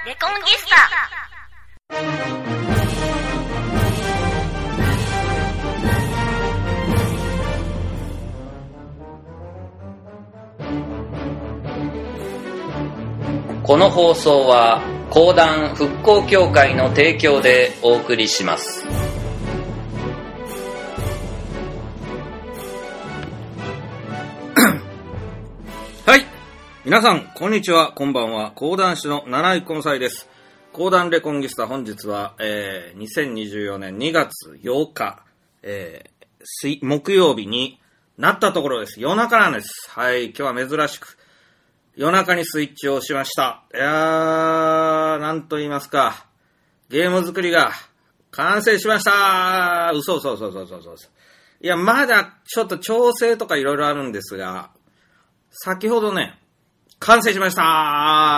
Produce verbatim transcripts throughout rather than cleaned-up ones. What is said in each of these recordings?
レコンギスタ。 この放送は講談復興協会の提供でお送りします。 はい、皆さんこんにちは、こんばんは。講談師の七井根菜です。講談レコンギスタ、本日は、えー、にせんにじゅうよねんにがつようか、えー、木曜日になったところです。夜中なんです。はい、今日は珍しく夜中にスイッチを押しました。いやー、なんと言いますか、ゲーム作りが完成しました。嘘嘘嘘嘘嘘嘘。いや、まだちょっと調整とかいろいろあるんですが、先ほどね、完成しました。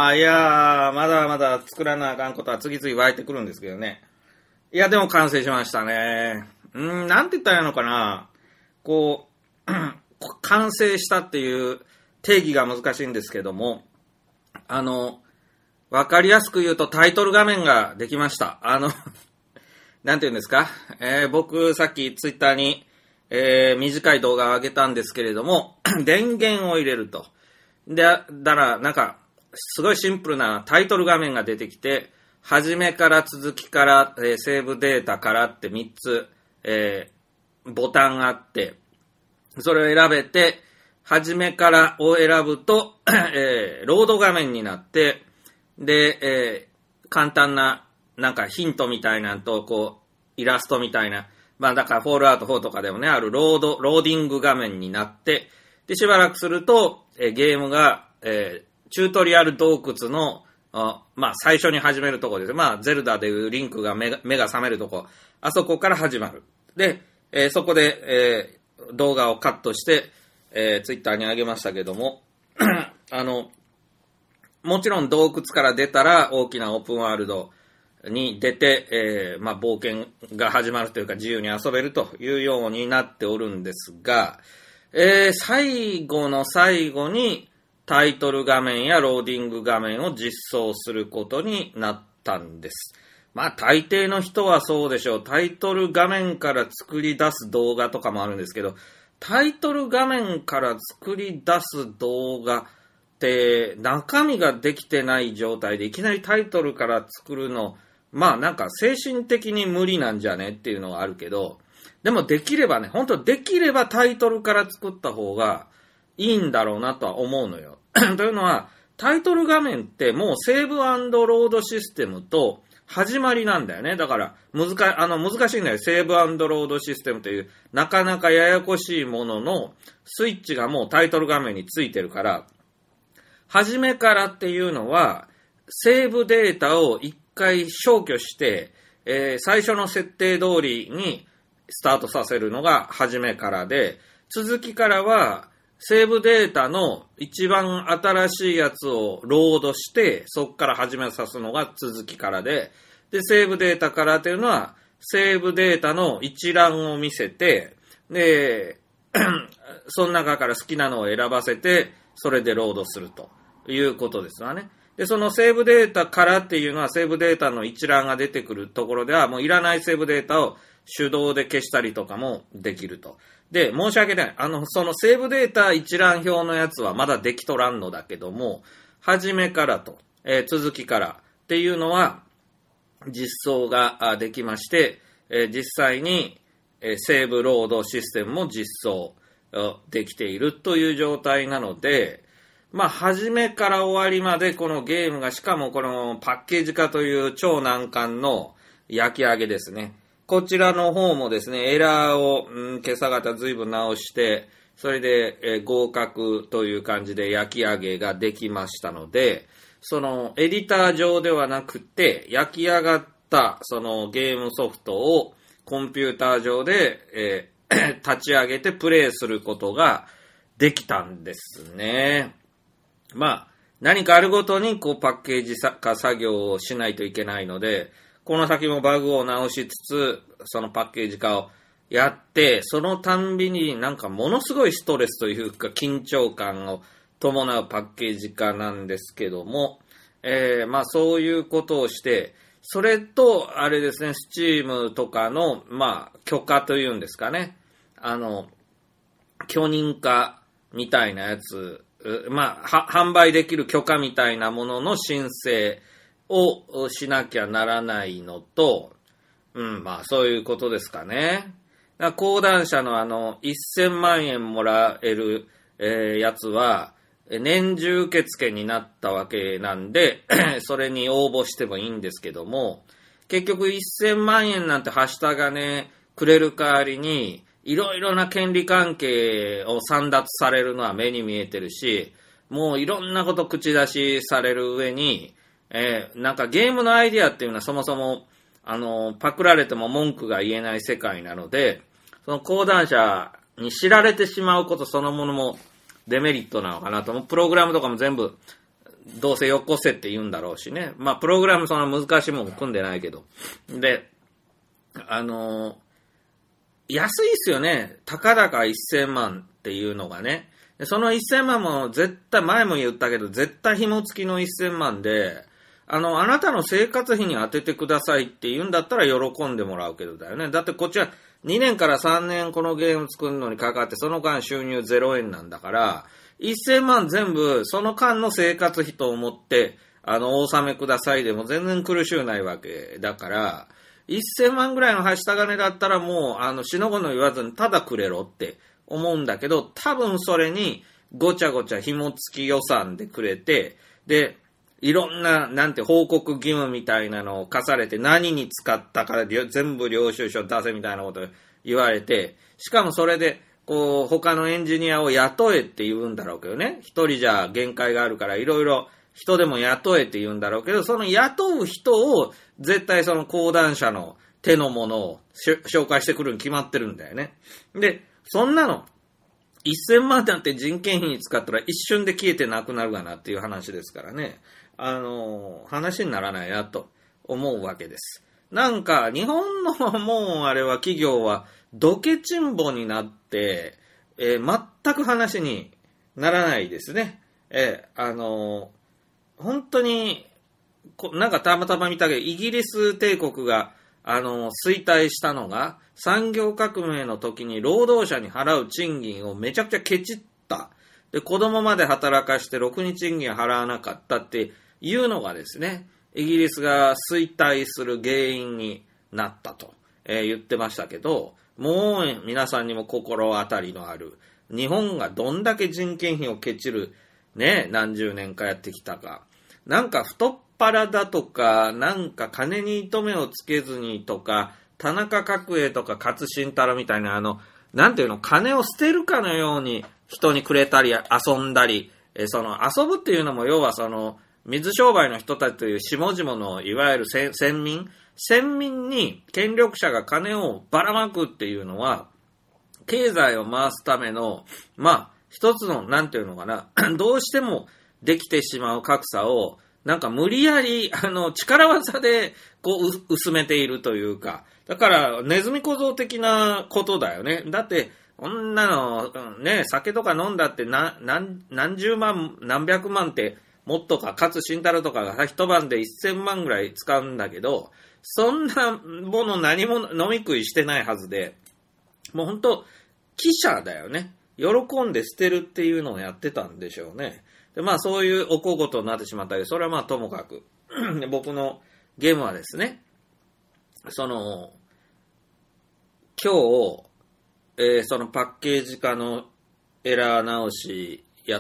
いやー、まだまだ作らなあかんことは次々湧いてくるんですけどね。いや、でも完成しましたね。うーん、なんて言ったらいいのかな。こう、完成したっていう定義が難しいんですけども、あの、わかりやすく言うとタイトル画面ができました。あの、なんて言うんですか、えー、僕さっきツイッターに、えー、短い動画を上げたんですけれども、電源を入れると。で、だからなんか、すごいシンプルなタイトル画面が出てきて、初めから続きから、えー、セーブデータからってみっつ、えー、ボタンがあって、それを選べて、初めからを選ぶと、えー、ロード画面になって、で、えー、簡単な、なんかヒントみたいなのと、こう、イラストみたいな、まあだからフォールアウトフォーとかでもね、あるロード、ローディング画面になって、で、しばらくすると、えー、ゲームが、えー、チュートリアル洞窟の、あまあ最初に始めるとこです。まあ、ゼルダでいうリンクが目が、目が覚めるとこ、あそこから始まる。で、えー、そこで、えー、動画をカットして、えー、ツイッターに上げましたけども、あの、もちろん洞窟から出たら大きなオープンワールドに出て、えー、まあ冒険が始まるというか自由に遊べるというようになっておるんですが、えー、最後の最後にタイトル画面やローディング画面を実装することになったんです。まあ大抵の人はそうでしょう。タイトル画面から作り出す動画とかもあるんですけど、タイトル画面から作り出す動画って中身ができてない状態でいきなりタイトルから作るの、まあなんか精神的に無理なんじゃねっていうのがあるけど、でもできればね、本当できればタイトルから作った方がいいんだろうなとは思うのよ。というのは、タイトル画面ってもうセーブ&ロードシステムと始まりなんだよね。だから難か、あの難しいんだよ。セーブ&ロードシステムというなかなかややこしいもののスイッチがもうタイトル画面についてるから、初めからっていうのはセーブデータを一回消去して、えー、最初の設定通りにスタートさせるのが初めからで、続きからはセーブデータの一番新しいやつをロードして、そこから始めさすのが続きからで、で、セーブデータからというのは、セーブデータの一覧を見せて、で、その中から好きなのを選ばせて、それでロードするということですわね。で、そのセーブデータからっていうのは、セーブデータの一覧が出てくるところでは、もういらないセーブデータを手動で消したりとかもできると。で、申し訳ない。あの、そのセーブデータ一覧表のやつはまだできとらんのだけども、初めからと、えー、続きからっていうのは実装ができまして、えー、実際に、えー、セーブロードシステムも実装できているという状態なので、まあ、初めから終わりまでこのゲームが、しかもこのパッケージ化という超難関の焼き上げですね。こちらの方もですね、エラーを、うん、今朝方随分直して、それで、えー、合格という感じで焼き上げができましたので、そのエディター上ではなくて、焼き上がったそのゲームソフトをコンピューター上で、えー、立ち上げてプレイすることができたんですね。まあ、何かあるごとにこうパッケージ化作業をしないといけないので、この先もバグを直しつつ、そのパッケージ化をやって、そのたんびになんかものすごいストレスというか緊張感を伴うパッケージ化なんですけども、 えー、まあそういうことをして、それと、あれですね、スチームとかの、まあ、許可というんですかね。あの、許認可みたいなやつ、まあ、は、販売できる許可みたいなものの申請をしなきゃならないのと、うん、まあ、そういうことですかね。だから講談社のあの、せんまんえんもらえる、えー、やつは、年中受付になったわけなんで、それに応募してもいいんですけども、結局せんまんえんなんてはした金くれる代わりに、いろいろな権利関係を散奪されるのは目に見えてるし、もういろんなこと口出しされる上に、えー、なんかゲームのアイディアっていうのはそもそも、あの、パクられても文句が言えない世界なので、その講談社に知られてしまうことそのものもデメリットなのかなと。プログラムとかも全部、どうせよこせって言うんだろうしね。まあ、プログラムそんな難しいもん組んでないけど。で、あのー、安いっすよね。たかだかせんまんっていうのがね。でそのせんまんも絶対、前も言ったけど、絶対紐付きのせんまんで、あの、あなたの生活費に当ててくださいって言うんだったら喜んでもらうけどだよね。だってこっちはにねんからさんねんこのゲーム作るのにかかって、その間収入ゼロえんなんだから、せんまん全部その間の生活費と思って、あの、お納めくださいでも全然苦しゅうないわけだから、せんまんぐらいのはした金だったらもう、あの、しのごの言わずにただくれろって思うんだけど、多分それにごちゃごちゃ紐付き予算でくれて、で、いろんな、なんて報告義務みたいなのを課されて、何に使ったから全部領収書出せみたいなこと言われて、しかもそれで、こう、他のエンジニアを雇えって言うんだろうけどね。一人じゃ限界があるから、いろいろ人でも雇えって言うんだろうけど、その雇う人を、絶対その講談社の手のものを紹介してくるに決まってるんだよね。で、そんなの、せんまんなんて人件費に使ったら一瞬で消えてなくなるかなっていう話ですからね。あの、話にならないなと思うわけです。なんか、日本のもうあれは企業は、ドケチンボになって、えー、全く話にならないですね。えー、あの、本当に、なんかたまたま見たけど、イギリス帝国が、あの、衰退したのが、産業革命の時に労働者に払う賃金をめちゃくちゃケチった。で、子供まで働かしてろくに賃金払わなかったっていうのがですね、イギリスが衰退する原因になったと、えー、言ってましたけど、もう皆さんにも心当たりのある、日本がどんだけ人件費をケチる、ね、何十年かやってきたか。なんか太っ腹だとか、なんか金に糸目をつけずにとか、田中角栄とか勝新太郎みたいなあの、なんていうの、金を捨てるかのように人にくれたり遊んだり、えー、その遊ぶっていうのも要はその、水商売の人たちという下々のいわゆる先民、先民に権力者が金をばらまくっていうのは、経済を回すための、まあ、一つの、なんていうのかな、どうしてもできてしまう格差を、なんか無理やり、あの、力技で、こう、薄めているというか、だから、ネズミ小僧的なことだよね。だって、女の、ね、酒とか飲んだってな、何、何十万、何百万って、もっとか、勝新太郎とかが一晩でせんまんぐらい使うんだけど、そんなもの何も飲み食いしてないはずで、もうほんと、記者だよね。喜んで捨てるっていうのをやってたんでしょうね。で、まあそういうお小言になってしまったり、それはまあともかく。で僕のゲームはですね、その、今日、えー、そのパッケージ化のエラー直しやって、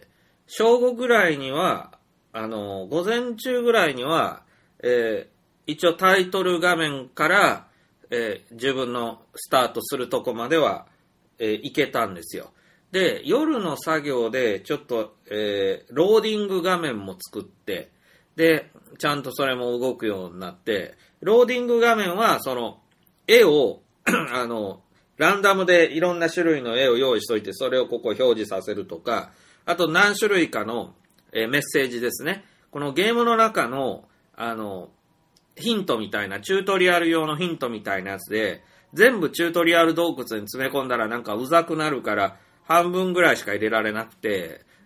正午ぐらいには、あの、午前中ぐらいには、えー、一応タイトル画面から、えー、自分のスタートするとこまでは、えー、行けたんですよ。で、夜の作業でちょっと、えー、ローディング画面も作って、で、ちゃんとそれも動くようになって、ローディング画面は、その、絵を、あの、ランダムでいろんな種類の絵を用意しといて、それをここ表示させるとか、あと何種類かの、えー、メッセージですね。このゲームの中の、あの、ヒントみたいな、チュートリアル用のヒントみたいなやつで、全部チュートリアル洞窟に詰め込んだらなんかうざくなるから、半分ぐらいしか入れられなくて、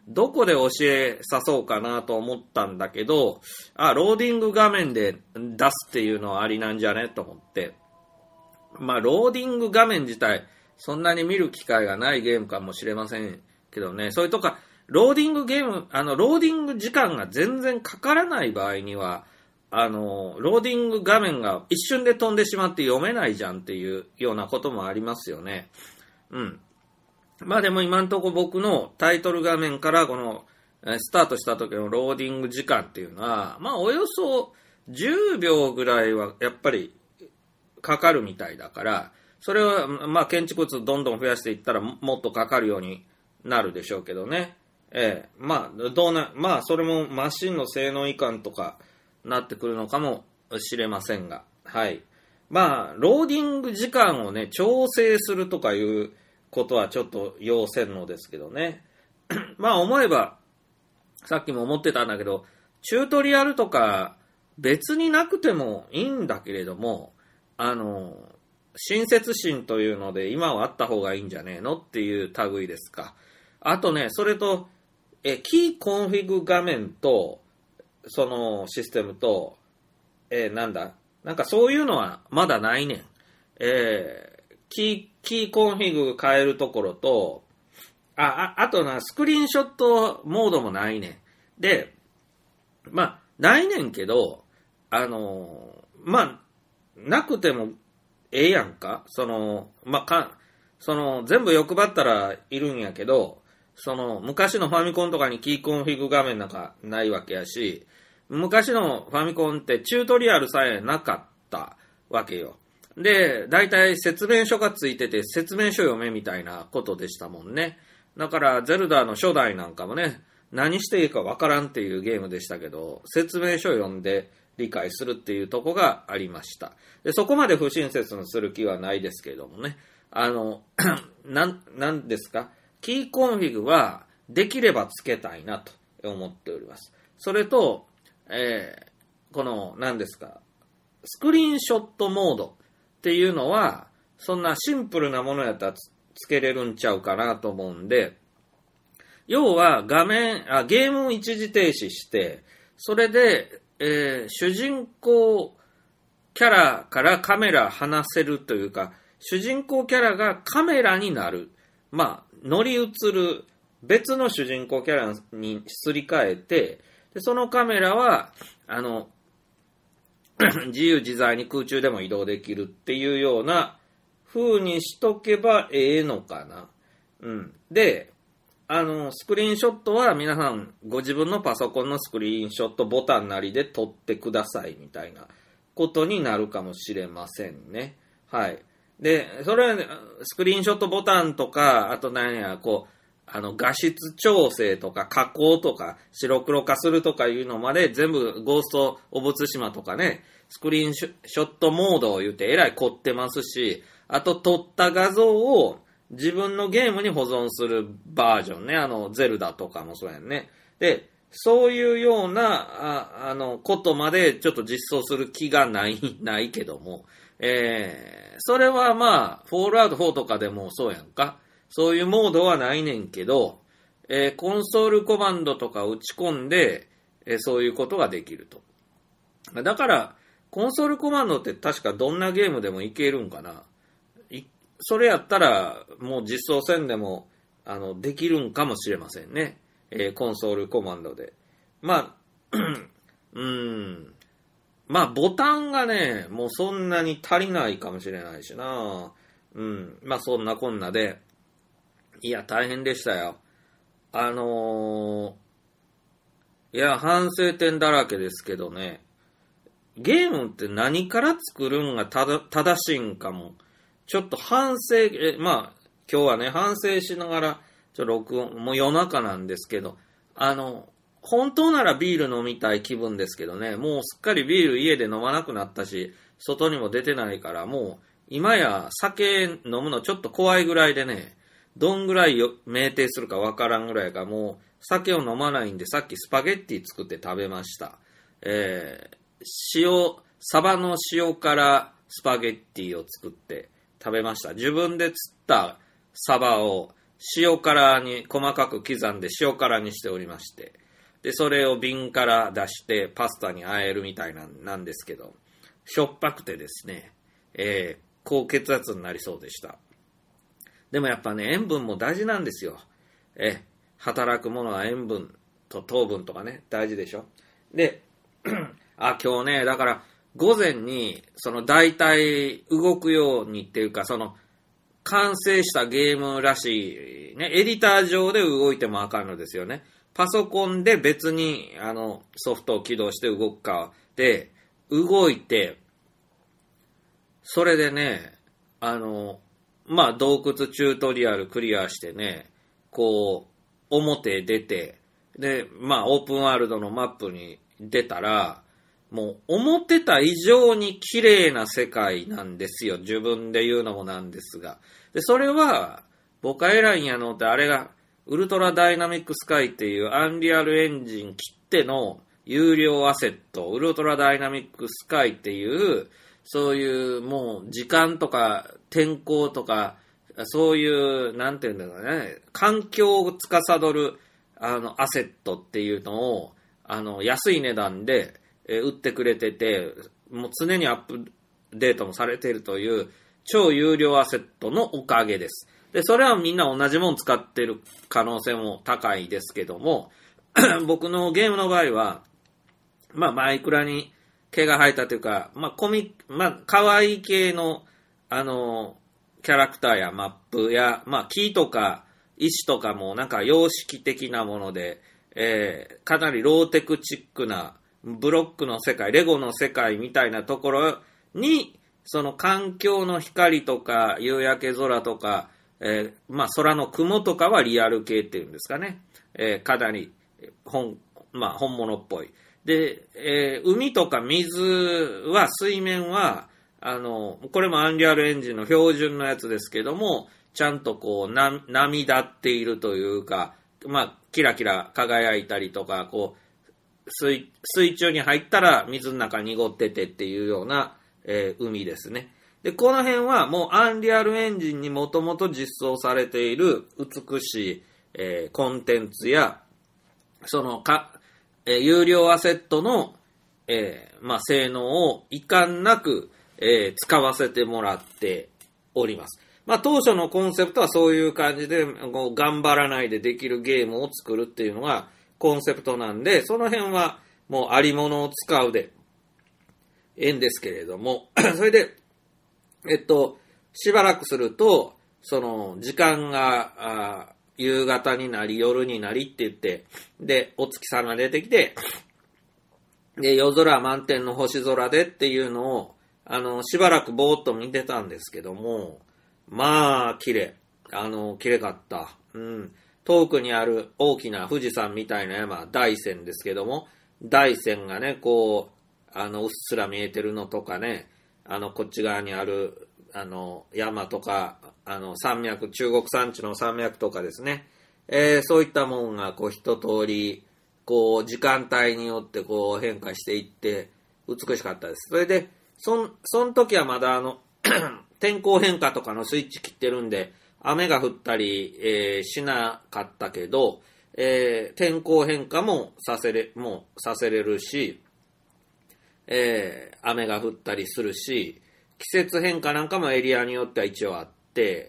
どこで教えさそうかなと思ったんだけど、あ、ローディング画面で出すっていうのはありなんじゃねと思って。まあ、ローディング画面自体、そんなに見る機会がないゲームかもしれませんけどね。それとか、ローディングゲーム、あの、ローディング時間が全然かからない場合には、あの、ローディング画面が一瞬で飛んでしまって読めないじゃんっていうようなこともありますよね。うん。まあでも今んとこ僕のタイトル画面からこのスタートした時のローディング時間っていうのは、まあおよそじゅうびょうぐらいはやっぱりかかるみたいだから、それはまあ建築物どんどん増やしていったらもっとかかるようになるでしょうけどね。ええ、まあどうな、まあそれもマシンの性能以下とかなってくるのかもしれませんが、はい。まあローディング時間をね調整するとかいうことはちょっと要せんのですけどね。まあ思えば、さっきも思ってたんだけど、チュートリアルとか別になくてもいいんだけれども、あの、親切心というので今はあった方がいいんじゃねえのっていう類ですか。あとね、それと、え、キーコンフィグ画面と、そのシステムと、えー、なんだ、なんかそういうのはまだないねん。えーキー、キーコンフィグ変えるところと、あ、あ、あとな、スクリーンショットモードもないねん。で、まあ、ないねんけど、あの、まあ、なくてもええやんか。その、まあ、か、その、全部欲張ったらいるんやけど、その、昔のファミコンとかにキーコンフィグ画面なんかないわけやし、昔のファミコンってチュートリアルさえなかったわけよ。で、大体説明書がついてて説明書読めみたいなことでしたもんね。だからゼルダの初代なんかもね、何していいかわからんっていうゲームでしたけど、説明書読んで理解するっていうとこがありました。で、そこまで不親切にする気はないですけれどもね。あの、なん、なんですか、キーコンフィグはできればつけたいなと思っております。それと、えー、この、何ですか、スクリーンショットモードっていうのは、そんなシンプルなものやったら つ, つけれるんちゃうかなと思うんで、要は画面、あ、ゲームを一時停止して、それで、えー、主人公キャラからカメラ離せるというか、主人公キャラがカメラになる。まあ、乗り移る別の主人公キャラにすり替えて、でそのカメラは、あの、自由自在に空中でも移動できるっていうような風にしとけばええのかな。うん。で、あの、スクリーンショットは皆さんご自分のパソコンのスクリーンショットボタンなりで撮ってくださいみたいなことになるかもしれませんね。はい。で、それは、ね、スクリーンショットボタンとか、あと何や、こう、あの、画質調整とか加工とか白黒化するとかいうのまで全部ゴースト・オブ・ツシマとかね、スクリーンショットモードを言ってえらい凝ってますし、あと撮った画像を自分のゲームに保存するバージョンね、あの、ゼルダとかもそうやんね。で、そういうような、あ、あの、ことまでちょっと実装する気がない、ないけども、えー、それはまあ、フォールアウトフォーとかでもそうやんか。そういうモードはないねんけど、えー、コンソールコマンドとか打ち込んで、えー、そういうことができると。だから、コンソールコマンドって確かどんなゲームでもいけるんかな。いそれやったら、もう実装せんでも、あの、できるんかもしれませんね。えー、コンソールコマンドで。まあ、うーん。まあ、ボタンがね、もうそんなに足りないかもしれないしな。うん。まあ、そんなこんなで、いや、大変でしたよ。あのー、いや、反省点だらけですけどね、ゲームって何から作るんがただ正しいんかも、ちょっと反省、え、まあ、今日はね、反省しながら、ちょっと録音、もう夜中なんですけど、あの、本当ならビール飲みたい気分ですけどね、もうすっかりビール家で飲まなくなったし、外にも出てないから、もう、今や酒飲むのちょっと怖いぐらいでね、どんぐらいよ酩酊するかわからんぐらいか、もう酒を飲まないんで、さっきスパゲッティ作って食べました。えー、塩、サバの塩辛スパゲッティを作って食べました。自分で釣ったサバを塩辛に細かく刻んで塩辛にしておりまして、でそれを瓶から出してパスタに和えるみたいななんですけど、しょっぱくてですね、えー、高血圧になりそうでした。でもやっぱね、塩分も大事なんですよ。え働くものは塩分と糖分とかね、大事でしょ。であ今日ね、だから午前にその大体動くようにっていうか、その完成したゲームらしいね、エディター上で動いてもあかんのですよね。パソコンで別にあのソフトを起動して動くかで動いて、それでね、あのまあ洞窟チュートリアルクリアしてね、こう表出て、でまあオープンワールドのマップに出たら、もう思ってた以上に綺麗な世界なんですよ。自分で言うのもなんですが。で、それは、僕は偉いんやのって、あれが、ウルトラダイナミックスカイっていうアンリアルエンジン切っての有料アセット、ウルトラダイナミックスカイっていう、そういうもう時間とか天候とか、そういう、なんていうんだろうね、環境を司る、あの、アセットっていうのを、あの、安い値段で、えー、売ってくれてて、もう常にアップデートもされているという超有料アセットのおかげです。で、それはみんな同じもの使ってる可能性も高いですけども、僕のゲームの場合は、まあ、マイクラに毛が生えたというか、まあ、コミ、まあ、可愛い系の、あの、キャラクターやマップや、まあ、木とか石とかもなんか様式的なもので、えー、かなりローテクチックな、ブロックの世界、レゴの世界みたいなところに、その環境の光とか夕焼け空とか、えー、まあ空の雲とかはリアル系っていうんですかね。えー、かなり本、まあ本物っぽい。で、えー、海とか水は、水面は、あの、これもアンリアルエンジンの標準のやつですけども、ちゃんとこう、な、波立っているというか、まあ、キラキラ輝いたりとか、こう、水, 水中に入ったら水の中濁っててっていうような、えー、海ですね。で、この辺はもうアンリアルエンジンにもともと実装されている美しい、えー、コンテンツや、そのか、えー、有料アセットの、えー、まあ、性能を遺憾なく、えー、使わせてもらっております。まあ、当初のコンセプトはそういう感じで、こう頑張らないでできるゲームを作るっていうのが、コンセプトなんで、その辺はもうありものを使うでええんですけれども、それで、えっと、しばらくすると、その時間があ夕方になり夜になりって言って、で、お月さんが出てきて、で、夜空満天の星空でっていうのを、あの、しばらくぼーっと見てたんですけども、まあ、綺麗。あの、綺麗かった。うん。遠くにある大きな富士山みたいな山、大山ですけども、大山がね、こう、あの、うっすら見えてるのとかね、あの、こっち側にある、あの、山とか、あの、山脈、中国山地の山脈とかですね、えー、そういったもんが、こう、一通り、こう、時間帯によって、こう、変化していって、美しかったです。それで、そん、その時はまだ、あの、天候変化とかのスイッチ切ってるんで、雨が降ったり、えー、しなかったけど、えー、天候変化もさせれ、もうさせれるし、えー、雨が降ったりするし、季節変化なんかもエリアによっては一応あって、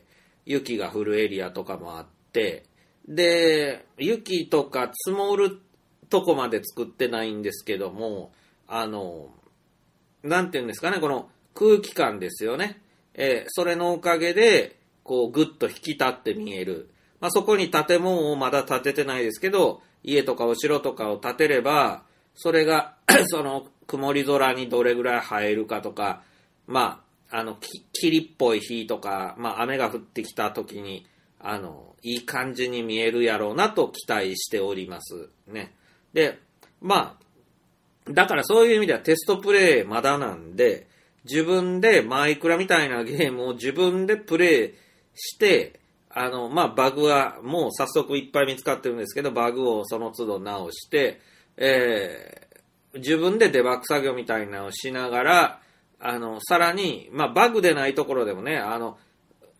雪が降るエリアとかもあって、で、雪とか積もるとこまで作ってないんですけども、あの、なんていうんですかね、この空気感ですよね。えー、それのおかげで、こうぐっと引き立って見える。まあ、そこに建物をまだ建ててないですけど、家とかお城とかを建てれば、それがその曇り空にどれぐらい映えるかとか、まあ、あの、霧っぽい日とか、まあ、雨が降ってきた時に、あの、いい感じに見えるやろうなと期待しておりますね。で、まあ、だからそういう意味ではテストプレイまだなんで、自分でマイクラみたいなゲームを自分でプレイして、あの、まあ、バグはもう早速いっぱい見つかってるんですけど、バグをその都度直して、えー、自分でデバッグ作業みたいなのをしながら、あの、さらに、まあ、バグでないところでもね、あの、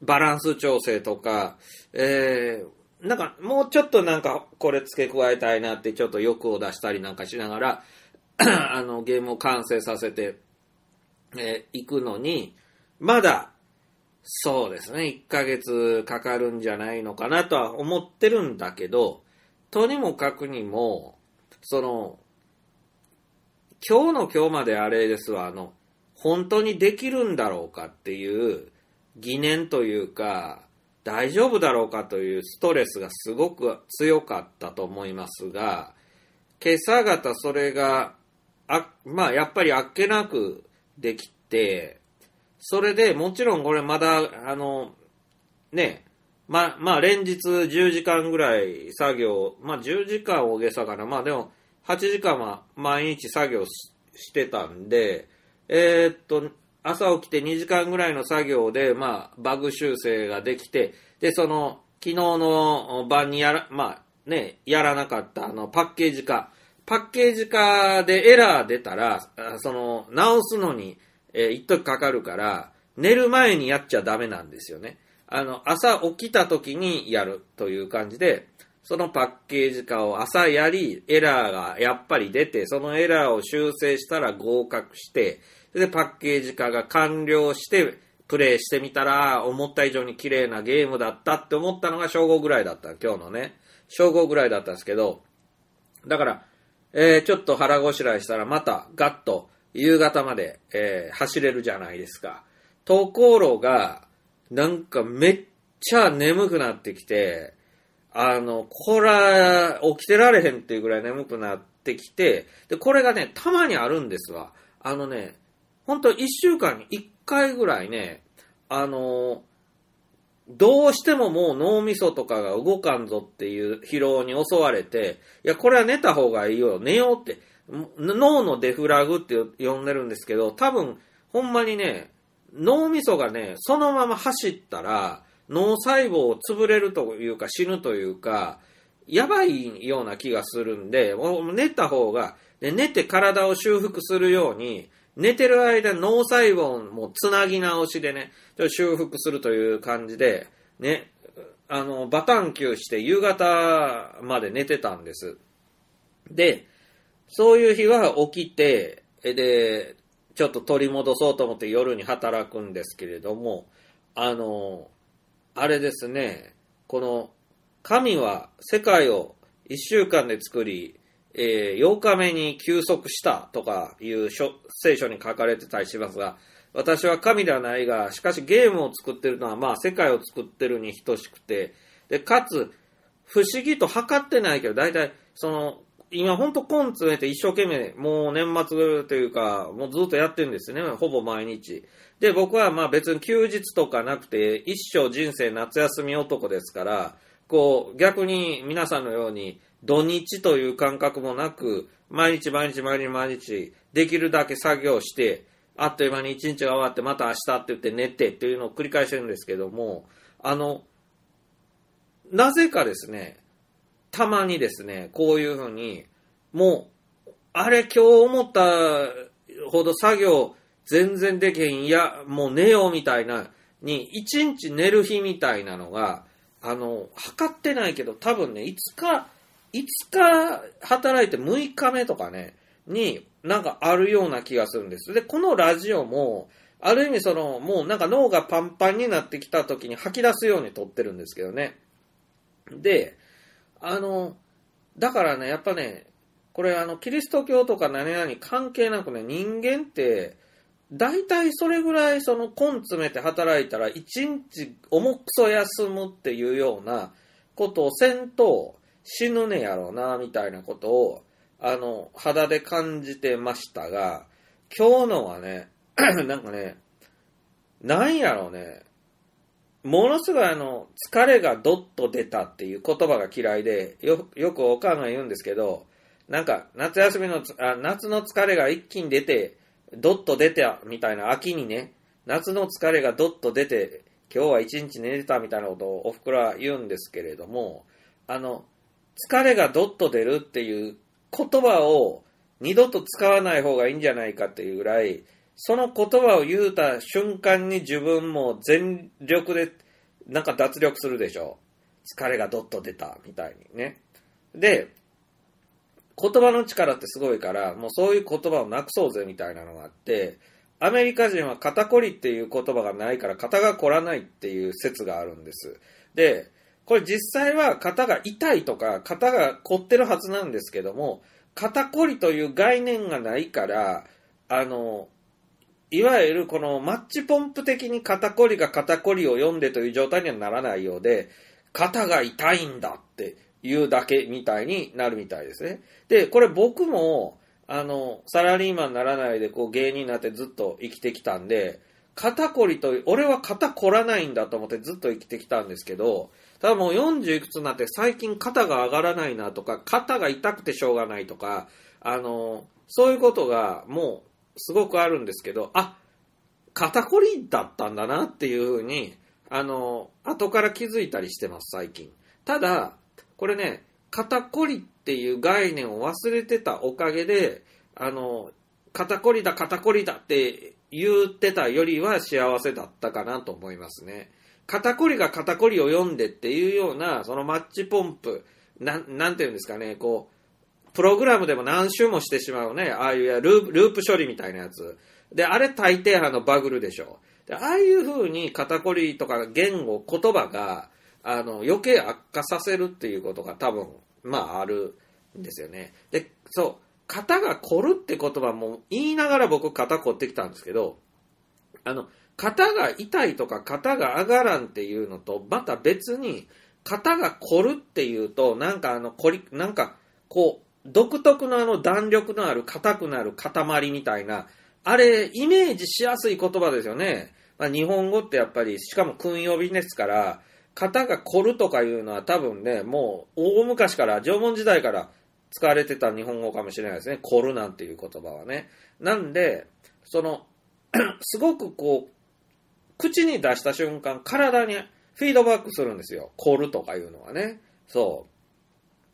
バランス調整とか、えー、なんかもうちょっとなんかこれ付け加えたいなってちょっと欲を出したりなんかしながらあのゲームを完成させてい、えー、くのにまだそうですねいっかげつかかるんじゃないのかなとは思ってるんだけど、とにもかくにもその今日の今日まであれですわ、あの本当にできるんだろうかっていう疑念というか大丈夫だろうかというストレスがすごく強かったと思いますが、今朝方それがあまあやっぱりあっけなくできて、それでもちろんこれまだあのねままあ連日じゅうじかんぐらい作業、まあじゅうじかん大げさかな、まあでもはちじかんは毎日作業 し, してたんで、えー、っと朝起きてにじかんぐらいの作業で、まあ、バグ修正ができて、で、その、昨日の晩にやら、まあ、ね、やらなかった、あの、パッケージ化。パッケージ化でエラー出たら、その、直すのに、えー、一時かかるから、寝る前にやっちゃダメなんですよね。あの、朝起きた時にやるという感じで、そのパッケージ化を朝やり、エラーがやっぱり出て、そのエラーを修正したら合格して、で、パッケージ化が完了して、プレイしてみたら、思った以上に綺麗なゲームだったって思ったのが正午ぐらいだった。今日のね。正午ぐらいだったんですけど、だから、えー、ちょっと腹ごしらえしたら、またガッと夕方まで、えー、走れるじゃないですか。ところが、なんかめっちゃ眠くなってきて、あの、こら、起きてられへんっていうぐらい眠くなってきて、で、これがね、たまにあるんですわ。あのね、ほんと一週間に一回ぐらいね、あの、どうしてももう脳みそとかが動かんぞっていう疲労に襲われて、いや、これは寝た方がいいよ、寝ようって、脳のデフラグって呼んでるんですけど、多分、ほんまにね、脳みそがね、そのまま走ったら、脳細胞を潰れるというか死ぬというか、やばいような気がするんで、寝た方が、寝て体を修復するように、寝てる間脳細胞もつなぎ直しでね、修復するという感じで、ね、あの、バタンキューして夕方まで寝てたんです。で、そういう日は起きて、で、ちょっと取り戻そうと思って夜に働くんですけれども、あの、あれですね、この、神は世界を一週間で作り、えー、ようかめに休息したとかいう聖書に書かれてたりしますが、私は神ではないが、しかしゲームを作ってるのはまあ世界を作ってるに等しくて、で、かつ、不思議と測ってないけど、だいたいその、今ほんとコン詰めて一生懸命、もう年末というか、もうずっとやってるんですね、ほぼ毎日。で、僕はまあ別に休日とかなくて、一生人生夏休み男ですから、こう、逆に皆さんのように、土日という感覚もなく、毎日毎日毎日毎日、できるだけ作業して、あっという間に一日が終わって、また明日って言って寝てっていうのを繰り返してるんですけども、あの、なぜかですね、たまにですね、こういうふうに、もう、あれ今日思ったほど作業全然できへん、いや、もう寝ようみたいな、に、一日寝る日みたいなのが、あの、測ってないけど、多分ね、いつか、いつか働いてむいかめとかね、になんかあるような気がするんです。で、このラジオも、ある意味その、もうなんか脳がパンパンになってきた時に吐き出すように撮ってるんですけどね。で、あの、だからね、やっぱね、これあの、キリスト教とか何々関係なくね、人間って、大体それぐらいその根詰めて働いたら一日重くそ休むっていうようなことをせんと死ぬねやろうなみたいなことをあの肌で感じてましたが、今日のはねなんかねなんやろうね、ものすごいあの疲れがどっと出たっていう言葉が嫌いで、よ, よくおかんが言うんですけど、なんか夏休みのあ夏の疲れが一気に出てどっと出てみたいな、秋にね、夏の疲れがどっと出て、今日は一日寝てたみたいなことをおふくろは言うんですけれども、あの、疲れがどっと出るっていう言葉を二度と使わない方がいいんじゃないかっていうぐらい、その言葉を言うた瞬間に自分も全力でなんか脱力するでしょ。疲れがどっと出たみたいにね。で、言葉の力ってすごいから、もうそういう言葉をなくそうぜみたいなのがあって、アメリカ人は肩こりっていう言葉がないから肩が凝らないっていう説があるんです。で、これ実際は肩が痛いとか肩が凝ってるはずなんですけども、肩こりという概念がないから、あの、いわゆるこのマッチポンプ的に肩こりが肩こりを読んでという状態にはならないようで、肩が痛いんだっていうだけみたいになるみたいですね。で、これ僕も、あの、サラリーマンにならないでこう芸人になってずっと生きてきたんで、肩こりと、俺は肩こらないんだと思ってずっと生きてきたんですけど、ただもうよんじゅういくつになって最近肩が上がらないなとか、肩が痛くてしょうがないとか、あの、そういうことがもうすごくあるんですけど、あ、肩こりだったんだなっていうふうに、あの、後から気づいたりしてます、最近。ただ、これね、肩こりっていう概念を忘れてたおかげで、あの、肩こりだ、肩こりだって言ってたよりは幸せだったかなと思いますね。肩こりが肩こりを読んでっていうような、そのマッチポンプ、な ん, なんていうんですかね、こう、プログラムでも何周もしてしまうね、ああいうループ、ループ処理みたいなやつ。で、あれ大抵あのバグるでしょ。で、ああいう風に肩こりとか言語、言葉が、あの、余計悪化させるっていうことが多分、まああるんですよね。で、そう、肩が凝るって言葉も言いながら僕肩凝ってきたんですけど、あの、肩が痛いとか肩が上がらんっていうのと、また別に、肩が凝るっていうと、なんかあの、凝り、なんか、こう、独特のあの弾力のある硬くなる塊みたいな、あれ、イメージしやすい言葉ですよね。まあ、日本語ってやっぱり、しかも訓呼びですから、肩が凝るとかいうのは多分ね、もう大昔から、縄文時代から使われてた日本語かもしれないですね。凝るなんていう言葉はね。なんで、その、すごくこう、口に出した瞬間、体にフィードバックするんですよ。凝るとかいうのはね。そう。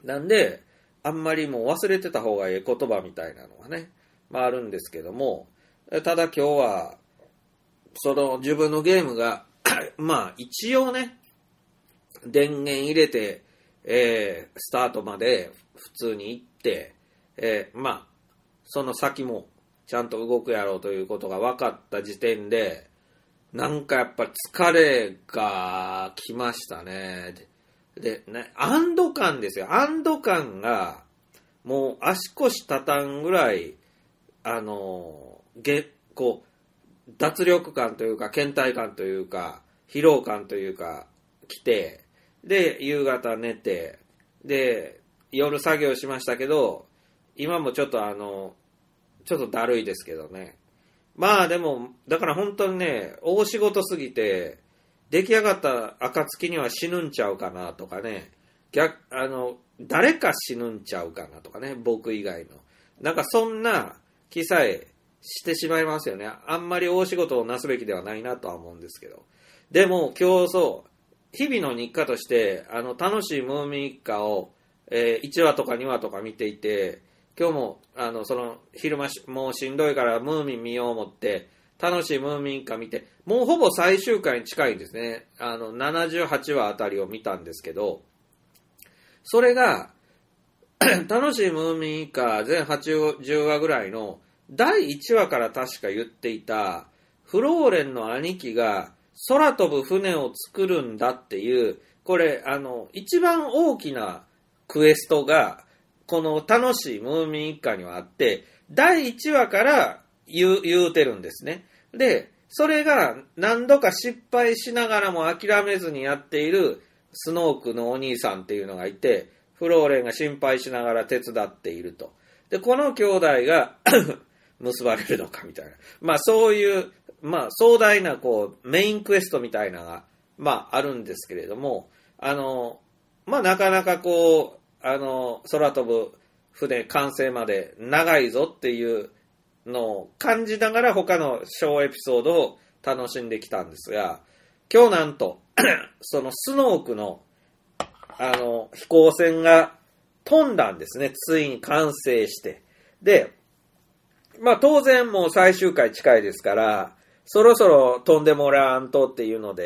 なんで、あんまりもう忘れてた方がいい言葉みたいなのがね、まああるんですけども、ただ今日は、その自分のゲームが、まあ一応ね、電源入れて、えー、スタートまで普通に行って、えー、まあ、その先もちゃんと動くやろうということが分かった時点で、なんかやっぱ疲れが来ましたね。で、ね、安堵感ですよ。安堵感が、もう足腰立たんぐらい、あの、げ、こう、脱力感というか、倦怠感というか、疲労感というか、来て、で、夕方寝て、で、夜作業しましたけど、今もちょっとあの、ちょっとだるいですけどね。まあでも、だから本当にね、大仕事すぎて、出来上がった暁には死ぬんちゃうかなとかね、逆、あの、誰か死ぬんちゃうかなとかね、僕以外の。なんかそんな気さえしてしまいますよね。あんまり大仕事をなすべきではないなとは思うんですけど。でも今日そう、日々の日課として、あの、楽しいムーミン一家を、えー、いちわとかにわとか見ていて、今日も、あの、その、昼間し、もうしんどいからムーミン見よう思って、楽しいムーミン一家見て、もうほぼ最終回に近いんですね。あの、ななじゅうはちわあたりを見たんですけど、それが、楽しいムーミン一家全はちじゅうわぐらいの、だいいちわから確か言っていた、フローレンの兄貴が空飛ぶ船を作るんだっていう、これ、あの、一番大きなクエストが、この楽しいムーミン一家にはあって、だいいちわから言う、言うてるんですね。で、それが何度か失敗しながらも諦めずにやっているスノークのお兄さんっていうのがいて、フローレンが心配しながら手伝っていると。で、この兄弟が結ばれるのかみたいな。まあそういう、まあ壮大なこうメインクエストみたいなのが、まああるんですけれども、あの、まあなかなかこう、あの、空飛ぶ船完成まで長いぞっていうのを感じながら他の小エピソードを楽しんできたんですが、今日なんと、そのスノークの、あの、飛行船が飛んだんですね。ついに完成して。で、まあ当然もう最終回近いですから、そろそろ飛んでもらわんとっていうので、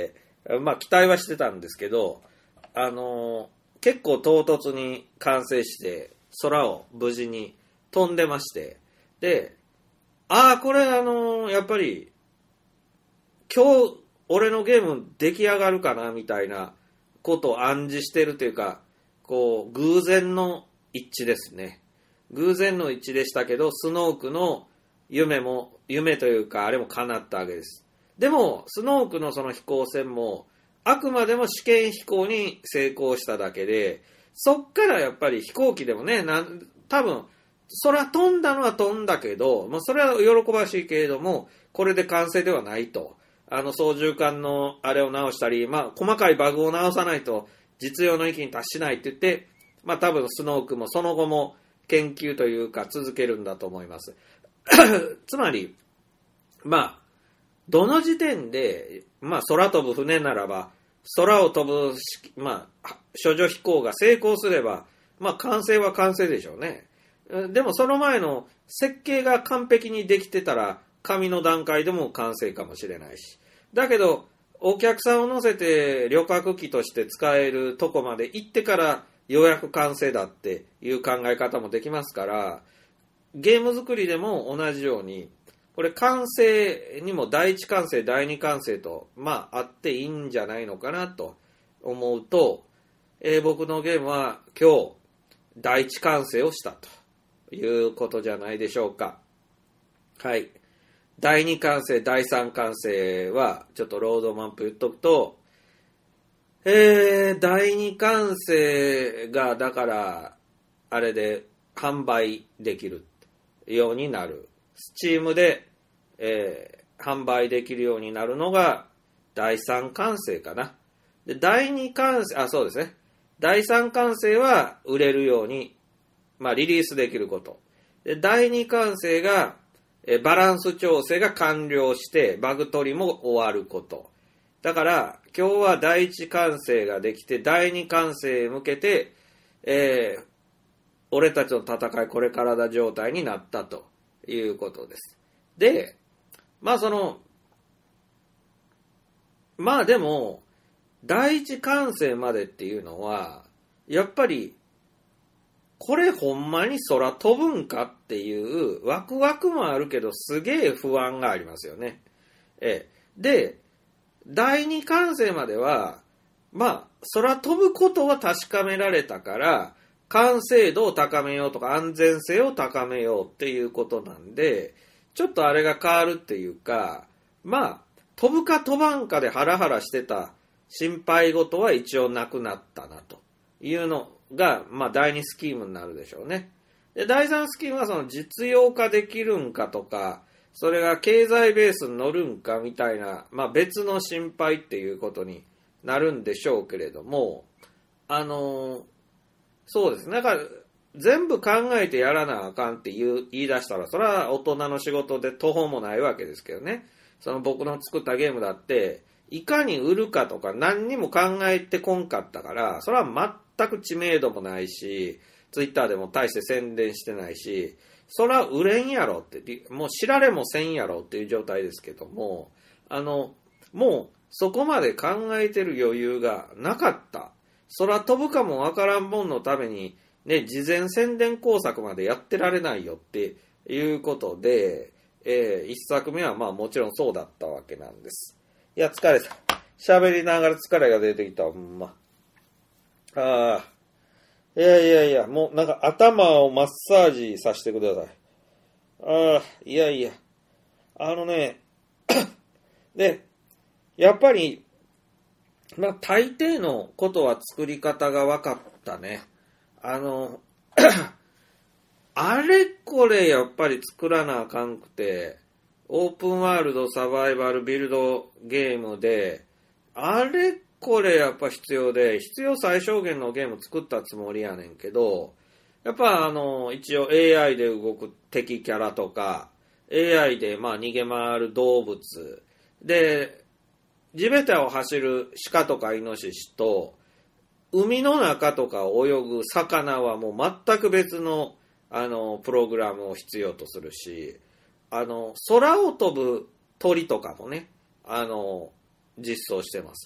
まあ期待はしてたんですけど、あのー、結構唐突に完成して空を無事に飛んでまして、で、ああこれあのー、やっぱり今日俺のゲーム出来上がるかなみたいなことを暗示してるというか、こう偶然の一致ですね。偶然の一致でしたけど、スノークの夢も夢というかあれも叶ったわけです。でもスノークのその飛行船もあくまでも試験飛行に成功しただけで、そっからやっぱり飛行機でもね、なん多分空飛んだのは飛んだけど、まあ、それは喜ばしいけれども、これで完成ではないと。あの操縦桿のあれを直したり、まあ細かいバグを直さないと実用の域に達しないって言って、まあ多分スノークもその後も研究というか続けるんだと思います。つまり、まあ、どの時点で、まあ空飛ぶ船ならば、空を飛ぶ、まあ、処女飛行が成功すれば、まあ完成は完成でしょうね。でもその前の設計が完璧にできてたら、紙の段階でも完成かもしれないし。だけど、お客さんを乗せて旅客機として使えるとこまで行ってからようやく完成だっていう考え方もできますから、ゲーム作りでも同じように、これ完成にも第一完成、第二完成と、まああっていいんじゃないのかなと思うと、えー、僕のゲームは今日第一完成をしたということじゃないでしょうか。はい。第二完成、第三完成は、ちょっとロードマップ言っとくと、えー、第二完成が、だから、あれで販売できるようになる。スチームで、えー、販売できるようになるのが、第三完成かな。で、第二完成、あ、そうですね。第三完成は売れるように、まあ、リリースできること。で、第二完成が、バランス調整が完了してバグ取りも終わること。だから今日は第一完成ができて第二完成へ向けて、えー、俺たちの戦いこれからだ状態になったということです。で、まあその、まあでも第一完成までっていうのはやっぱりこれほんまに空飛ぶんかっていうワクワクもあるけどすげえ不安がありますよね。えで、第二完成まではまあ空飛ぶことは確かめられたから完成度を高めようとか安全性を高めようっていうことなんで、ちょっとあれが変わるっていうか、まあ飛ぶか飛ばんかでハラハラしてた心配事は一応なくなったなというのが、まあ、第二スキームになるでしょうね。で、第三スキームはその実用化できるんかとか、それが経済ベースに乗るんかみたいな、まあ、別の心配っていうことになるんでしょうけれども、あのー、そうですね。だから、全部考えてやらなあかんって言う言い出したら、それは大人の仕事で途方もないわけですけどね。その僕の作ったゲームだって、いかに売るかとか何にも考えてこんかったから、それは全く知名度もないし、ツイッターでも大して宣伝してないし、それは売れんやろって、もう知られもせんやろっていう状態ですけども、あの、もうそこまで考えてる余裕がなかった。空飛ぶかもわからんもんのために、ね、事前宣伝工作までやってられないよっていうことで、えー、一作目はまあもちろんそうだったわけなんです。いや、疲れた。喋りながら疲れが出てきた。ほんま。ああ。いやいやいや、もうなんか頭をマッサージさせてください。ああ、いやいや。あのね、で、やっぱり、まあ大抵のことは作り方が分かったね。あの、あれこれやっぱり作らなあかんくて、オープンワールドサバイバルビルドゲームで、あれこれやっぱ必要で、必要最小限のゲーム作ったつもりやねんけど、やっぱあの、一応 エーアイ で動く敵キャラとか、エーアイ でまあ逃げ回る動物、で、地べたを走る鹿とかイノシシと、海の中とかを泳ぐ魚はもう全く別のあの、プログラムを必要とするし、あの、空を飛ぶ鳥とかもね、あの、実装してます。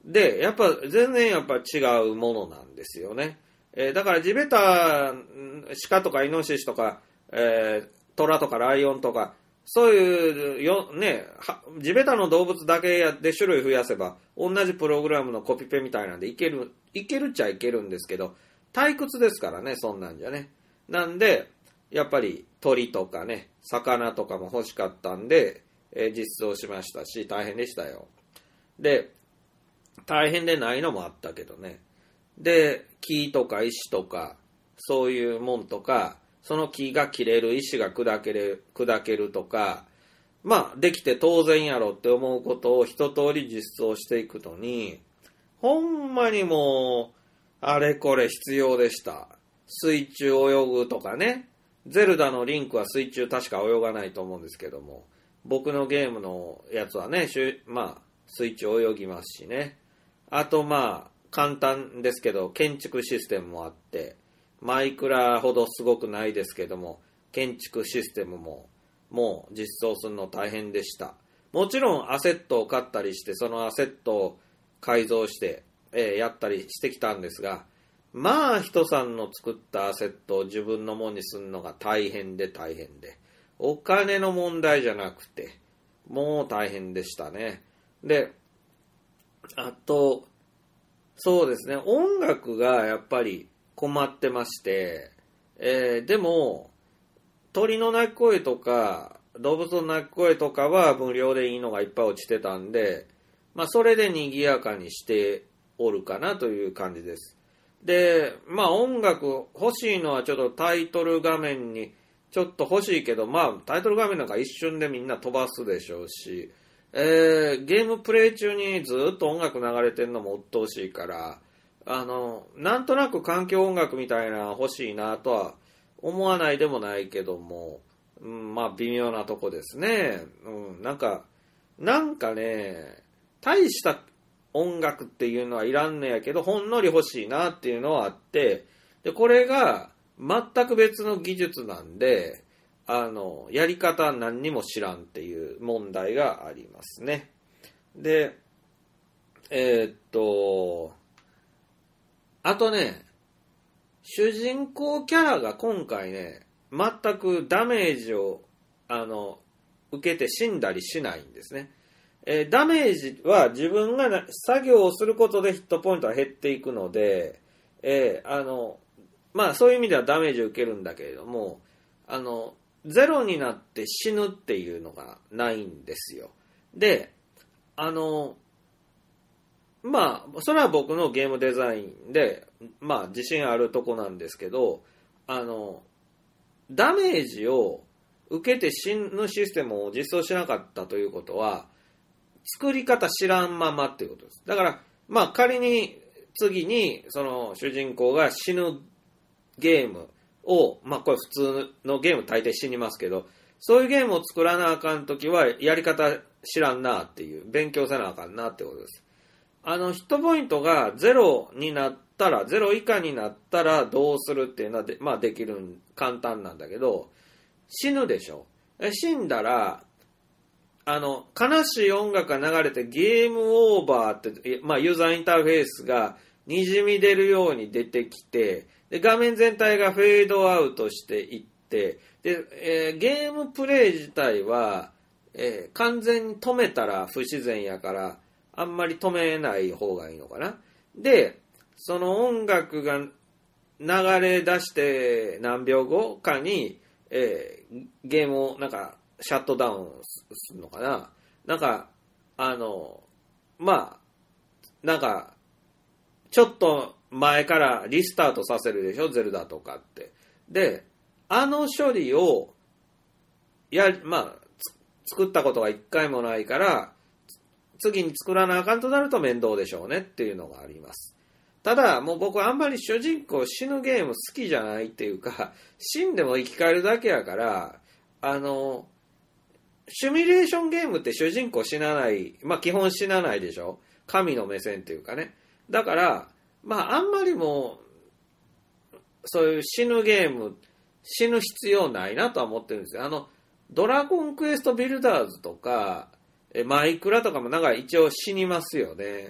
で、やっぱ全然やっぱ違うものなんですよね。えー、だから地べた、鹿とかイノシシとか、えー、虎とかライオンとか、そういうよ、ね、地べたの動物だけで種類増やせば、同じプログラムのコピペみたいなんでいける、いけるっちゃいけるんですけど、退屈ですからね、そんなんじゃね。なんで、やっぱり鳥とかね、魚とかも欲しかったんで、えー、実装しましたし、大変でしたよ。で、大変でないのもあったけどね。で、木とか石とか、そういうもんとか、その木が切れる、石が砕ける、砕けるとか、まあ、できて当然やろって思うことを一通り実装していくのに、ほんまにもう、あれこれ必要でした。水中泳ぐとかね。ゼルダのリンクは水中確か泳がないと思うんですけども、僕のゲームのやつはね、まあ、水中泳ぎますしね。あとまあ、簡単ですけど、建築システムもあって、マイクラほどすごくないですけども、建築システムも、もう実装するの大変でした。もちろんアセットを買ったりして、そのアセットを改造して、えー、やったりしてきたんですが、まあ人さんの作ったアセットを自分のものにするのが大変で大変で、お金の問題じゃなくて、もう大変でしたね。で、あと、そうですね、音楽がやっぱり困ってまして、えー、でも、鳥の鳴き声とか、動物の鳴き声とかは無料でいいのがいっぱい落ちてたんで、まあそれで賑やかにしておるかなという感じです。で、まあ音楽欲しいのはちょっとタイトル画面にちょっと欲しいけど、まあタイトル画面なんか一瞬でみんな飛ばすでしょうし、えー、ゲームプレイ中にずっと音楽流れてるのも鬱陶しいから、あの、なんとなく環境音楽みたいなの欲しいなとは思わないでもないけども、うん、まあ微妙なとこですね。うん、なんか、なんかね、大した音楽っていうのはいらんねやけど、ほんのり欲しいなっていうのはあって、で、これが全く別の技術なんで、あの、やり方何にも知らんっていう問題がありますね。で、えー、っと、あとね、主人公キャラが今回ね、全くダメージを、あの、受けて死んだりしないんですね。えー、ダメージは自分が作業をすることでヒットポイントが減っていくので、えー、あの、まあそういう意味ではダメージを受けるんだけれども、あの、ゼロになって死ぬっていうのがないんですよ。で、あの、まあ、それは僕のゲームデザインで、まあ自信あるとこなんですけど、あの、ダメージを受けて死ぬシステムを実装しなかったということは、作り方知らんままっていうことです。だから、まあ仮に次にその主人公が死ぬゲームを、まあこれ普通のゲーム大抵死にますけど、そういうゲームを作らなあかんときはやり方知らんなっていう、勉強せなあかんなってことです。あのヒットポイントがゼロになったら、ゼロ以下になったらどうするっていうのはで、まあできるん、簡単なんだけど、死ぬでしょ。死んだら、あの、悲しい音楽が流れてゲームオーバーって、まあユーザーインターフェースが滲み出るように出てきて、で画面全体がフェードアウトしていって、で、えー、ゲームプレイ自体は、えー、完全に止めたら不自然やから、あんまり止めない方がいいのかな。で、その音楽が流れ出して何秒後かに、えー、ゲームをなんかシャットダウンするのかな。なんか、あの、まあ、なんか、ちょっと前からリスタートさせるでしょ、ゼルダとかって。で、あの処理を、や、まあ、作ったことが一回もないから、次に作らなあかんとなると面倒でしょうねっていうのがあります。ただ、もう僕はあんまり主人公死ぬゲーム好きじゃないっていうか、死んでも生き返るだけやから、あの、シミュレーションゲームって主人公死なない、まあ基本死なないでしょ。神の目線っていうかね。だから、まああんまりもう、そういう死ぬゲーム、死ぬ必要ないなとは思ってるんですよ。あの、ドラゴンクエストビルダーズとか、マイクラとかもなんか一応死にますよね。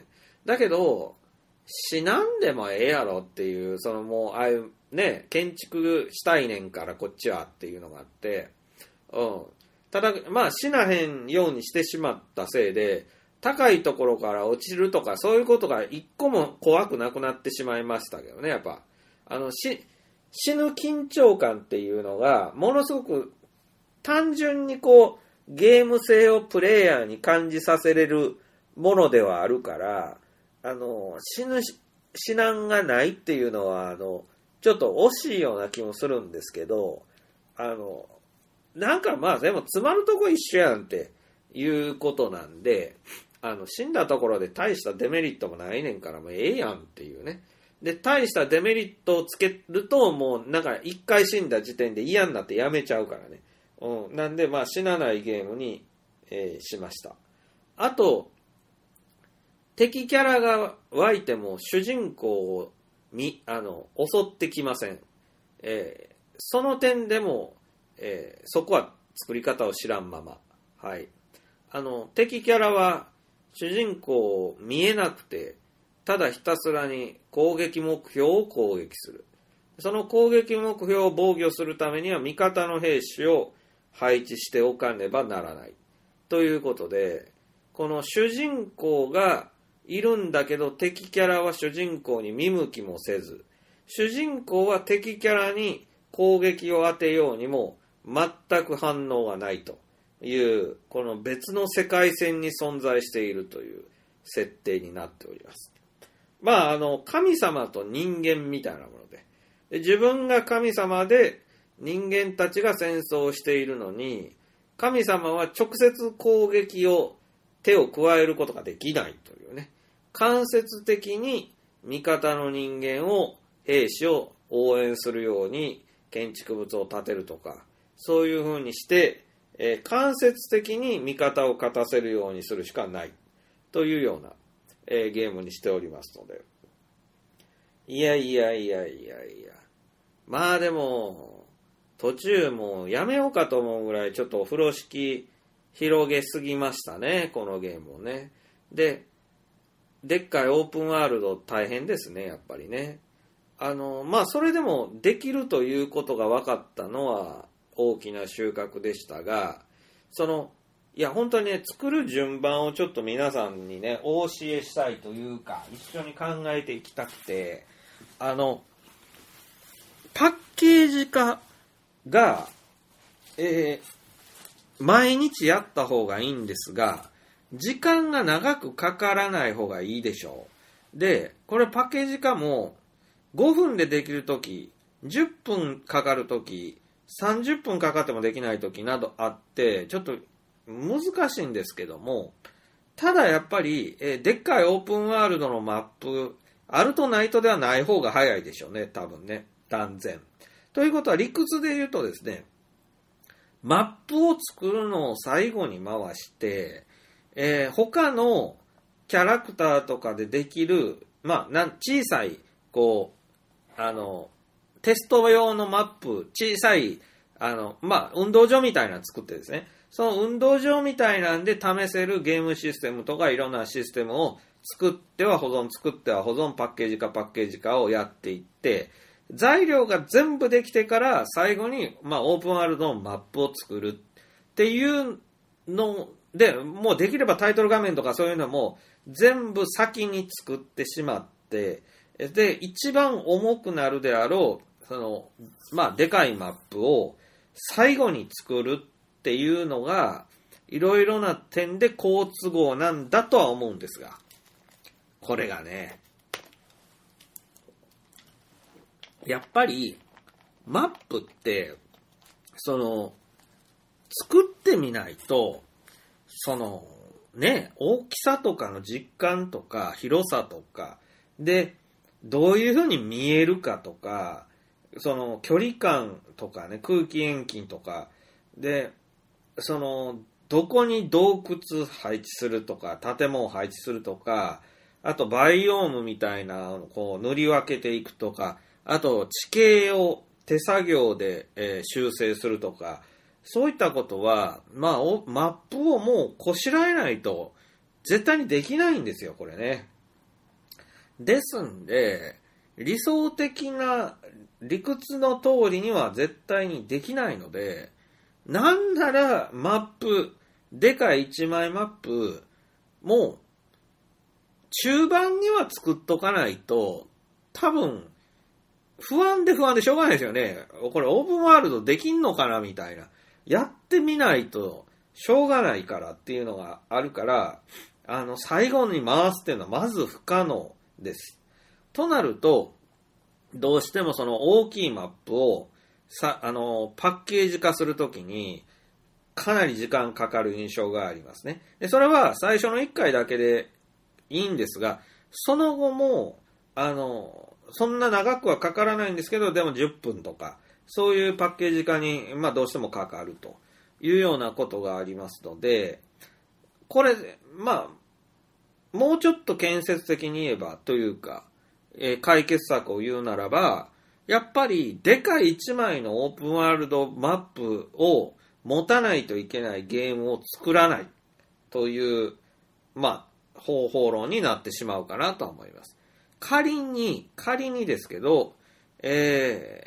だけど、死なんでもええやろっていう、そのもう、ああいうね、建築したいねんからこっちはっていうのがあって、うん。ただ、まあ死なへんようにしてしまったせいで、高いところから落ちるとか、そういうことが一個も怖くなくなってしまいましたけどね、やっぱ。あの、し、死ぬ緊張感っていうのが、ものすごく単純にこう、ゲーム性をプレイヤーに感じさせれるものではあるから、あの、死ぬ、死難がないっていうのは、あの、ちょっと惜しいような気もするんですけど、あの、なんかまあでも詰まるとこ一緒やんっていうことなんで、あの、死んだところで大したデメリットもないねんからもうええやんっていうね。で、大したデメリットをつけるともうなんか一回死んだ時点で嫌になってやめちゃうからね。うん。なんでまあ死なないゲームに、えー、しました。あと、敵キャラが湧いても主人公をみ、あの、襲ってきません。えー、その点でも、えー、そこは作り方を知らんまま。はい。あの、敵キャラは主人公見えなくて、ただひたすらに攻撃目標を攻撃する。その攻撃目標を防御するためには味方の兵士を配置しておかねばならない。ということで、この主人公がいるんだけど敵キャラは主人公に見向きもせず、主人公は敵キャラに攻撃を当てようにも全く反応がないというこの別の世界線に存在しているという設定になっております。まああの神様と人間みたいなもので、で自分が神様で人間たちが戦争をしているのに、神様は直接攻撃を手を加えることができないというね、間接的に味方の人間を兵士を応援するように建築物を建てるとか、そういう風にして、えー、間接的に味方を勝たせるようにするしかないというような、えー、ゲームにしておりますので、いやいやいやいやいや、まあでも途中もうやめようかと思うぐらいちょっと風呂敷広げすぎましたね、このゲームをね。で、でっかいオープンワールド大変ですね、やっぱりね。あの、まあそれでもできるということが分かったのは大きな収穫でしたが、その、いや本当にね、作る順番をちょっと皆さんにね、お教えしたいというか、一緒に考えていきたくて、あの、パッケージ化が、えー、毎日やった方がいいんですが、時間が長くかからない方がいいでしょう。で、これパッケージ化もごふんでできるとき、じゅっぷんかかるとき、さんじゅっぷんかかってもできないときなどあって、ちょっと難しいんですけども、ただやっぱり、えー、でっかいオープンワールドのマップ、あるとないとではない方が早いでしょうね、多分ね、断然。ということは理屈で言うとですね、マップを作るのを最後に回して、えー、他のキャラクターとかでできる、まあ、なん小さい、こう、あの、テスト用のマップ、小さい、あの、まあ、運動場みたいなの作ってですね、その運動場みたいなんで試せるゲームシステムとかいろんなシステムを作っては保存、作っては保存、パッケージ化、パッケージ化をやっていって、材料が全部できてから最後に、まあ、オープンワールドのマップを作るっていうので、もうできればタイトル画面とかそういうのも全部先に作ってしまって、で、一番重くなるであろう、その、まあ、でかいマップを最後に作るっていうのが、いろいろな点で好都合なんだとは思うんですが、これがね、やっぱり、マップって、その、作ってみないと、その、ね、大きさとかの実感とか、広さとか、で、どういう風に見えるかとか、その、距離感とかね、空気遠近とか、で、その、どこに洞窟配置するとか、建物を配置するとか、あと、バイオームみたいな、こう、塗り分けていくとか、あと地形を手作業で、えー、修正するとか、そういったことは、まあ、マップをもうこしらえないと絶対にできないんですよ、これね。 ですんで、理想的な理屈の通りには絶対にできないので、なんならマップ、でかいいちまいマップ、もう中盤には作っとかないと、多分、不安で不安でしょうがないですよね。これオープンワールドできんのかなみたいな。やってみないとしょうがないからっていうのがあるから、あの、最後に回すっていうのはまず不可能です。となると、どうしてもその大きいマップをさ、あの、パッケージ化するときに、かなり時間かかる印象がありますね。で、それは最初のいっかいだけでいいんですが、その後も、あの、そんな長くはかからないんですけど、でもじゅっぷんとか、そういうパッケージ化に、まあどうしてもかかるというようなことがありますので、これ、まあ、もうちょっと建設的に言えばというか、えー、解決策を言うならば、やっぱりでかいいちまいのオープンワールドマップを持たないといけないゲームを作らないという、まあ、方法論になってしまうかなと思います。仮に、仮にですけど、えー、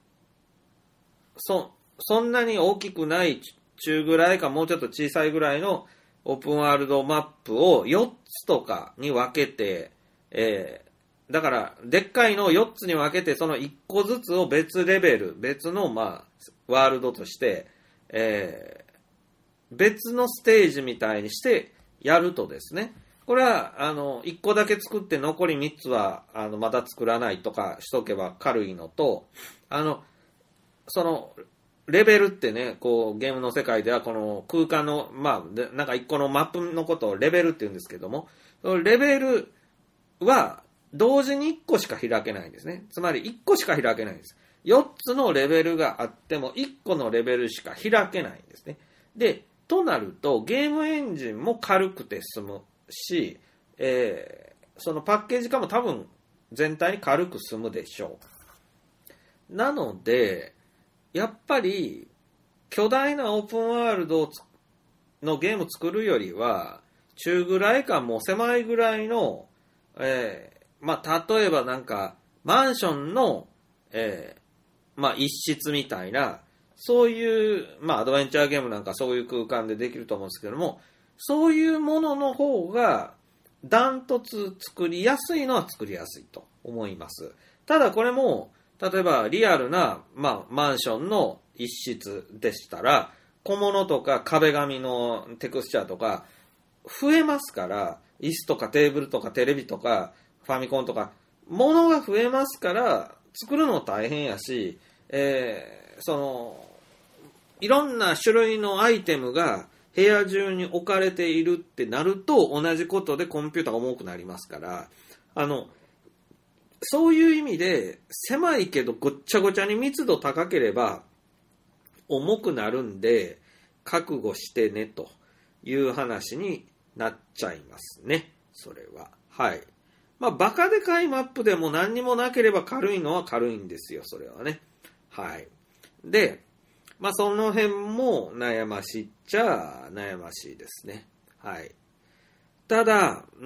そ、そんなに大きくない中ぐらいかもうちょっと小さいぐらいのオープンワールドマップをよっつとかに分けて、えー、だから、でっかいのをよっつに分けて、そのいっこずつを別レベル、別の、まあ、ワールドとして、えー、別のステージみたいにしてやるとですね、これは、あの、いっこだけ作って残りみっつは、あの、まだ作らないとかしとけば軽いのと、あの、その、レベルってね、こう、ゲームの世界では、この空間の、まあ、なんかいっこのマップのことをレベルって言うんですけども、そのレベルは、同時にいっこしか開けないんですね。つまりいっこしか開けないんです。よっつのレベルがあってもいっこのレベルしか開けないんですね。で、となるとゲームエンジンも軽くて済むし、えー、そのパッケージ化も多分全体に軽く済むでしょう。なので、やっぱり巨大なオープンワールドのゲームを作るよりは、中ぐらいかもう狭いぐらいの、えーまあ、例えばなんか、マンションの、えー、まあ、一室みたいな、そういう、まあ、アドベンチャーゲームなんかそういう空間でできると思うんですけども、そういうものの方が、ダントツ作りやすいのは作りやすいと思います。ただこれも、例えばリアルな、まあ、マンションの一室でしたら、小物とか壁紙のテクスチャーとか、増えますから、椅子とかテーブルとかテレビとか、ファミコンとか、物が増えますから、作るの大変やし、えー、その、いろんな種類のアイテムが部屋中に置かれているってなると、同じことでコンピューターが重くなりますから、あの、そういう意味で、狭いけどごっちゃごちゃに密度高ければ、重くなるんで、覚悟してね、という話になっちゃいますね。それは。はい。まあ、バカでかいマップでも何にもなければ軽いのは軽いんですよ、それはね。はい。で、まあ、その辺も悩ましいっちゃ悩ましいですね。はい。ただ、うん、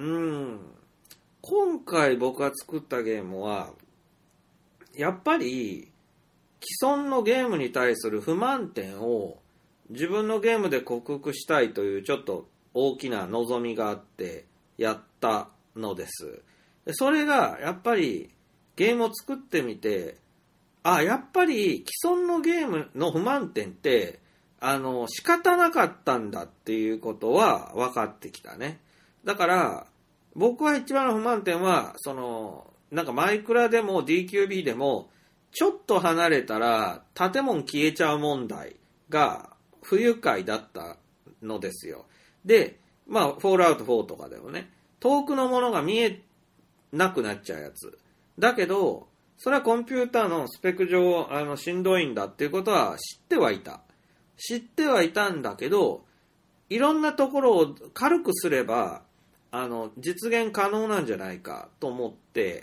今回僕が作ったゲームは、やっぱり、既存のゲームに対する不満点を自分のゲームで克服したいというちょっと大きな望みがあってやったのです。それがやっぱりゲームを作ってみて、あ、やっぱり既存のゲームの不満点ってあの仕方なかったんだっていうことは分かってきたね。だから僕は一番の不満点はそのなんかマイクラでも ディーキュービー でもちょっと離れたら建物消えちゃう問題が不愉快だったのですよ。で、まあフォールアウトフォーとかでもね、遠くのものが見えなくなっちゃうやつ。だけど、それはコンピューターのスペック上、あの、しんどいんだっていうことは知ってはいた。知ってはいたんだけど、いろんなところを軽くすれば、あの、実現可能なんじゃないかと思って、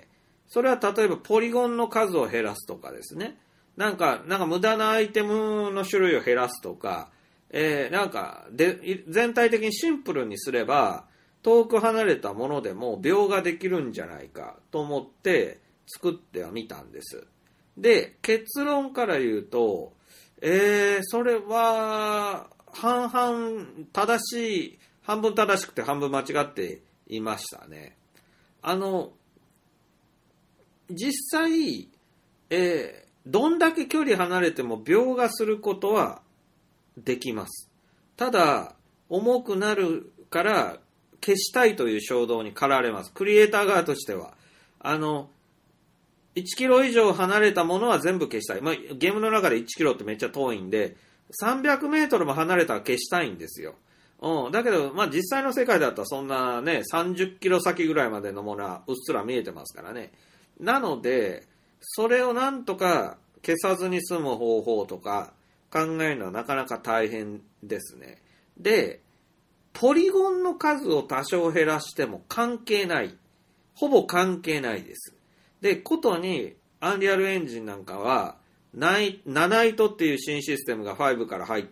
それは例えばポリゴンの数を減らすとかですね。なんか、なんか無駄なアイテムの種類を減らすとか、えー、なんかで、全体的にシンプルにすれば、 遠く離れたものでも描画できるんじゃないかと思って作ってはみたんです。で、結論から言うと、えー、それは半々正しい、半分正しくて半分間違っていましたね。あの、実際、えー、どんだけ距離離れても描画することはできます。ただ、重くなるから消したいという衝動に駆られます。クリエイター側としては。あの、いちキロ以上離れたものは全部消したい。まあ、ゲームの中でいちキロってめっちゃ遠いんで、さんびゃくメートルも離れたら消したいんですよ。うん。だけど、まあ実際の世界だったらそんなね、さんじゅっキロ先ぐらいまでのものはうっすら見えてますからね。なので、それをなんとか消さずに済む方法とか考えるのはなかなか大変ですね。で、ポリゴンの数を多少減らしても関係ない。ほぼ関係ないです。で、ことに、アンリアルエンジンなんかは、ナイトっていう新システムがごから入って、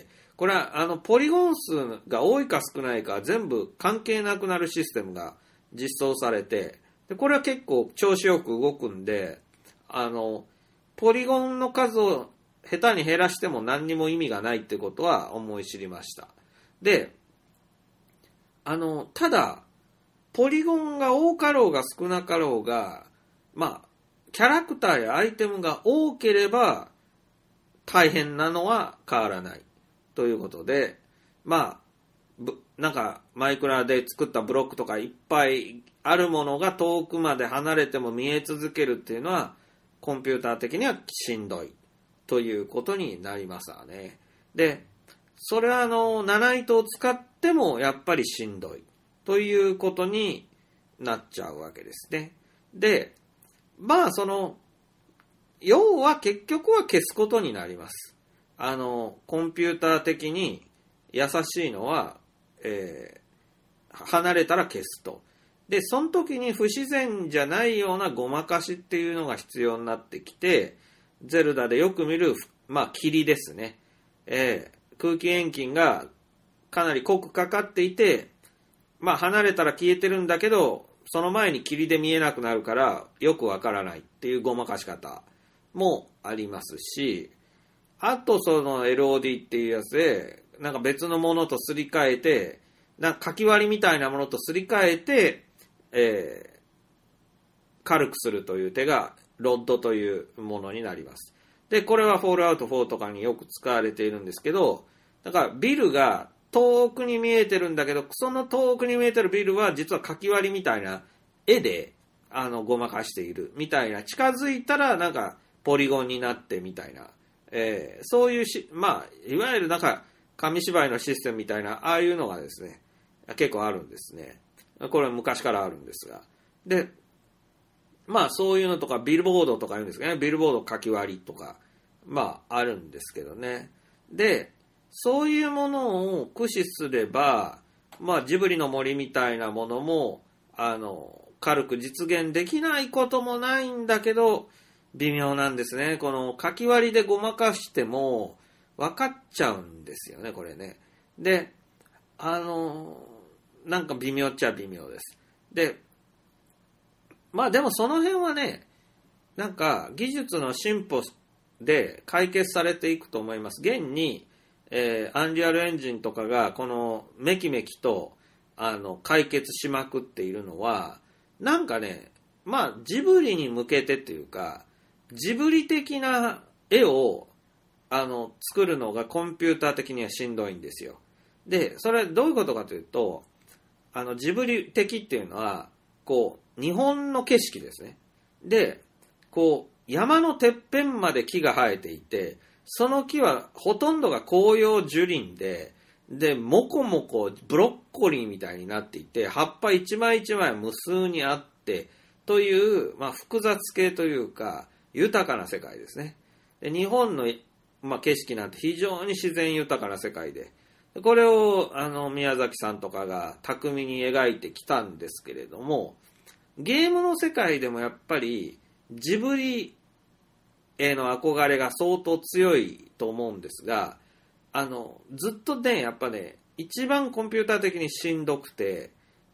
これは、あの、ポリゴン数が多いか少ないか全部関係なくなるシステムが実装されて、で、これは結構調子よく動くんで、あの、ポリゴンの数を下手に減らしても何にも意味がないってことは思い知りました。で、あの、ただ、ポリゴンが多かろうが少なかろうが、まあ、キャラクターやアイテムが多ければ大変なのは変わらないということで、まあ、なんかマイクラで作ったブロックとかいっぱいあるものが遠くまで離れても見え続けるっていうのはコンピューター的にはしんどいということになりますわね。で、それはあの、ナナイトを使ってもやっぱりしんどいということになっちゃうわけですね。で、まあその、要は結局は消すことになります。あの、コンピューター的に優しいのは、えー、離れたら消すと。で、その時に不自然じゃないようなごまかしっていうのが必要になってきて、ゼルダでよく見る、まあ霧ですね。えー、空気遠近がかなり濃くかかっていて、まあ離れたら消えてるんだけど、その前に霧で見えなくなるからよくわからないっていうごまかし方もありますし、あとその エルオーディー っていうやつで、なんか別のものとすり替えて、なんかかき割りみたいなものとすり替えて、えー、軽くするという手がロッドというものになります。で、これはフォールアウトフォーとかによく使われているんですけど、だからビルが遠くに見えてるんだけど、その遠くに見えてるビルは実はかき割りみたいな絵であのごまかしているみたいな、近づいたらなんかポリゴンになってみたいな、えー、そういうし、まあいわゆるなんか紙芝居のシステムみたいな、ああいうのがですね結構あるんですね。これは昔からあるんですが、でまあそういうのとかビルボードとか言うんですけどね、ビルボードかき割りとかまああるんですけどね。でそういうものを駆使すれば、まあジブリの森みたいなものもあの軽く実現できないこともないんだけど、微妙なんですね。この書き割りでごまかしても分かっちゃうんですよね、これね。で、あのなんか微妙っちゃ微妙です。で、まあでもその辺はね、なんか技術の進歩で解決されていくと思います。現にえー、アンリアルエンジンとかがこのメキメキとあの解決しまくっているのは、なんかね、まあジブリに向けてっていうか、ジブリ的な絵をあの作るのがコンピューター的にはしんどいんですよ。で、それどういうことかというと、あのジブリ的っていうのはこう日本の景色ですね。で、こう山のてっぺんまで木が生えていて、その木はほとんどが広葉樹林で、で、もこもこブロッコリーみたいになっていて、葉っぱ一枚一枚無数にあって、という、まあ、複雑系というか、豊かな世界ですね。で、日本の、まあ、景色なんて非常に自然豊かな世界で、これを、あの、宮崎さんとかが巧みに描いてきたんですけれども、ゲームの世界でもやっぱり、ジブリへの憧れが相当強いと思うんですが、あのずっとねやっぱね一番コンピューター的にしんどくて、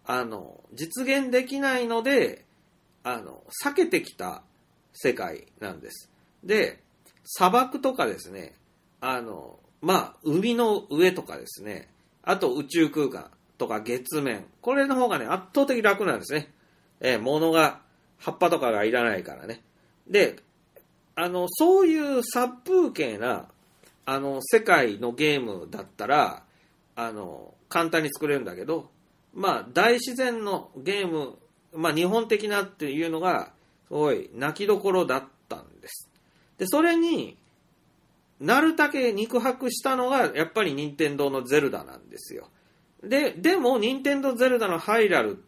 あの、実現できないので、あの、避けてきた世界なんです。で、砂漠とかですね、あの、まあ、海の上とかですね、あと宇宙空間とか月面、これの方がね、圧倒的に楽なんですね。えー、物が、葉っぱとかがいらないからね。で、あの、そういう殺風景な、あの、世界のゲームだったら、あの、簡単に作れるんだけど、まあ、大自然のゲーム、まあ、日本的なっていうのが、すごい泣きどころだったんです。で、それになるだけ肉薄したのが、やっぱり任天堂のゼルダなんですよ。で、でも、任天堂ゼルダのハイラルって、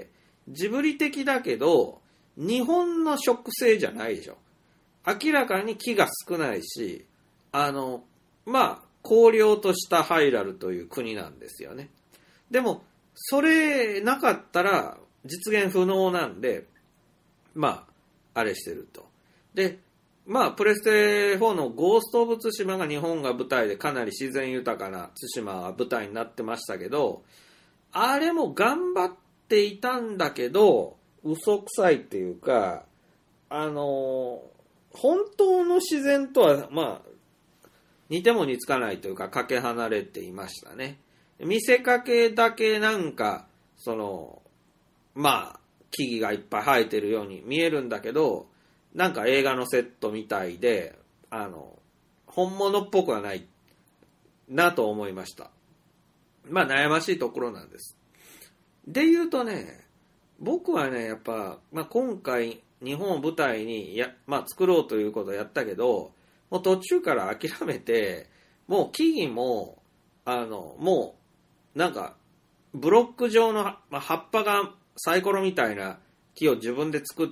ジブリ的だけど、日本の植生じゃないでしょ。明らかに木が少ないし、あの、まあ、荒涼としたハイラルという国なんですよね。でも、それなかったら実現不能なんで、まあ、あれしてると。で、まあ、プレステフォーのゴースト・オブ・ツシマが日本が舞台でかなり自然豊かなツシマが舞台になってましたけど、あれも頑張っていたんだけど、嘘くさいっていうか、あの、本当の自然とは、まあ、似ても似つかないというか、かけ離れていましたね。見せかけだけなんか、その、まあ、木々がいっぱい生えてるように見えるんだけど、なんか映画のセットみたいで、あの、本物っぽくはないなと思いました。まあ、悩ましいところなんです。で言うとね、僕はね、やっぱ、まあ、今回、日本を舞台にや、まあ、作ろうということをやったけど、もう途中から諦めて、もう木々も、あの、もう、なんか、ブロック状の、まあ、葉っぱがサイコロみたいな木を自分で作って、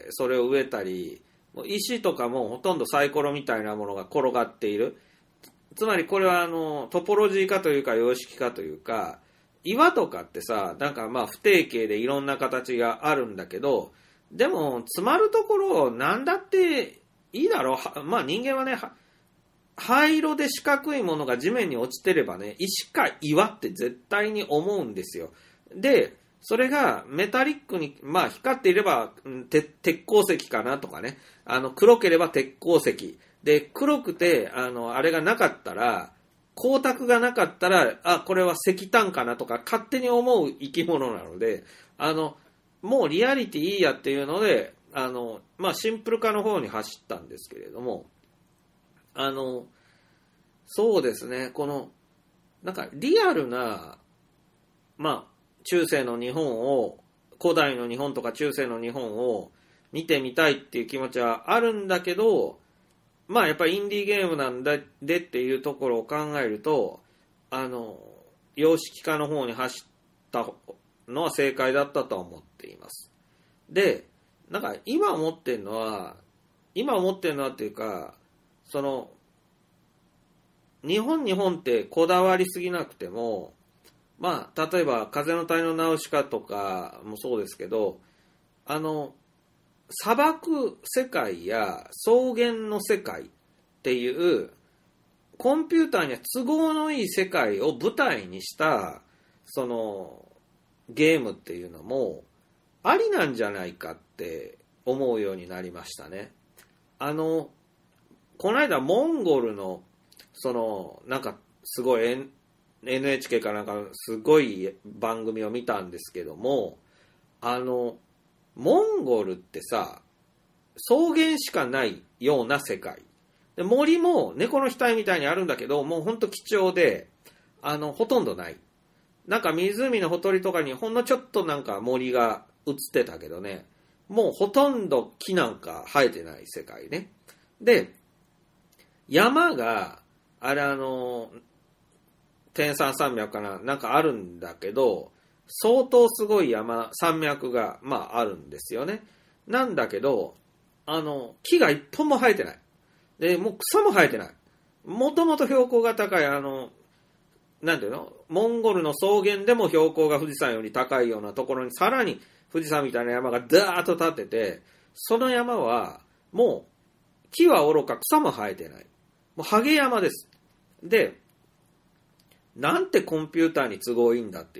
それを植えたり、石とかもほとんどサイコロみたいなものが転がっている。つまりこれはあの、トポロジーかというか様式かというか、岩とかってさ、なんかまあ不定形でいろんな形があるんだけど、でも、詰まるところ、なんだっていいだろう。まあ人間はね、灰色で四角いものが地面に落ちてればね、石か岩って絶対に思うんですよ。で、それがメタリックに、まあ光っていれば、鉄鉱石かなとかね。あの、黒ければ鉄鉱石。で、黒くて、あの、あれがなかったら、光沢がなかったら、あ、これは石炭かなとか勝手に思う生き物なので、あの、もうリアリティいいやっていうので、あの、まあシンプル化の方に走ったんですけれども、あの、そうですね、この、なんかリアルな、まあ、中世の日本を、古代の日本とか中世の日本を見てみたいっていう気持ちはあるんだけど、まあやっぱりインディーゲームなんだでっていうところを考えると、あの、様式化の方に走ったのは正解だったとは思っています。で、なんか今思ってるのは、今思ってるのはっていうか、その、日本日本ってこだわりすぎなくても、まあ、例えば風の谷のナウシカとかもそうですけど、あの、砂漠世界や草原の世界っていうコンピューターには都合のいい世界を舞台にしたそのゲームっていうのもありなんじゃないかって思うようになりましたね。あの、この間モンゴルのそのなんかすごい エヌエイチケー かなんかすごい番組を見たんですけども、あのモンゴルってさ、草原しかないような世界で、森も猫の額みたいにあるんだけど、もうほんと貴重で、あのほとんどない。なんか湖のほとりとかにほんのちょっとなんか森が映ってたけどね、もうほとんど木なんか生えてない世界ね。で、山があれあの天山山脈かな、なんかあるんだけど、相当すごい山、山脈が、まああるんですよね。なんだけど、あの、木が一本も生えてない。で、もう草も生えてない。もともと標高が高い、あの、なんていうの？モンゴルの草原でも標高が富士山より高いようなところに、さらに富士山みたいな山がダーッと立ってて、その山は、もう、木は愚か草も生えてない。もうハゲ山です。で、なんてコンピューターに都合いいんだっていう。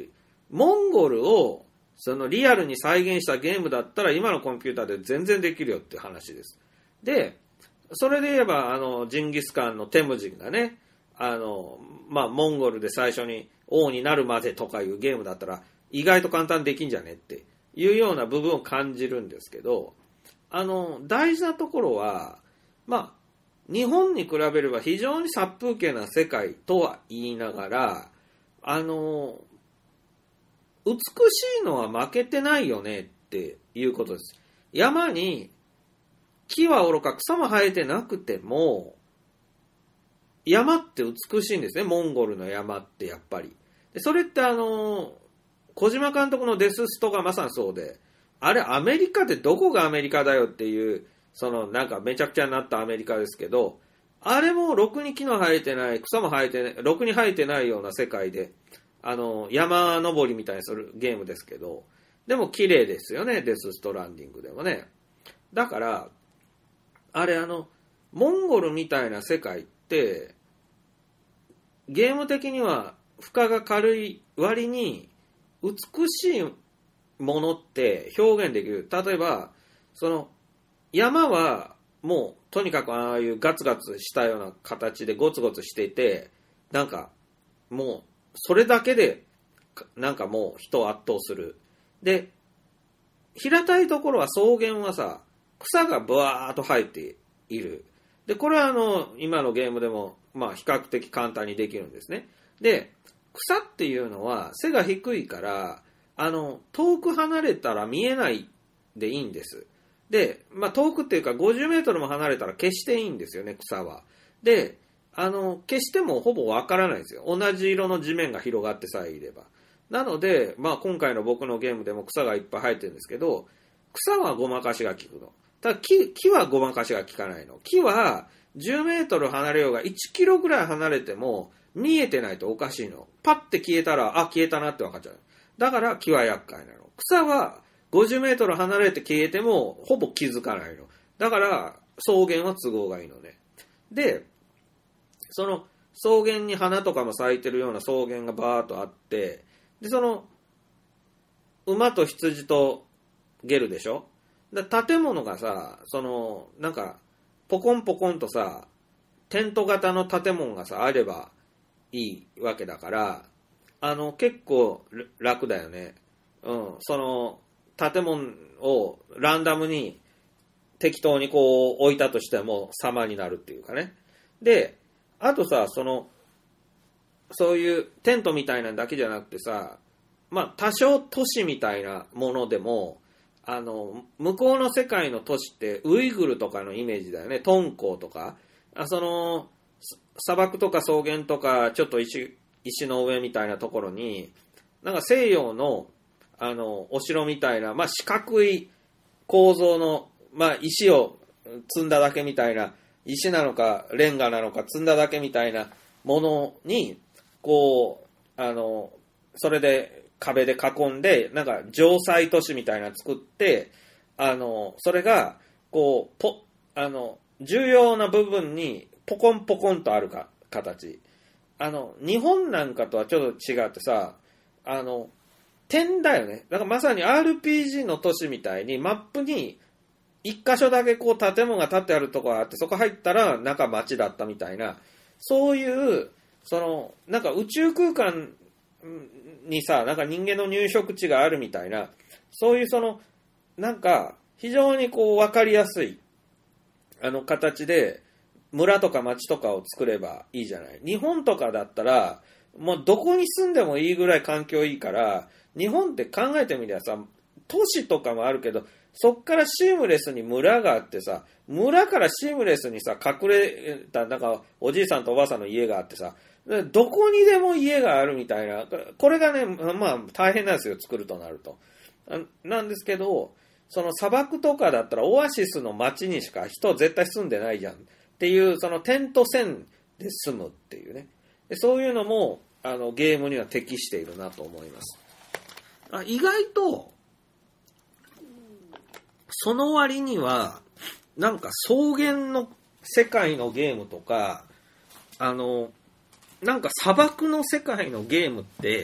モンゴルをそのリアルに再現したゲームだったら今のコンピューターで全然できるよって話です。で、それで言えばあのジンギスカンのテムジンがね、あのまあモンゴルで最初に王になるまでとかいうゲームだったら意外と簡単にできんじゃねっていうような部分を感じるんですけど、あの大事なところはまあ日本に比べれば非常に殺風景な世界とは言いながら、あの美しいのは負けてないよねっていうことです。山に木はおろか草も生えてなくても山って美しいんですね。モンゴルの山ってやっぱり。でそれってあの小島監督のデスストがまさにそうで、あれアメリカでどこがアメリカだよっていう、そのなんかめちゃくちゃになったアメリカですけど、あれもろくに木の生えてない、草も生えてない、ろくに生えてないような世界で、あの山登りみたいにするゲームですけど、でも綺麗ですよね、デスストランディングでもね。だからあれあのモンゴルみたいな世界ってゲーム的には負荷が軽い割に美しいものって表現できる。例えばその山はもうとにかくああいうガツガツしたような形でゴツゴツしていて、なんかもうそれだけでなんかもう人を圧倒する。で平たいところは草原はさ、草がブワーッと生えている。でこれはあの今のゲームでもまあ比較的簡単にできるんですね。で草っていうのは背が低いからあの遠く離れたら見えないでいいんです。で、まあ、遠くっていうかごじゅうメートルも離れたら消していいんですよね、草は。であの消してもほぼわからないんですよ。同じ色の地面が広がってさえいれば。なので、まあ、今回の僕のゲームでも草がいっぱい生えてるんですけど、草はごまかしが効くの。ただ 木, 木はごまかしが効かないの。木はじゅうメートル離れようがいちキロぐらい離れても見えてないとおかしいの。パッて消えたら、あ、消えたなって分かっちゃう。だから木は厄介なの。草はごじゅうメートル離れて消えてもほぼ気づかないの。だから草原は都合がいいのね。で、その草原に花とかも咲いてるような草原がバーっとあって、でその馬と羊とゲルでしょ。だ建物がさ、そのなんかポコンポコンとさテント型の建物がさあればいいわけだから、あの結構楽だよね。うん、その建物をランダムに適当にこう置いたとしても様になるっていうかね。で、あとさ、そのそういうテントみたいなだけじゃなくてさ、まあ多少都市みたいなものでも、あの向こうの世界の都市ってウイグルとかのイメージだよね。敦煌とか、あその砂漠とか草原とかちょっと 石, 石の上みたいなところになんか西洋のあのお城みたいな、まあ、四角い構造の、まあ、石を積んだだけみたいな、石なのかレンガなのか積んだだけみたいなものにこうあのそれで壁で囲んでなんか城塞都市みたいなの作って、あのそれがこうポあの重要な部分にポコンポコンとあるか形。あの日本なんかとはちょっと違ってさ、あの点だよね。だからまさに アールピージー の都市みたいにマップに一箇所だけこう建物が建ってあるところがあって、そこ入ったら中町だったみたいな、そういうそのなんか宇宙空間にさ、なんか人間の入植地があるみたいな、そういうそのなんか非常にこう分かりやすいあの形で村とか町とかを作ればいいじゃない。日本とかだったらもうどこに住んでもいいぐらい環境いいから、日本って考えてみりゃさ、都市とかもあるけど、そっからシームレスに村があってさ、村からシームレスにさ隠れたなんかおじいさんとおばあさんの家があってさ、どこにでも家があるみたいな、これがね、まあ大変なんですよ、作るとなると。なんですけど、その砂漠とかだったらオアシスの街にしか人絶対住んでないじゃんっていう、そのテント線で住むっていうね。でそういうのもあのゲームには適しているなと思います。あ、意外とその割にはなんか草原の世界のゲームとか、あのなんか砂漠の世界のゲームって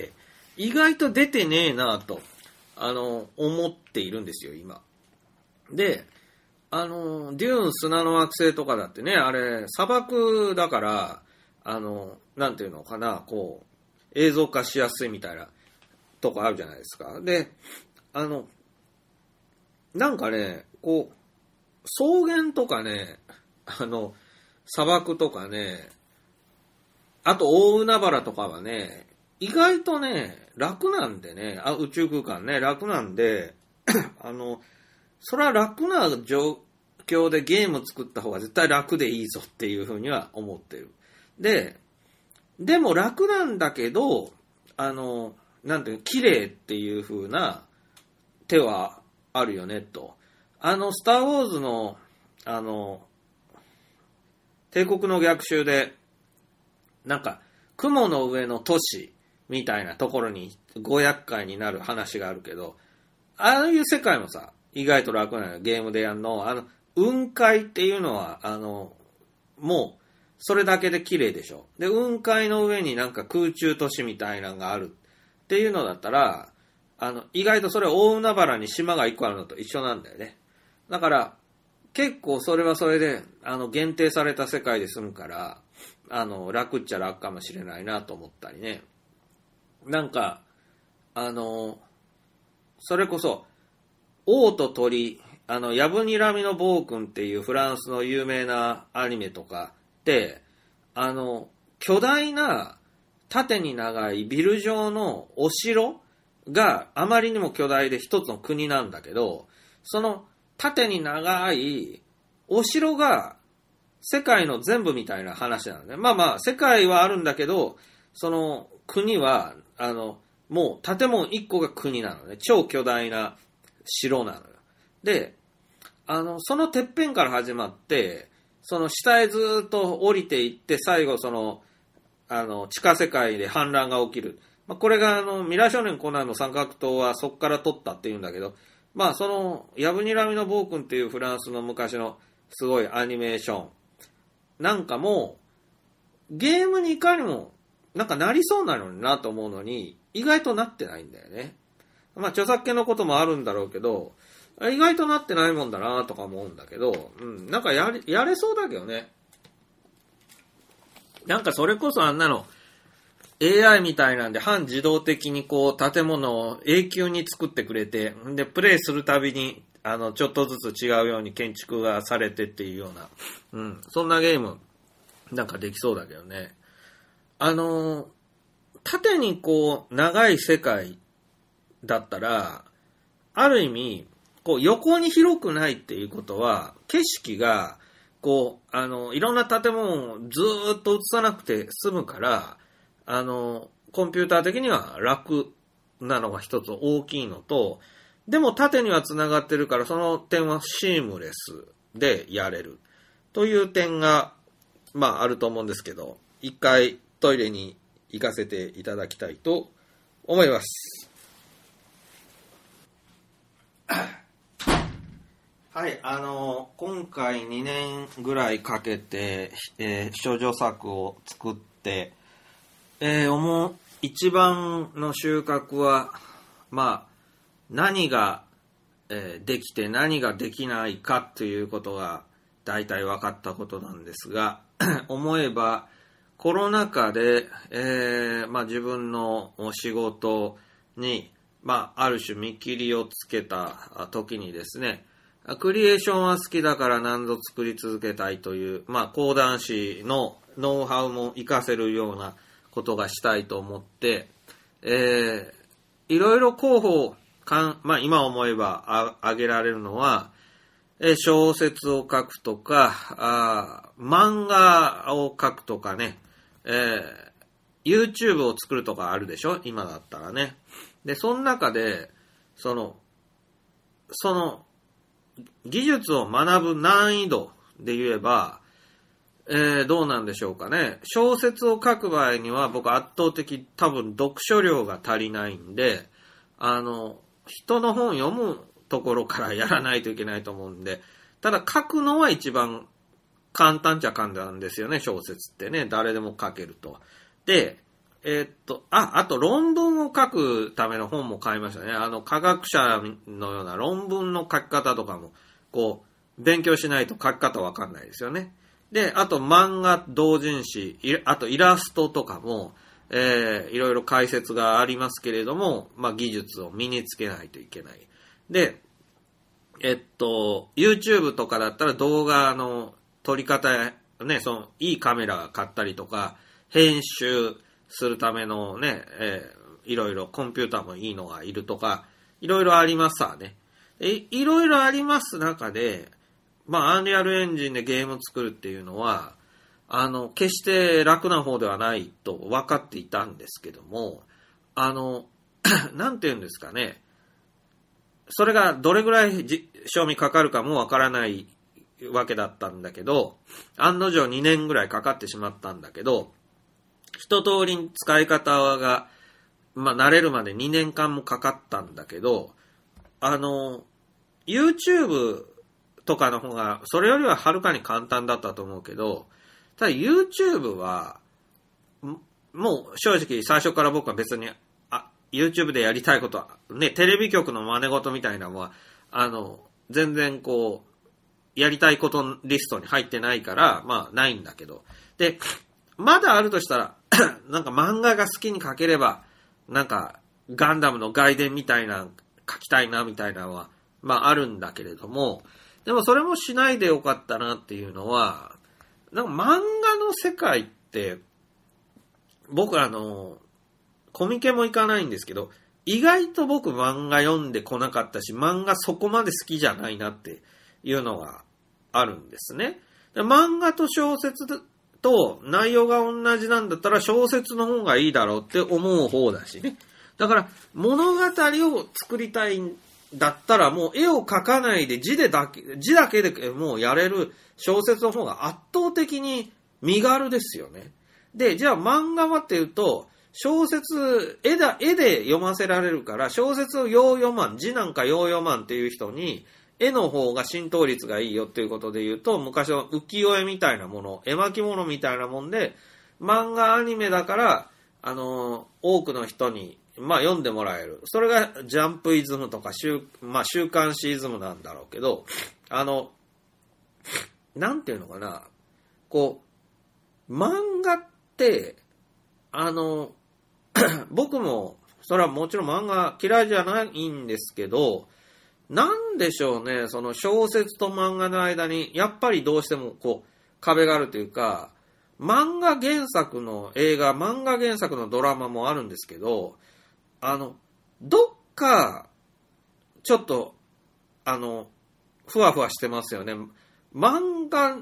意外と出てねえなと、あの、思っているんですよ、今。で、あの、デューン砂の惑星とかだってね、あれ、砂漠だから、あの、なんていうのかな、こう、映像化しやすいみたいなとこあるじゃないですか。で、あの、なんかね、こう、草原とかね、あの、砂漠とかね、あと大海原とかはね、意外とね、楽なんでね、あ、宇宙空間ね、楽なんで、あの、それは楽な状況でゲーム作った方が絶対楽でいいぞっていうふうには思ってる。で、でも楽なんだけど、あの、なんていうの、綺麗っていう風な手はあるよね、と。あの、スターウォーズの、あの、帝国の逆襲で、なんか、雲の上の都市みたいなところにご厄介になる話があるけど、ああいう世界もさ、意外と楽なのよ、ゲームでやるの。あの、雲海っていうのは、あの、もう、それだけで綺麗でしょ。で、雲海の上になんか空中都市みたいなのがあるっていうのだったら、あの、意外とそれ大海原に島が一個あるのと一緒なんだよね。だから、結構それはそれで、あの、限定された世界で済むから、あの、楽っちゃ楽かもしれないなと思ったりね。なんか、あの、それこそ、王と鳥、あの、ヤブニラミの暴君っていうフランスの有名なアニメとか、で、あの、巨大な縦に長いビル状のお城があまりにも巨大で一つの国なんだけど、その縦に長いお城が世界の全部みたいな話なのね。まあまあ、世界はあるんだけど、その国は、あの、もう建物一個が国なのね。超巨大な城なのよ。で、あの、そのてっぺんから始まって、その下へずっと降りていって、最後その、あの、地下世界で反乱が起きる。まあ、これがあの、未来少年コナンの三角塔はそこから撮ったっていうんだけど、まあその、ヤブニラミの暴君っていうフランスの昔のすごいアニメーションなんかも、ゲームにいかにもなんかなりそうなのになと思うのに、意外となってないんだよね。まあ著作権のこともあるんだろうけど、意外となってないもんだなとか思うんだけど、うん、なんかやれ、やれそうだけどね。なんかそれこそあんなの、エーアイ みたいなんで半自動的にこう建物を永久に作ってくれて、で、プレイするたびに、あの、ちょっとずつ違うように建築がされてっていうような、うん、そんなゲーム、なんかできそうだけどね。あの、縦にこう、長い世界だったら、ある意味、こう横に広くないっていうことは、景色が、こう、あの、いろんな建物をずーっと映さなくて済むから、あの、コンピューター的には楽なのが一つ大きいのと、でも縦には繋がってるから、その点はシームレスでやれる。という点が、まああると思うんですけど、一回トイレに行かせていただきたいと思います。はい、あの、今回にねんぐらいかけて、えー、少女作を作って、えー、思う、一番の収穫は、まあ、何が、えー、できて何ができないかということが大体分かったことなんですが、思えば、コロナ禍で、えー、まあ自分の仕事に、まあ、ある種見切りをつけた時にですね、クリエーションは好きだから何度作り続けたいという、まあ、講談師のノウハウも活かせるようなことがしたいと思って、えー、いろいろ候補かん、まあ、今思えばあ挙げられるのは、えー、小説を書くとか、あ漫画を書くとかね、えー、YouTube を作るとかあるでしょ今だったらね。で、その中で、その、その、技術を学ぶ難易度で言えば、えー、どうなんでしょうかね。小説を書く場合には僕圧倒的多分読書量が足りないんで、あの、人の本読むところからやらないといけないと思うんで、ただ書くのは一番簡単っちゃ簡単ですよね、小説ってね。誰でも書けると。で、 えー、っと、あ、あと論文を書くための本も買いましたね。あの、科学者のような論文の書き方とかも、こう、勉強しないと書き方わかんないですよね。で、あと漫画同人誌、あとイラストとかも、えー、いろいろ解説がありますけれども、まあ、技術を身につけないといけない。で、えっと、YouTube とかだったら動画の撮り方、ね、その、いいカメラが買ったりとか、編集するためのね、えー、いろいろコンピューターもいいのがいるとか、いろいろありますわね。い、いろいろあります中で、まあ、アンリアルエンジンでゲームを作るっていうのは、あの、決して楽な方ではないと分かっていたんですけども、あの、なんて言うんですかね、それがどれぐらい賞味かかるかも分からないわけだったんだけど、案の定にねんぐらいかかってしまったんだけど、一通り使い方が、まあ、慣れるまでにねんかんもかかったんだけど、あの、YouTube とかの方が、それよりははるかに簡単だったと思うけど、ただ YouTube は、もう正直最初から僕は別に、あ、YouTube でやりたいことは、ね、テレビ局の真似事みたいなのは、あの、全然こう、やりたいことリストに入ってないから、まあないんだけど。で、まだあるとしたら、なんか漫画が好きに描ければ、なんかガンダムの外伝みたいな描きたいなみたいなのは、まああるんだけれども、でもそれもしないでよかったなっていうのは、なんか漫画の世界って、僕あの、コミケも行かないんですけど、意外と僕漫画読んでこなかったし、漫画そこまで好きじゃないなっていうのがあるんですね。で漫画と小説と内容が同じなんだったら小説の方がいいだろうって思う方だしね。だから物語を作りたいんだったらもう絵を描かないで字でだけ、字だけでもうやれる小説の方が圧倒的に身軽ですよね。で、じゃあ漫画はっていうと、小説、絵だ、絵で読ませられるから、小説をよう読まん、字なんかよう読まんっていう人に、絵の方が浸透率がいいよっていうことで言うと、昔は浮世絵みたいなもの、絵巻物みたいなもんで、漫画アニメだから、あのー、多くの人に、まあ読んでもらえる。それがジャンプイズムとか週、まあ週刊誌イズムなんだろうけど、あの、なんていうのかな、こう、漫画って、あの、僕も、それはもちろん漫画嫌いじゃないんですけど、なんでしょうね、その小説と漫画の間に、やっぱりどうしてもこう、壁があるというか、漫画原作の映画、漫画原作のドラマもあるんですけど、あの、どっか、ちょっと、あの、ふわふわしてますよね。漫画って、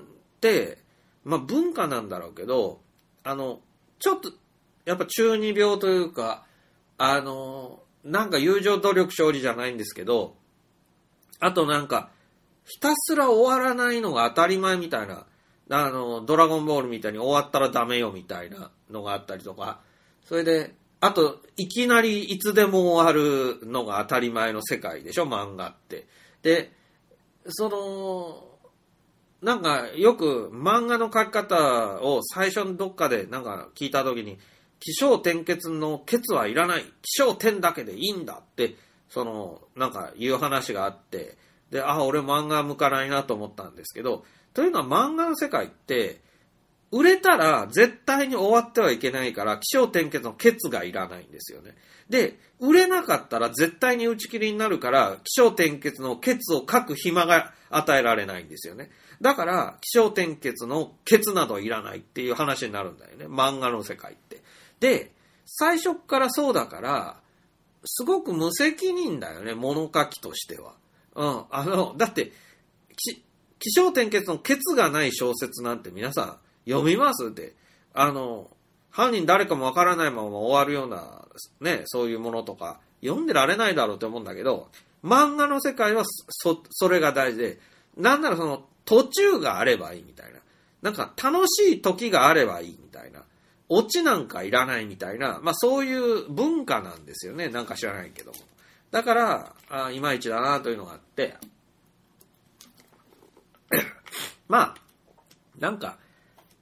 まあ文化なんだろうけど、あの、ちょっと、やっぱ中二病というか、あの、なんか友情努力勝利じゃないんですけど、あとなんか、ひたすら終わらないのが当たり前みたいな、あの、ドラゴンボールみたいに終わったらダメよみたいなのがあったりとか、それで、あと、いきなりいつでも終わるのが当たり前の世界でしょ、漫画って。で、その、なんかよく漫画の描き方を最初のどっかでなんか聞いたときに、起承転結の結はいらない。起承転だけでいいんだって、その、なんか言う話があって、で、あ、俺漫画向かないなと思ったんですけど、というのは漫画の世界って、売れたら絶対に終わってはいけないから、起承転結の結がいらないんですよね。で、売れなかったら絶対に打ち切りになるから、起承転結の結を書く暇が与えられないんですよね。だから、起承転結の結などはいらないっていう話になるんだよね。漫画の世界って。で、最初からそうだから、すごく無責任だよね、物書きとしては。うん。あの、だって、起承転結の結がない小説なんて皆さん読みますって。あの、犯人誰かもわからないまま終わるような、ね、そういうものとか、読んでられないだろうと思うんだけど、漫画の世界はそ、それが大事で、なんならその途中があればいいみたいな。なんか楽しい時があればいいみたいな。オチなんかいらないみたいな、まあそういう文化なんですよね。なんか知らないけども。だから、あいまいちだなというのがあって、まあ、なんか、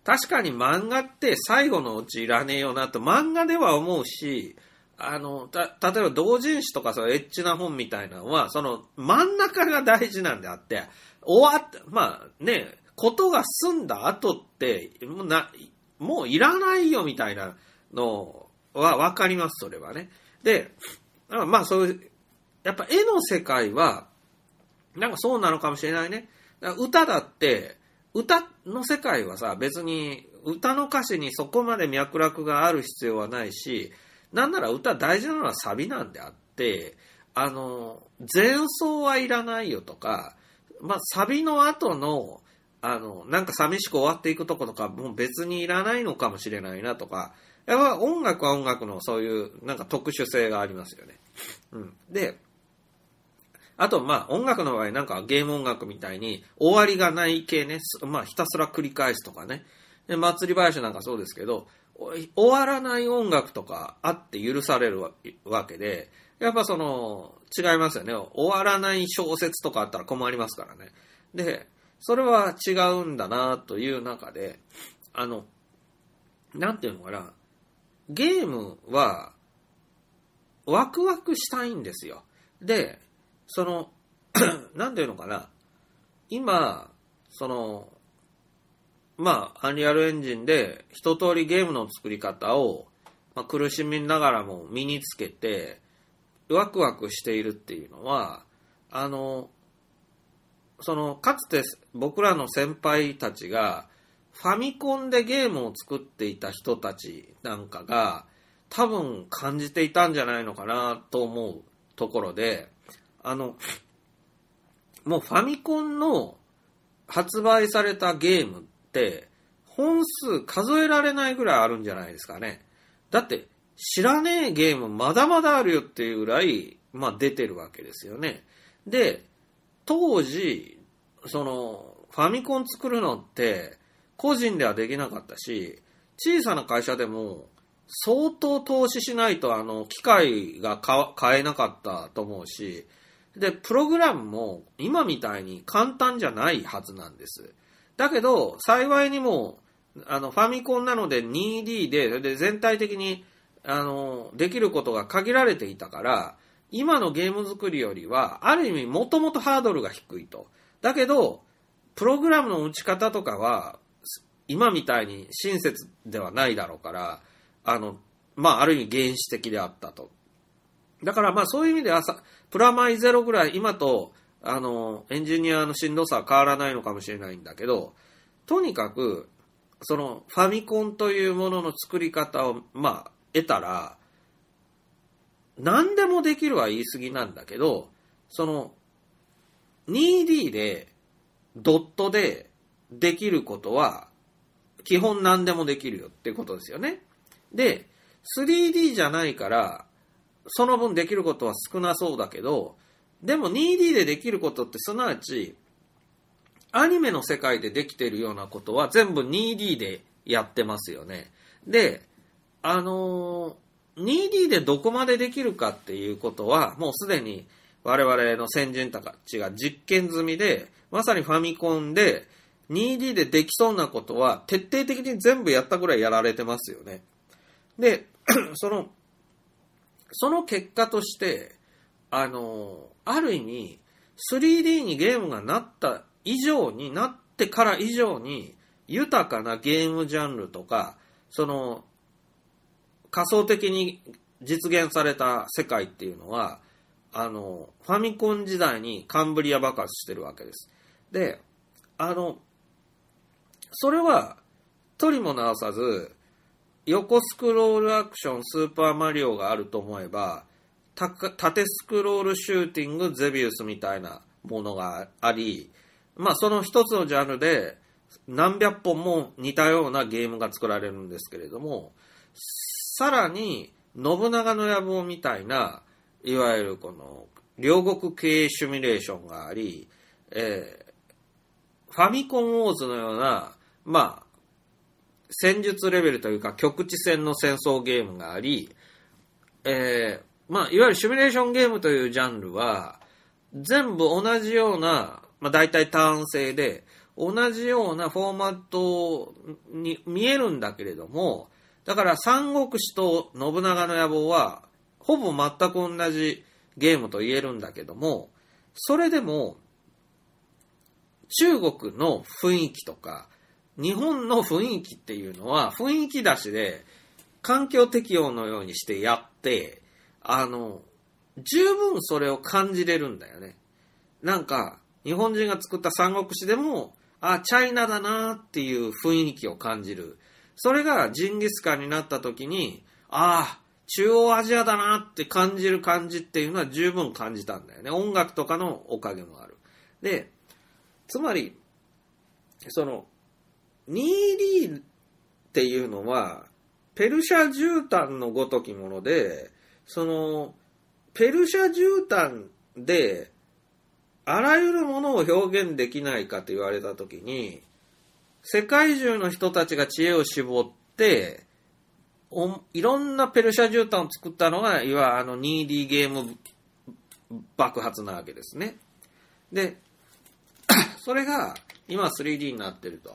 確かに漫画って最後のうちいらねえよなと漫画では思うし、あの、た、例えば同人誌とかそうエッチな本みたいなのは、その真ん中が大事なんであって、終わって、まあね、ことが済んだ後って、もうな、もういらないよみたいなのはわかります、それはね。で、まあそういう、やっぱ絵の世界は、なんかそうなのかもしれないね。歌だって、歌の世界はさ、別に歌の歌詞にそこまで脈絡がある必要はないし、なんなら歌大事なのはサビなんであって、あの、前奏はいらないよとか、まあサビの後の、あの、なんか寂しく終わっていくとことか、もう別にいらないのかもしれないなとか、やっぱ音楽は音楽のそういうなんか特殊性がありますよね。うん。で、あと、まあ、音楽の場合、なんかゲーム音楽みたいに、終わりがない系ね、まあ、ひたすら繰り返すとかね。で、祭り林なんかそうですけど、終わらない音楽とかあって許されるわけで、やっぱその、違いますよね。終わらない小説とかあったら困りますからね。で、それは違うんだなという中で、あの、なんていうのかな、ゲームは、ワクワクしたいんですよ。で、その、なんていうのかな。今、その、まあ、アンリアルエンジンで一通りゲームの作り方を、まあ、苦しみながらも身につけて、ワクワクしているっていうのは、あの、その、かつて僕らの先輩たちが、ファミコンでゲームを作っていた人たちなんかが、多分感じていたんじゃないのかなと思うところで、あの、もうファミコンの発売されたゲームって本数数えられないぐらいあるんじゃないですかね。だって知らねえゲームまだまだあるよっていうぐらい、まあ出てるわけですよね。で、当時、そのファミコン作るのって個人ではできなかったし、小さな会社でも相当投資しないとあの機械が買えなかったと思うし、で、プログラムも今みたいに簡単じゃないはずなんです。だけど、幸いにも、あの、ファミコンなので ツーディー で、で、全体的に、あの、できることが限られていたから、今のゲーム作りよりは、ある意味もともとハードルが低いと。だけど、プログラムの打ち方とかは、今みたいに親切ではないだろうから、あの、まあ、ある意味原始的であったと。だからまあそういう意味ではさ、プラマイゼロぐらい今とあのエンジニアのしんどさは変わらないのかもしれないんだけど、とにかくそのファミコンというものの作り方をまあ得たら何でもできるは言い過ぎなんだけど、その ツーディー でドットでできることは基本何でもできるよってことですよね。で スリーディー じゃないからその分できることは少なそうだけど、でも ツーディー でできることってすなわち、アニメの世界でできているようなことは全部 ツーディー でやってますよね。で、あのー、ツーディー でどこまでできるかっていうことは、もうすでに我々の先人たちが実験済みで、まさにファミコンで ツーディー でできそうなことは徹底的に全部やったぐらいやられてますよね。で、その、その結果として、あの、ある意味、スリーディー にゲームがなった以上になってから以上に、豊かなゲームジャンルとか、その、仮想的に実現された世界っていうのは、あの、ファミコン時代にカンブリア爆発してるわけです。で、あの、それは、とりもなわさず、横スクロールアクションスーパーマリオがあると思えば、縦スクロールシューティングゼビウスみたいなものがあり、まあその一つのジャンルで何百本も似たようなゲームが作られるんですけれども、さらに信長の野望みたいな、いわゆるこの両国経営シミュレーションがあり、えー、ファミコンウォーズのような、まあ、戦術レベルというか局地戦の戦争ゲームがあり、えー、まあ、いわゆるシミュレーションゲームというジャンルは、全部同じような、まあ大体ターン制で、 同じようなフォーマットに見えるんだけれども、だから三国志と信長の野望はほぼ全く同じゲームと言えるんだけども、それでも中国の雰囲気とか日本の雰囲気っていうのは雰囲気出しで環境適応のようにしてやって、あの、十分それを感じれるんだよね。なんか日本人が作った三国志でも、あ、チャイナだなっていう雰囲気を感じる。それがジンギスカンになった時に、ああ、中央アジアだなって感じる感じっていうのは十分感じたんだよね。音楽とかのおかげもある。で、つまり、その、ツーディー っていうのは、ペルシャ絨毯のごときもので、その、ペルシャ絨毯で、あらゆるものを表現できないかと言われたときに、世界中の人たちが知恵を絞って、おいろんなペルシャ絨毯を作ったのが、いわゆるあの ツーディー ゲーム爆発なわけですね。で、それが今 スリーディー になってると。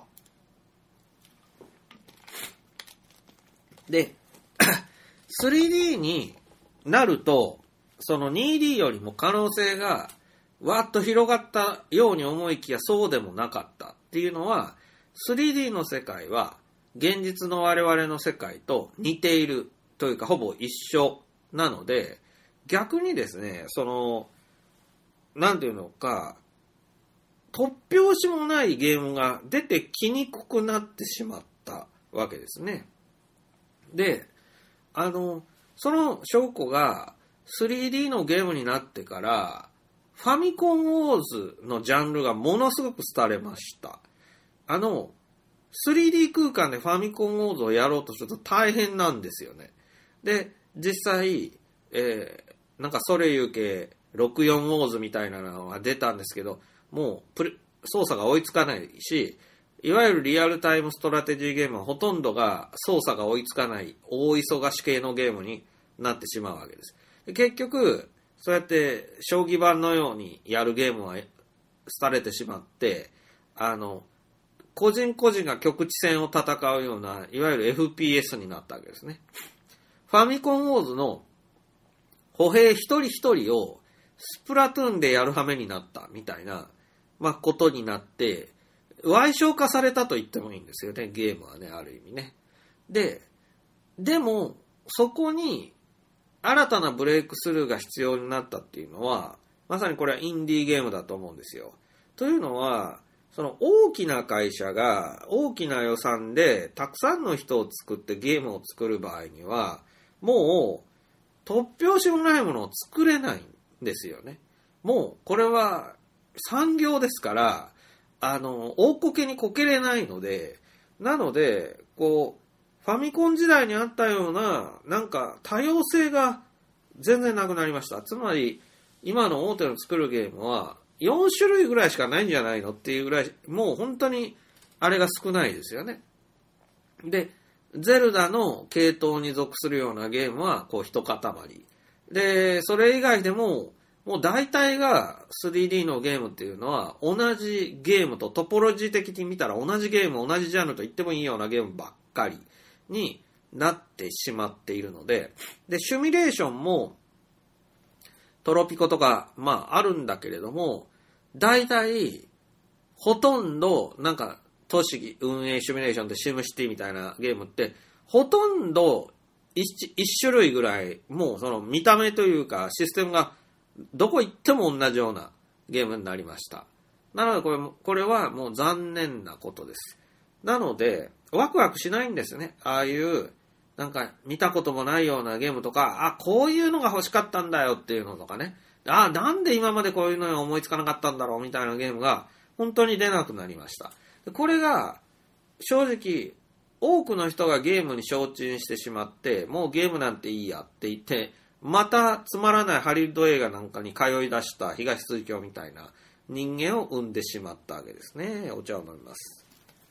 で、スリーディー になると、その ツーディー よりも可能性がわっと広がったように思いきやそうでもなかったっていうのは、スリーディー の世界は現実の我々の世界と似ているというかほぼ一緒なので、逆にですね、その、なんていうのか、突拍子もないゲームが出てきにくくなってしまったわけですね。で、あの、その証拠が スリーディー のゲームになってから、ファミコンウォーズのジャンルがものすごく廃れました。あの、スリーディー 空間でファミコンウォーズをやろうとすると大変なんですよね。で、実際、えー、なんかそれゆけろくじゅうよんウォーズみたいなのが出たんですけど、もうプレ操作が追いつかないし、いわゆるリアルタイムストラテジーゲームはほとんどが操作が追いつかない大忙し系のゲームになってしまうわけです。で結局、そうやって将棋盤のようにやるゲームは廃れてしまって、あの、個人個人が局地戦を戦うような、いわゆる エフピーエス になったわけですね。ファミコンウォーズの歩兵一人一人をスプラトゥーンでやる羽目になったみたいな、まあ、ことになって、歪小化されたと言ってもいいんですよね、ゲームはね、ある意味ね。で、でも、そこに新たなブレイクスルーが必要になったっていうのは、まさにこれはインディーゲームだと思うんですよ。というのは、その大きな会社が大きな予算でたくさんの人を作ってゲームを作る場合には、もう突拍子もないものを作れないんですよね。もうこれは産業ですから、あの、大こけにこけれないので、なので、こう、ファミコン時代にあったような、なんか多様性が全然なくなりました。つまり、今の大手の作るゲームは、よん種類ぐらいしかないんじゃないのっていうぐらい、もう本当にあれが少ないですよね。で、ゼルダの系統に属するようなゲームは、こう一塊。で、それ以外でも、もう大体が スリーディー のゲームっていうのは、同じゲームとトポロジー的に見たら同じゲーム、同じジャンルと言ってもいいようなゲームばっかりになってしまっているので、で、シミュレーションもトロピコとか、まああるんだけれども、大体、ほとんど、なんか、都市運営シミュレーションでシムシティみたいなゲームって、ほとんど一、一種類ぐらい、もうその見た目というか、システムが、どこ行っても同じようなゲームになりました。なので、これ、これはもう残念なことです。なので、ワクワクしないんですよね。ああいう、なんか、見たこともないようなゲームとか、あ、こういうのが欲しかったんだよっていうのとかね。ああ、なんで今までこういうのに思いつかなかったんだろうみたいなゲームが本当に出なくなりました。これが正直多くの人がゲームに承知してしまって、もうゲームなんていいやって言って、またつまらないハリウッド映画なんかに通い出した東辻京みたいな人間を生んでしまったわけですね。お茶を飲みます。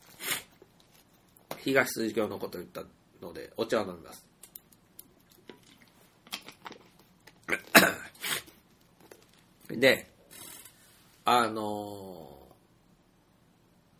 東辻京のことを言ったのでお茶を飲みます。で、あのー、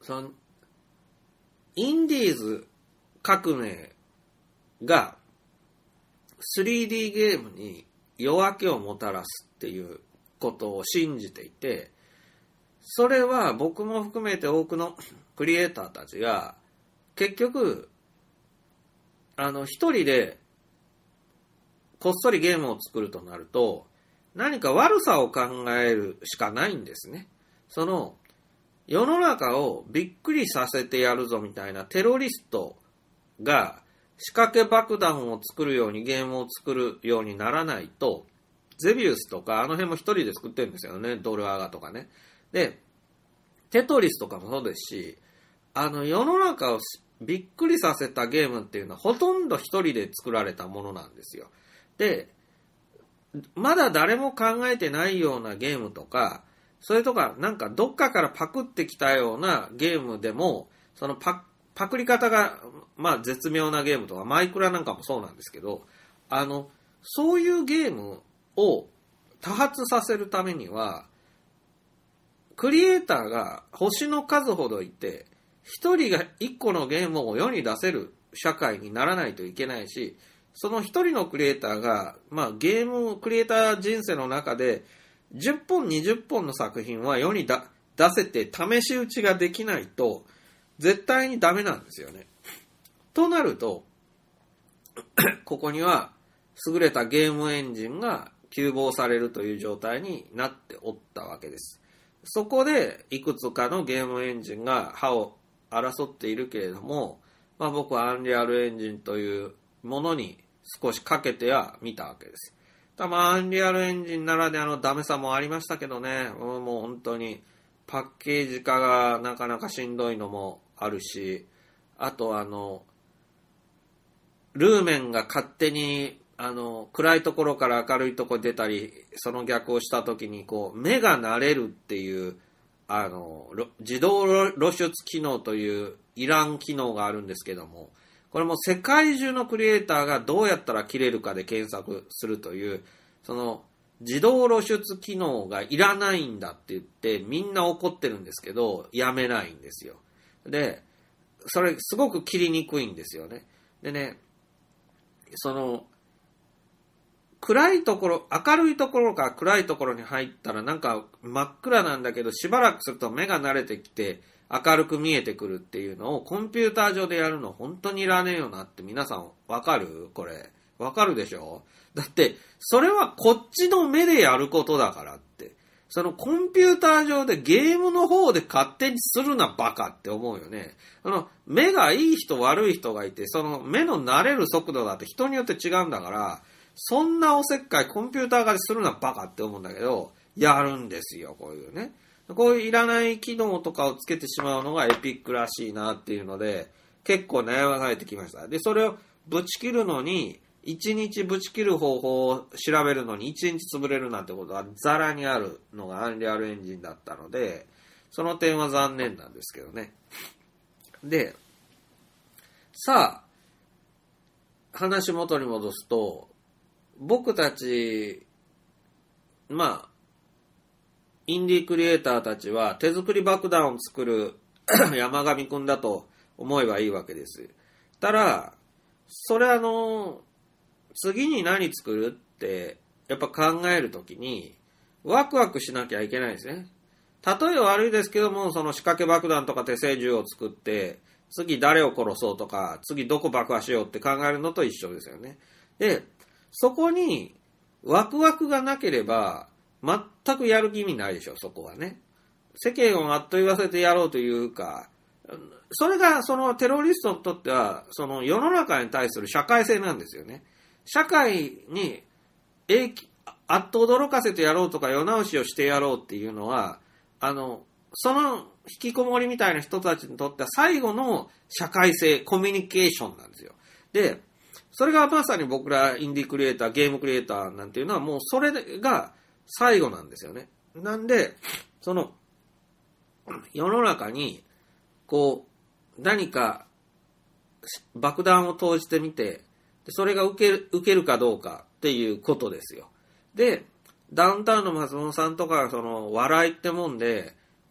その、インディーズ革命が スリーディー ゲームに夜明けをもたらすっていうことを信じていて、それは僕も含めて多くのクリエイターたちが結局あの一人でこっそりゲームを作るとなると何か悪さを考えるしかないんですね。その世の中をびっくりさせてやるぞみたいなテロリストが仕掛け爆弾を作るようにゲームを作るようにならないと、ゼビウスとかあの辺も一人で作ってるんですよね。ドルアガとかね。で、テトリスとかもそうですし、あの世の中をびっくりさせたゲームっていうのはほとんど一人で作られたものなんですよ。で、まだ誰も考えてないようなゲームとか、それとかなんかどっかからパクってきたようなゲームでも、そのパ、パクリ方がまあ絶妙なゲームとか、マイクラなんかもそうなんですけど、あの、そういうゲームを多発させるためには、クリエイターが星の数ほどいて、一人が一個のゲームを世に出せる社会にならないといけないし、その一人のクリエイターが、まあゲームクリエイター人生の中でじゅっぽんにじゅっぽんの作品は世に出せて試し打ちができないと絶対にダメなんですよね。となると、ここには優れたゲームエンジンが急防されるという状態になっておったわけです。そこでいくつかのゲームエンジンが歯を争っているけれども、まあ僕はアンリアルエンジンというものに少しかけては見たわけです。ただまあアンリアルエンジンならではのダメさもありましたけどね、もう本当にパッケージ化がなかなかしんどいのもあるし、あとあの、ルーメンが勝手にあの暗いところから明るいところ出たり、その逆をした時にこう目が慣れるっていうあの自動露出機能といういらん機能があるんですけども、これも世界中のクリエイターがどうやったら切れるかで検索するという、その自動露出機能がいらないんだって言ってみんな怒ってるんですけど、やめないんですよ。で、それすごく切りにくいんですよね。でね、その暗いところ、明るいところから暗いところに入ったらなんか真っ暗なんだけど、しばらくすると目が慣れてきて明るく見えてくるっていうのをコンピューター上でやるの本当にいらねえよなって皆さんわかる？これ。わかるでしょ？だって、それはこっちの目でやることだからって。そのコンピューター上でゲームの方で勝手にするなバカって思うよね。その目がいい人悪い人がいて、その目の慣れる速度だって人によって違うんだから、そんなおせっかいコンピューター側でするなバカって思うんだけど、やるんですよ、こういうね。こういういらない機能とかをつけてしまうのがエピックらしいなっていうので、結構悩まされてきました。で、それをぶち切るのに、一日ぶち切る方法を調べるのに一日潰れるなんてことはザラにあるのがアンリアルエンジンだったので、その点は残念なんですけどね。で、さあ、話元に戻すと、僕たち、まあ、インディークリエイターたちは手作り爆弾を作る山上くんだと思えばいいわけです。ただ、それあの、次に何作るってやっぱ考えるときにワクワクしなきゃいけないですね。例えば悪いですけども、その仕掛け爆弾とか手製銃を作って次誰を殺そうとか次どこ爆破しようって考えるのと一緒ですよね。で、そこにワクワクがなければ全くやる気味ないでしょ、そこはね。世間をあっと言わせてやろうというか、それがそのテロリストにとってはその世の中に対する社会性なんですよね。社会にあっと驚かせてやろうとか世直しをしてやろうっていうのは、あのその引きこもりみたいな人たちにとっては最後の社会性、コミュニケーションなんですよ。で、それがまさに僕らインディークリエイター、ゲームクリエイターなんていうのはもうそれが最後なんですよね。なんで、その世の中にこう何か爆弾を投じてみて、それが受ける、受けるかどうかっていうことですよ。で、ダウンタウンの松本さんとかその笑いってもんで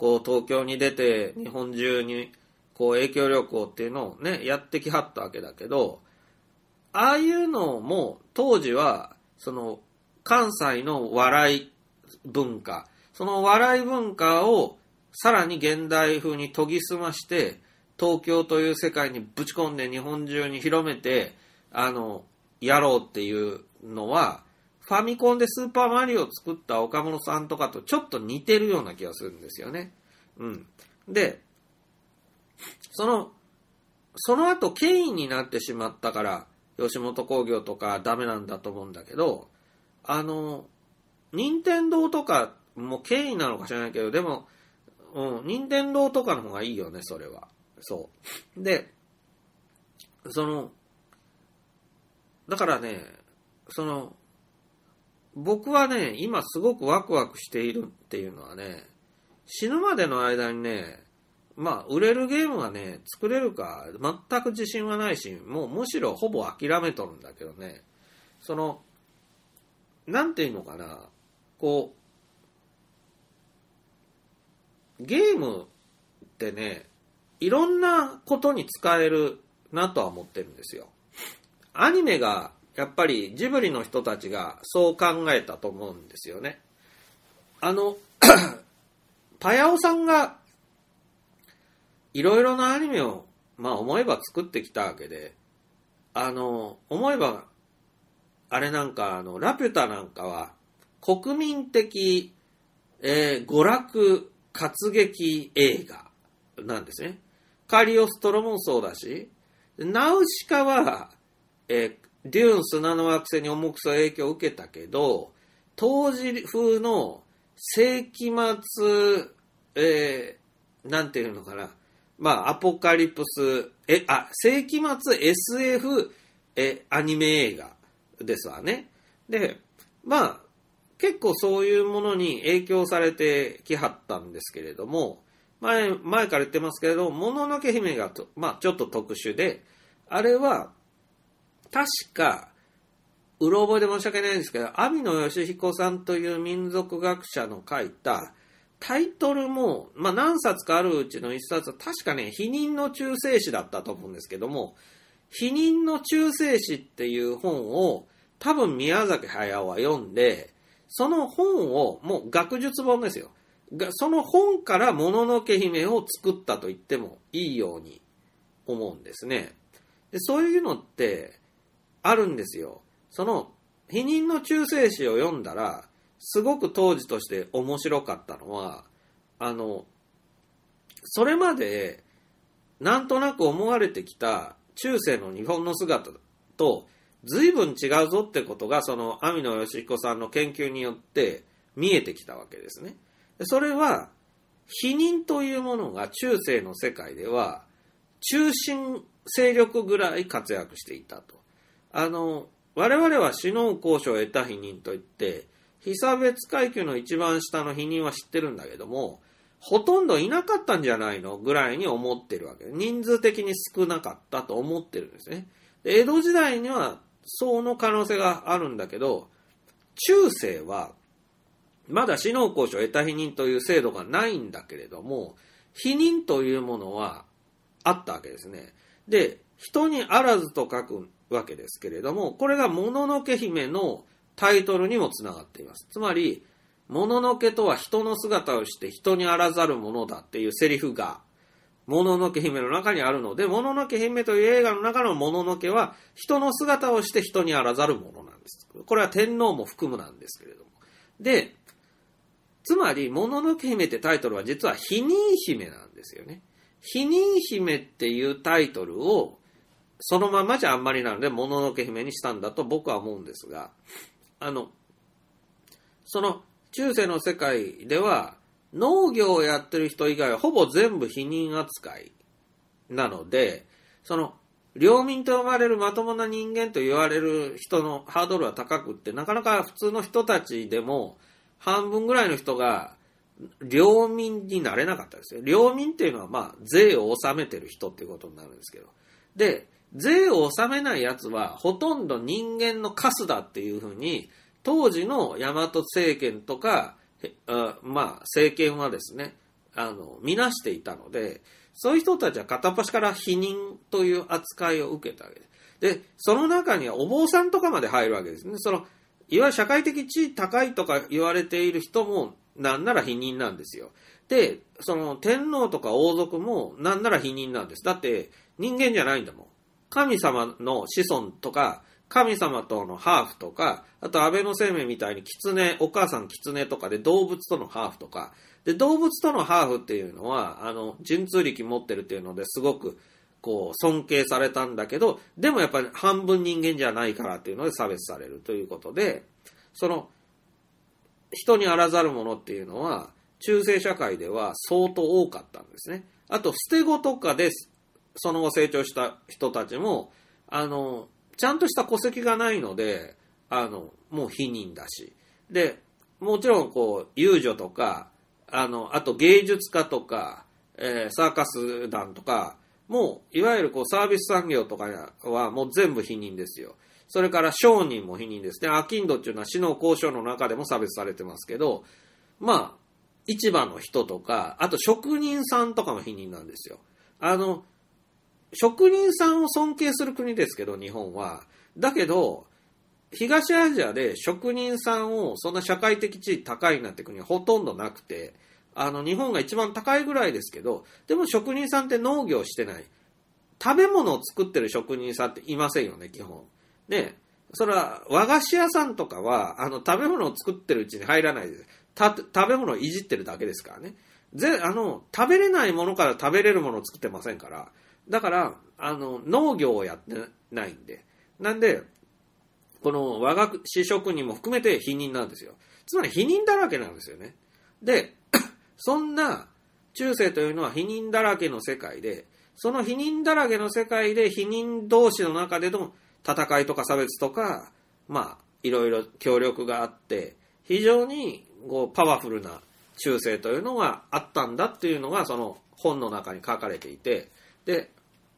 こう東京に出て日本中にこう影響力っていうのをね、やってきはったわけだけど、ああいうのも当時はその関西の笑い文化、その笑い文化をさらに現代風に研ぎ澄まして東京という世界にぶち込んで日本中に広めてあのやろうっていうのはファミコンでスーパーマリオを作った岡本さんとかとちょっと似てるような気がするんですよね。うん。で、その、その後権威になってしまったから、吉本興業とかダメなんだと思うんだけど、あの、任天堂とかも権威なのか知らないけど、でも、うん、任天堂とかの方がいいよね、それは。そう。で、その、だからね、その、僕はね、今すごくワクワクしているっていうのはね、死ぬまでの間にね、まあ、売れるゲームはね、作れるか、全く自信はないし、もうむしろほぼ諦めとるんだけどね、その、なんていうのかな、こう、ゲームってね、いろんなことに使えるなとは思ってるんですよ。アニメが、やっぱりジブリの人たちがそう考えたと思うんですよね。あの、パヤオさんがいろいろなアニメを、まあ思えば作ってきたわけで、あの、思えば、あれなんか、あの、ラピュタなんかは国民的、えー、娯楽活劇映画なんですね。カリオストロもそうだし、ナウシカは、えーデューン砂の惑星に重くそ影響を受けたけど、当時風の世紀末、えー、なんていうのかな。まあ、アポカリプス、え、あ、世紀末 エスエフ、え、アニメ映画ですわね。で、まあ、結構そういうものに影響されてきはったんですけれども、前、前から言ってますけれども、もののけ姫がと、まあ、ちょっと特殊で、あれは、確か、うろ覚えで申し訳ないんですけど、網野義彦さんという民族学者の書いたタイトルも、まあ何冊かあるうちの一冊は確かね、否認の中世史だったと思うんですけども、否認の中世史っていう本を多分宮崎駿は読んで、その本を、もう学術本ですよ。その本からもののけ姫を作ったと言ってもいいように思うんですね。で、そういうのって、あるんですよ。その否認の中世史を読んだらすごく当時として面白かったのは、あのそれまでなんとなく思われてきた中世の日本の姿と随分違うぞってことが、その網野義彦さんの研究によって見えてきたわけですね。それは否認というものが中世の世界では中心勢力ぐらい活躍していたと。あの、我々は死のう交渉を得た否認といって、被差別階級の一番下の否認は知ってるんだけども、ほとんどいなかったんじゃないのぐらいに思ってるわけで、人数的に少なかったと思ってるんですね。で、江戸時代にはその可能性があるんだけど、中世はまだ死のう交渉を得た否認という制度がないんだけれども、否認というものはあったわけですね。で、人にあらずと書くわけですけれども、これがもののけ姫のタイトルにもつながっています。つまり、もののけとは人の姿をして人にあらざるものだっていうセリフが、もののけ姫の中にあるので、もののけ姫という映画の中のもののけは、人の姿をして人にあらざるものなんです。これは天皇も含むなんですけれども。で、つまり、もののけ姫ってタイトルは実は否認姫なんですよね。否認姫っていうタイトルを、そのままじゃあんまりなので、もののけ姫にしたんだと僕は思うんですが、あの、その中世の世界では、農業をやってる人以外はほぼ全部否認扱いなので、その、領民と呼ばれるまともな人間と言われる人のハードルは高くって、なかなか普通の人たちでも、半分ぐらいの人が、領民になれなかったですよ。領民っていうのは、まあ、税を納めてる人っていうことになるんですけど。で、税を納めないやつはほとんど人間のカスだっていうふうに当時の大和政権とか、あまあ政権はですね、 あの、みなしていたので、そういう人たちは片っ端から否認という扱いを受けたわけです。で、その中にはお坊さんとかまで入るわけですね。その、いわゆる社会的地位高いとか言われている人もなんなら否認なんですよ。で、その天皇とか王族もなんなら否認なんです。だって人間じゃないんだもん。神様の子孫とか、神様とのハーフとか、あと安倍の生命みたいに狐、お母さん狐とかで動物とのハーフとか、で、動物とのハーフっていうのは、あの、神通力持ってるっていうのですごく、こう、尊敬されたんだけど、でもやっぱり半分人間じゃないからっていうので差別されるということで、その、人にあらざるものっていうのは、中世社会では相当多かったんですね。あと、捨て子とかで、その後成長した人たちも、あの、ちゃんとした戸籍がないので、あの、もう否認だし。で、もちろん、こう、遊女とか、あの、あと芸術家とか、えー、サーカス団とか、もう、いわゆるこう、サービス産業とかはもう全部否認ですよ。それから商人も否認ですね。商人っていうのは死の交渉の中でも差別されてますけど、まあ、市場の人とか、あと職人さんとかも否認なんですよ。あの、職人さんを尊敬する国ですけど、日本は。だけど、東アジアで職人さんをそんな社会的地位高いなんて国はほとんどなくて、あの、日本が一番高いぐらいですけど、でも職人さんって農業してない。食べ物を作ってる職人さんっていませんよね、基本。ね、それは和菓子屋さんとかは、あの、食べ物を作ってるうちに入らないです。た、食べ物をいじってるだけですからね。ぜ、あの、食べれないものから食べれるものを作ってませんから。だから、あの、農業をやってないんで。なんで、この和菓子職人も含めて否認なんですよ。つまり否認だらけなんですよね。で、そんな中世というのは否認だらけの世界で、その否認だらけの世界で否認同士の中での戦いとか差別とか、まあ、いろいろ協力があって、非常にこうパワフルな中世というのがあったんだっていうのがその本の中に書かれていて、で、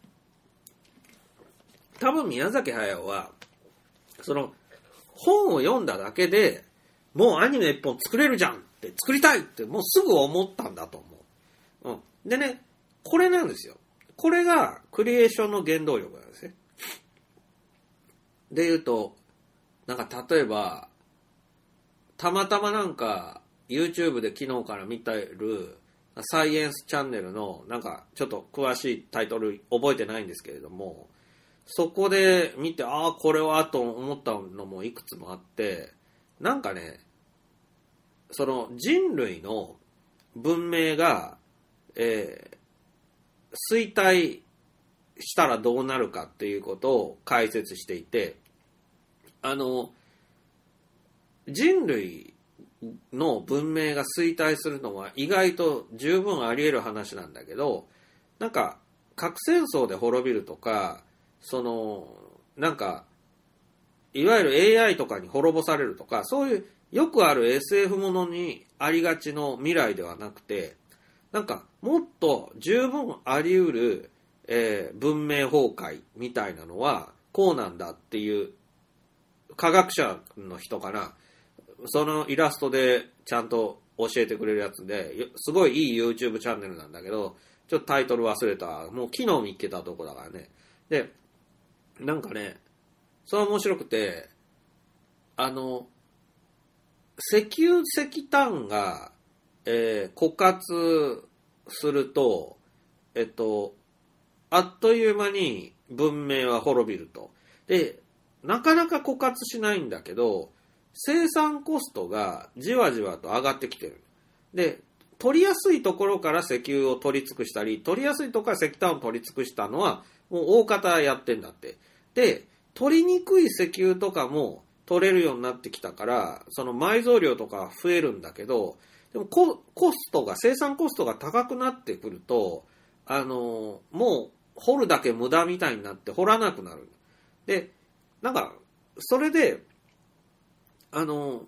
多分宮崎駿は、その本を読んだだけでもうアニメ一本作れるじゃんって作りたいってもうすぐ思ったんだと思う。うん。でね、これなんですよ。これがクリエーションの原動力なんですね。で言うと、なんか例えば、たまたまなんか YouTube で昨日から見てるサイエンスチャンネルのなんかちょっと詳しいタイトル覚えてないんですけれども、そこで見て、ああ、これはと思ったのもいくつもあって、なんかね、その人類の文明が、えー、衰退したらどうなるかっていうことを解説していて、あの、人類の文明が衰退するのは意外と十分あり得る話なんだけど、なんか核戦争で滅びるとか、その、なんか、いわゆる エーアイ とかに滅ぼされるとか、そういうよくある エスエフ ものにありがちの未来ではなくて、なんかもっと十分あり得る、えー、文明崩壊みたいなのはこうなんだっていう科学者の人かな、そのイラストでちゃんと教えてくれるやつで、すごいいい YouTube チャンネルなんだけど、ちょっとタイトル忘れた。もう昨日見つけたとこだからね。で、なんかね、それは面白くて、あの、石油石炭が、えー、枯渇すると、えっと、あっという間に文明は滅びると。で、なかなか枯渇しないんだけど、生産コストがじわじわと上がってきてる。で、取りやすいところから石油を取り尽くしたり、取りやすいところから石炭を取り尽くしたのは、もう大方やってんだって。で、取りにくい石油とかも取れるようになってきたから、その埋蔵量とか増えるんだけど、でもコ、コストが、生産コストが高くなってくると、あの、もう掘るだけ無駄みたいになって掘らなくなる。で、なんか、それで、あの、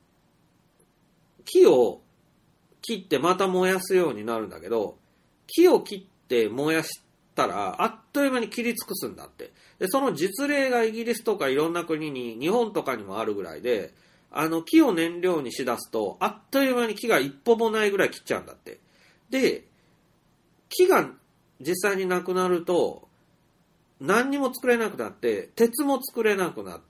木を切ってまた燃やすようになるんだけど、木を切って燃やしたら、あっという間に切り尽くすんだって。で、その実例がイギリスとかいろんな国に、日本とかにもあるぐらいで、あの、木を燃料にしだすと、あっという間に木が一歩もないぐらい切っちゃうんだって。 で、木が実際になくなると、何にも作れなくなって、鉄も作れなくなって、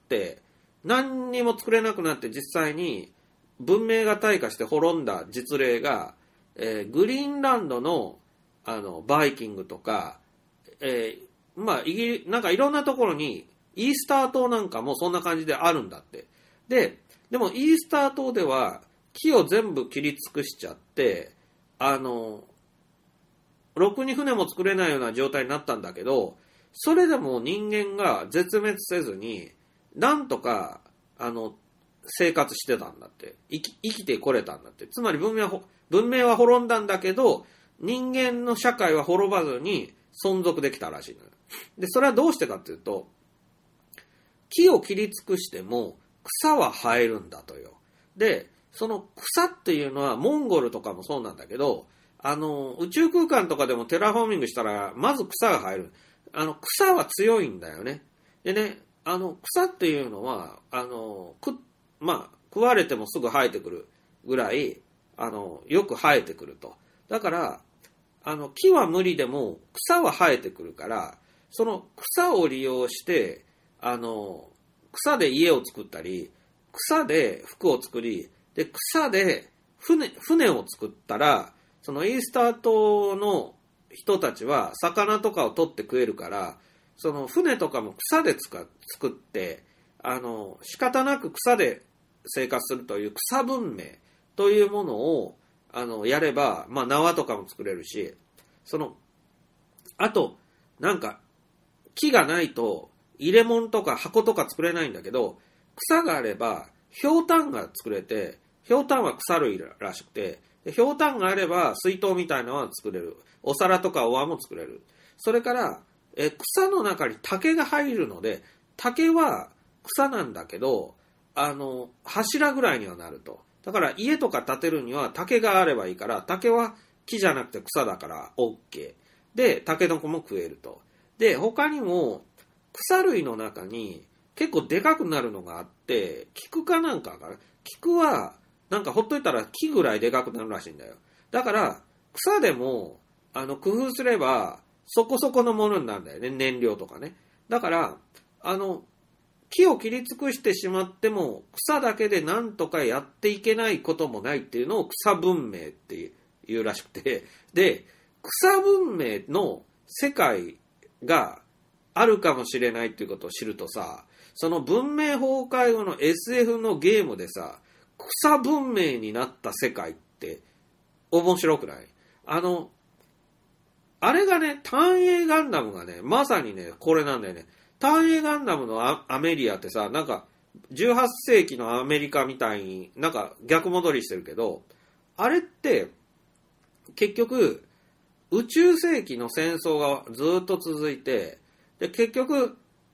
何にも作れなくなって実際に文明が退化して滅んだ実例が、えー、グリーンランドの、あの、バイキングとか、えー、まあ、イギリなんかいろんなところに、イースター島なんかもそんな感じであるんだって。で、でもイースター島では木を全部切り尽くしちゃって、あの、ろくに船も作れないような状態になったんだけど、それでも人間が絶滅せずに、なんとか、あの、生活してたんだって。生き、生きてこれたんだって。つまり文明は、文明は滅んだんだけど、人間の社会は滅ばずに存続できたらしいのよ。で、それはどうしてかっていうと、木を切り尽くしても草は生えるんだとよ。で、その草っていうのはモンゴルとかもそうなんだけど、あの、宇宙空間とかでもテラフォーミングしたら、まず草が生える。あの、草は強いんだよね。でね、あの、草っていうのは、あの、く、まあ、食われてもすぐ生えてくるぐらい、あの、よく生えてくると。だから、あの、木は無理でも草は生えてくるから、その草を利用して、あの、草で家を作ったり、草で服を作り、で、草で船、船を作ったら、そのイースター島の人たちは魚とかを取って食えるから、その船とかも草でつか作って、あの、仕方なく草で生活するという草文明というものを、あの、やれば、まあ縄とかも作れるし、その、あと、なんか、木がないと、入れ物とか箱とか作れないんだけど、草があれば、ひょうたんが作れて、ひょうたんは草類らしくて、ひょうたんがあれば水筒みたいなのは作れる。お皿とかお椀も作れる。それから、え草の中に竹が入るので、竹は草なんだけど、あの、柱ぐらいにはなると。だから家とか建てるには竹があればいいから、竹は木じゃなくて草だから OK。で、タケノコも食えると。で、他にも草類の中に結構でかくなるのがあって、菊かなんかかな。菊はなんかほっといたら木ぐらいでかくなるらしいんだよ。だから草でもあの工夫すればそこそこのものになるんだよね。燃料とかね。だからあの木を切り尽くしてしまっても草だけでなんとかやっていけないこともないっていうのを草文明っていうらしくて、で草文明の世界があるかもしれないっていうことを知るとさ、その文明崩壊後の エスエフ のゲームでさ、草文明になった世界って面白くない？あのあれがね、単影ガンダムがね、まさにね、これなんだよね。単影ガンダムの ア, アメリアってさ、なんかじゅうはっせいきのアメリカみたいになんか逆戻りしてるけど、あれって結局宇宙世紀の戦争がずっと続いて、で結局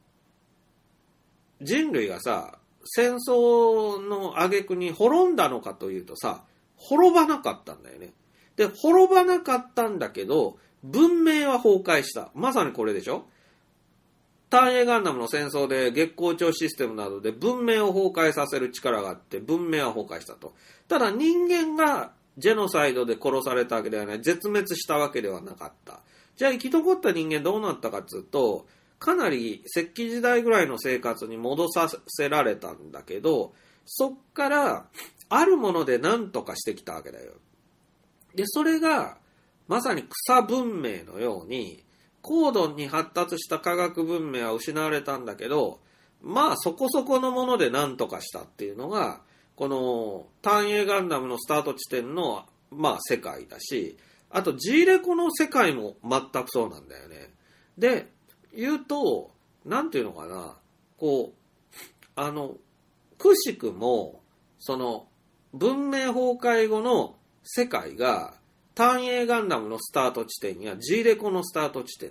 人類がさ、戦争の挙句に滅んだのかというとさ、滅ばなかったんだよね。で、滅ばなかったんだけど、文明は崩壊した。まさにこれでしょ？単影ガンダムの戦争で月光町システムなどで文明を崩壊させる力があって、文明は崩壊したと。ただ人間がジェノサイドで殺されたわけではない。絶滅したわけではなかった。じゃあ生き残った人間どうなったかというと、かなり石器時代ぐらいの生活に戻させられたんだけど、そっからあるもので何とかしてきたわけだよ。で、それがまさに草文明のように高度に発達した科学文明は失われたんだけど、まあそこそこのもので何とかしたっていうのがこの単影ガンダムのスタート地点のまあ世界だし、あと G レコの世界も全くそうなんだよね。で言うと、なんていうのかな、こう、あの、くしくも、その、文明崩壊後の世界が、単影ガンダムのスタート地点や G レコのスタート地点って、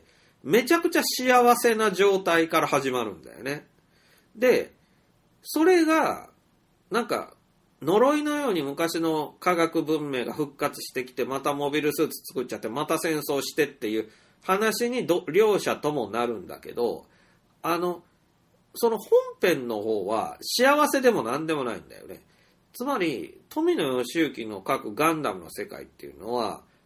めちゃくちゃ幸せな状態から始まるんだよね。で、それが、なんか、呪いのように昔の科学文明が復活してきて、またモビルスーツ作っちゃって、また戦争してっていう、話にど両者ともなるんだけど、あのその本編の方は幸せでも何でもないんだよね。つまり富野義行の書くガンダムの世界っていうのは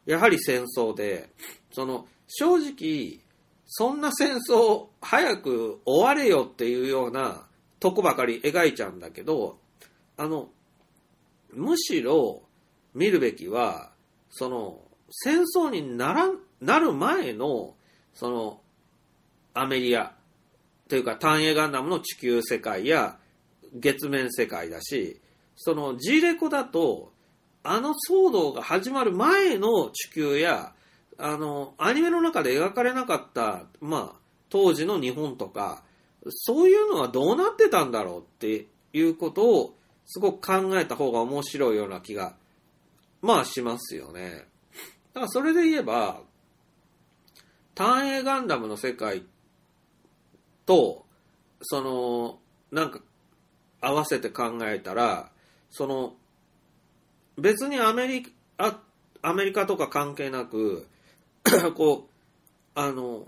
やはり戦争で、その正直そんな戦争早く終われよっていうようなとこばかり描いちゃうんだけど、あのむしろ見るべきはその戦争にならなる前のそのアメリアというか単影ガンダムの地球世界や月面世界だし、その G レコだとあの騒動が始まる前の地球やあのアニメの中で描かれなかったまあ当時の日本とかそういうのはどうなってたんだろうっていうことをすごく考えた方が面白いような気がまあしますよね。だからそれで言えば単影ガンダムの世界とそのなんか合わせて考えたら、その別にアメリカアメリカとか関係なくこうあの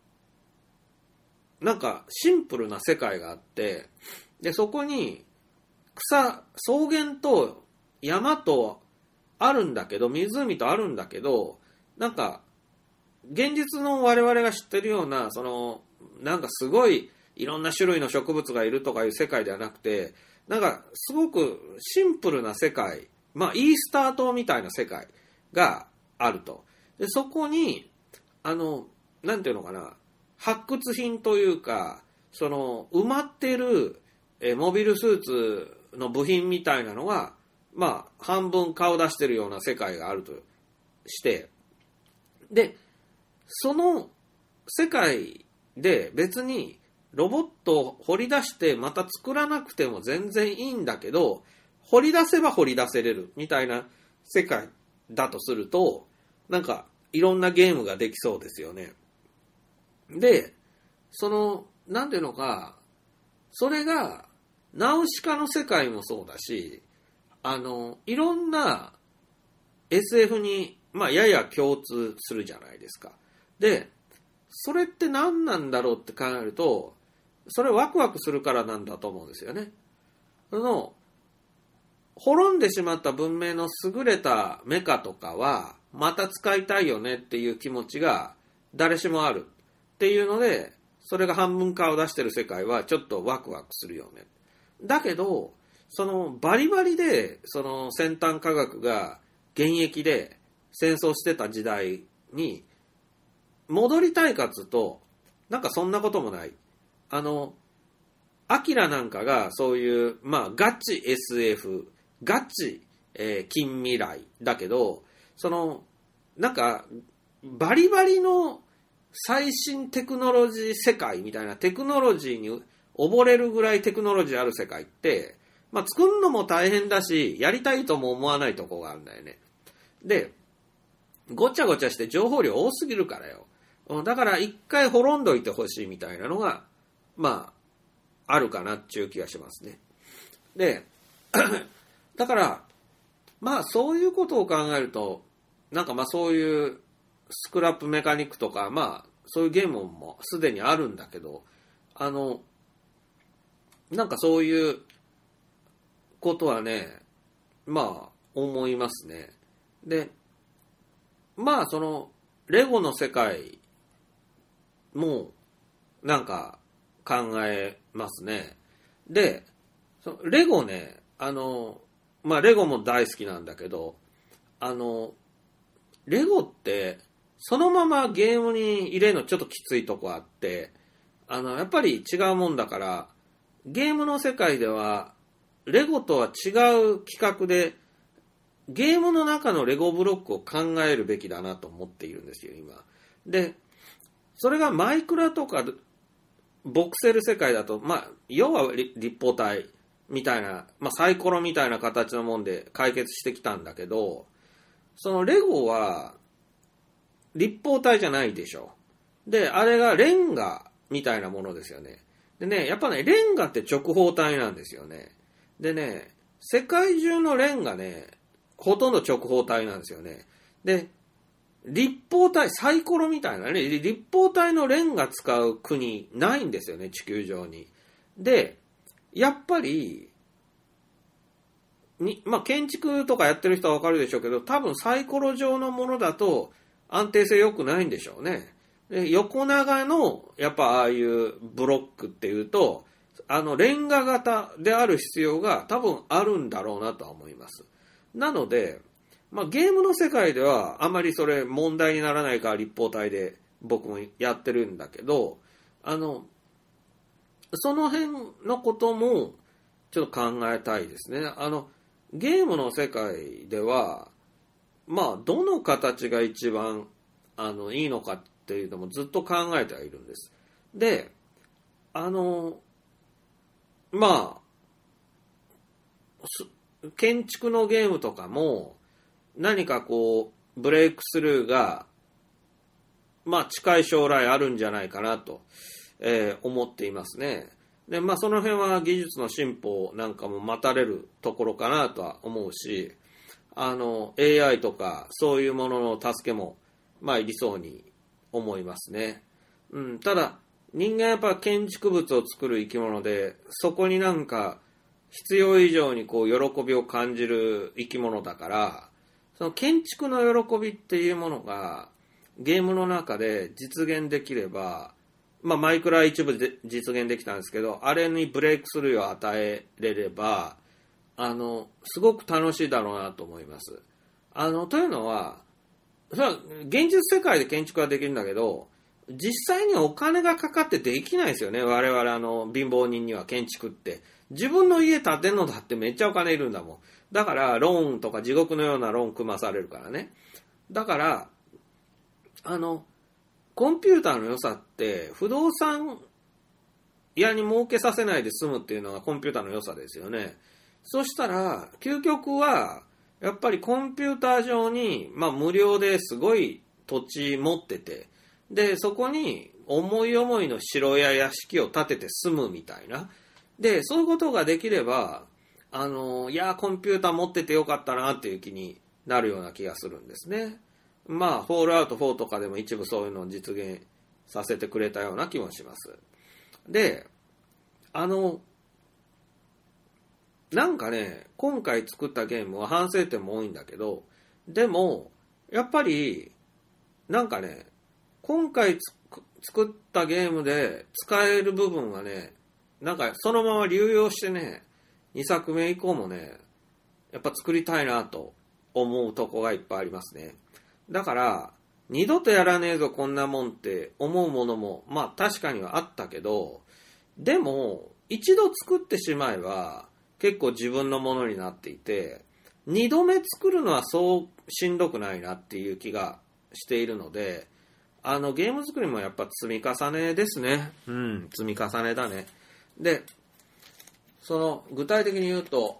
なんかシンプルな世界があって、でそこに草草原と山とあるんだけど、湖とあるんだけど、なんか現実の我々が知ってるようなそのなんかすごいいろんな種類の植物がいるとかいう世界ではなくて、なんかすごくシンプルな世界、まあイースター島みたいな世界があると。でそこにあのなんていうのかな、発掘品というかその埋まってるえモビルスーツの部品みたいなのがまあ半分顔出してるような世界があるとして、でその世界で別にロボットを掘り出してまた作らなくても全然いいんだけど、掘り出せば掘り出せれるみたいな世界だとすると、なんかいろんなゲームができそうですよね。で、そのなんていうのか、それがナウシカの世界もそうだし、あのいろんな エスエフ にまあやや共通するじゃないですか。で、それって何なんだろうって考えると、それワクワクするからなんだと思うんですよね。その滅んでしまった文明の優れたメカとかはまた使いたいよねっていう気持ちが誰しもあるっていうので、それが半分顔を出してる世界はちょっとワクワクするよね。だけどそのバリバリでその先端科学が現役で戦争してた時代に戻りたいかつうと、なんかそんなこともない。あのアキラなんかがそういうまあガチ エスエフ、ガチ、えー、近未来だけど、そのなんかバリバリの最新テクノロジー世界みたいな、テクノロジーに溺れるぐらいテクノロジーある世界って、まあ作るのも大変だし、やりたいとも思わないとこがあるんだよね。で、ごちゃごちゃして情報量多すぎるからよ。だから一回滅んどいてほしいみたいなのがまああるかなっていう気がしますね。でだからまあそういうことを考えると、なんかまあそういうスクラップメカニックとかまあそういうゲームもすでにあるんだけど、あのなんかそういうことはねまあ思いますね。でまあそのレゴの世界もなんか考えますね。で、そレゴね、あの、まあ、レゴも大好きなんだけど、あの、レゴってそのままゲームに入れるのちょっときついとこあって、あの、やっぱり違うもんだから、ゲームの世界ではレゴとは違う企画で、ゲームの中のレゴブロックを考えるべきだなと思っているんですよ、今。で、それがマイクラとかボクセル世界だと、まあ、要は立方体みたいな、まあ、サイコロみたいな形のもんで解決してきたんだけど、そのレゴは立方体じゃないでしょ。で、あれがレンガみたいなものですよね。でね、やっぱね、レンガって直方体なんですよね。でね、世界中のレンガね、ほとんど直方体なんですよね。で、立方体、サイコロみたいなね、立方体のレンガ使う国ないんですよね、地球上に。で、やっぱり、 に、まあ、建築とかやってる人はわかるでしょうけど、多分サイコロ状のものだと安定性良くないんでしょうね。で、横長の、やっぱああいうブロックっていうと、あの、レンガ型である必要が多分あるんだろうなとは思います。なので、まあ、ゲームの世界ではあまりそれ問題にならないから立方体で僕もやってるんだけど、あの、その辺のこともちょっと考えたいですね。あの、ゲームの世界では、まあ、どの形が一番、あの、いいのかっていうのもずっと考えてはいるんです。で、あの、まあ、建築のゲームとかも、何かこう、ブレイクスルーが、まあ、近い将来あるんじゃないかなと、えー、思っていますね。で、まあ、その辺は技術の進歩なんかも待たれるところかなとは思うし、あの、エーアイ とかそういうものの助けも、まあ、いりそうに思いますね。うん、ただ、人間はやっぱ建築物を作る生き物で、そこになんか必要以上にこう喜びを感じる生き物だから、その建築の喜びっていうものがゲームの中で実現できれば、まあマイクラ一部で実現できたんですけど、あれにブレイクスルーを与えれれば、あの、すごく楽しいだろうなと思います。あの、というのは、それは現実世界で建築はできるんだけど、実際にお金がかかってできないですよね。我々あの貧乏人には建築って。自分の家建てるのだってめっちゃお金いるんだもん。だからローンとか地獄のようなローン組まされるからね。だから、あの、コンピューターの良さって不動産屋に儲けさせないで済むっていうのがコンピューターの良さですよね。そしたら、究極は、やっぱりコンピューター上に、まあ無料ですごい土地持ってて、で、そこに思い思いの城や屋敷を建てて住むみたいな。で、そういうことができれば、あの、いや、コンピューター持っててよかったなっていう気になるような気がするんですね。まあ、フォールアウトフォーとかでも一部そういうのを実現させてくれたような気もします。で、あの、なんかね、今回作ったゲームは反省点も多いんだけど、でも、やっぱり、なんかね、今回作ったゲームで使える部分はね、なんかそのまま流用してね、にさくめ以降もね、やっぱ作りたいなと思うとこがいっぱいありますね。だから、二度とやらねえぞこんなもんって思うものも、まあ確かにはあったけど、でも、一度作ってしまえば結構自分のものになっていて、二度目作るのはそうしんどくないなっていう気がしているので、あのゲーム作りもやっぱ積み重ねですね。うん、積み重ねだね。で、その具体的に言うと、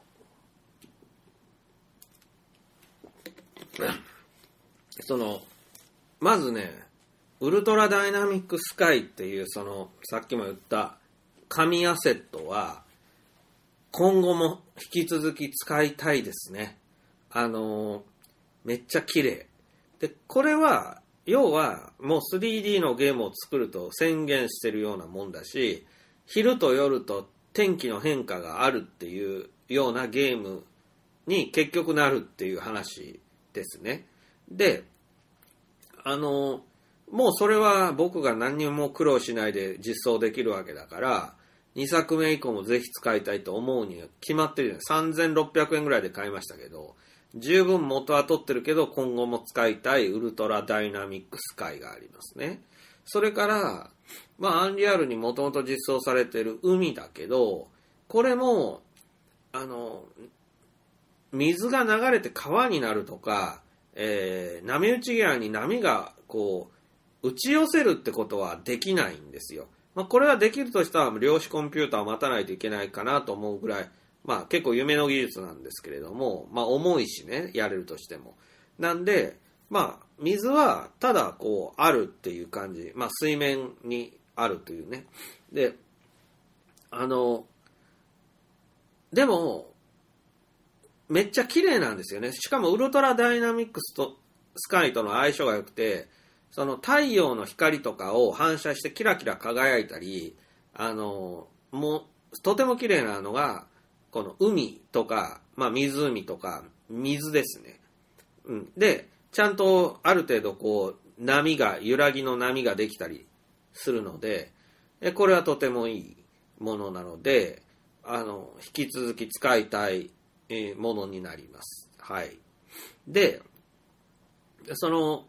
そのまずね、ウルトラダイナミックスカイっていうそのさっきも言った紙アセットは今後も引き続き使いたいですね。あのめっちゃ綺麗で、これは要はもう スリーディー のゲームを作ると宣言してるようなもんだし、昼と夜と天気の変化があるっていうようなゲームに結局なるっていう話ですね。で、あのもうそれは僕が何にも苦労しないで実装できるわけだから、にさくめ以降もぜひ使いたいと思うには決まってるよね。さんぜんろっぴゃくえんぐらいで買いましたけど、十分元は取ってるけど今後も使いたいウルトラダイナミックスカイがありますね。それからまあアンリアルにもともと実装されている海だけど、これもあの水が流れて川になるとか、えー、波打ち際に波がこう打ち寄せるってことはできないんですよ。まあ、これはできるとしたら量子コンピューターを待たないといけないかなと思うぐらい、まあ結構夢の技術なんですけれども、まあ重いしね、やれるとしても。なんで、まあ水はただこうあるっていう感じ、まあ水面にあるというね。で、あの、でも、めっちゃ綺麗なんですよね。しかもウルトラダイナミックスとスカイとの相性が良くて、その太陽の光とかを反射してキラキラ輝いたり、あの、もうとても綺麗なのが、この海とか、 まあ湖とか水ですね。うん。で、ちゃんとある程度こう波が、揺らぎの波ができたりするので、これはとてもいいものなので、あの、引き続き使いたいものになります。はい。で、その、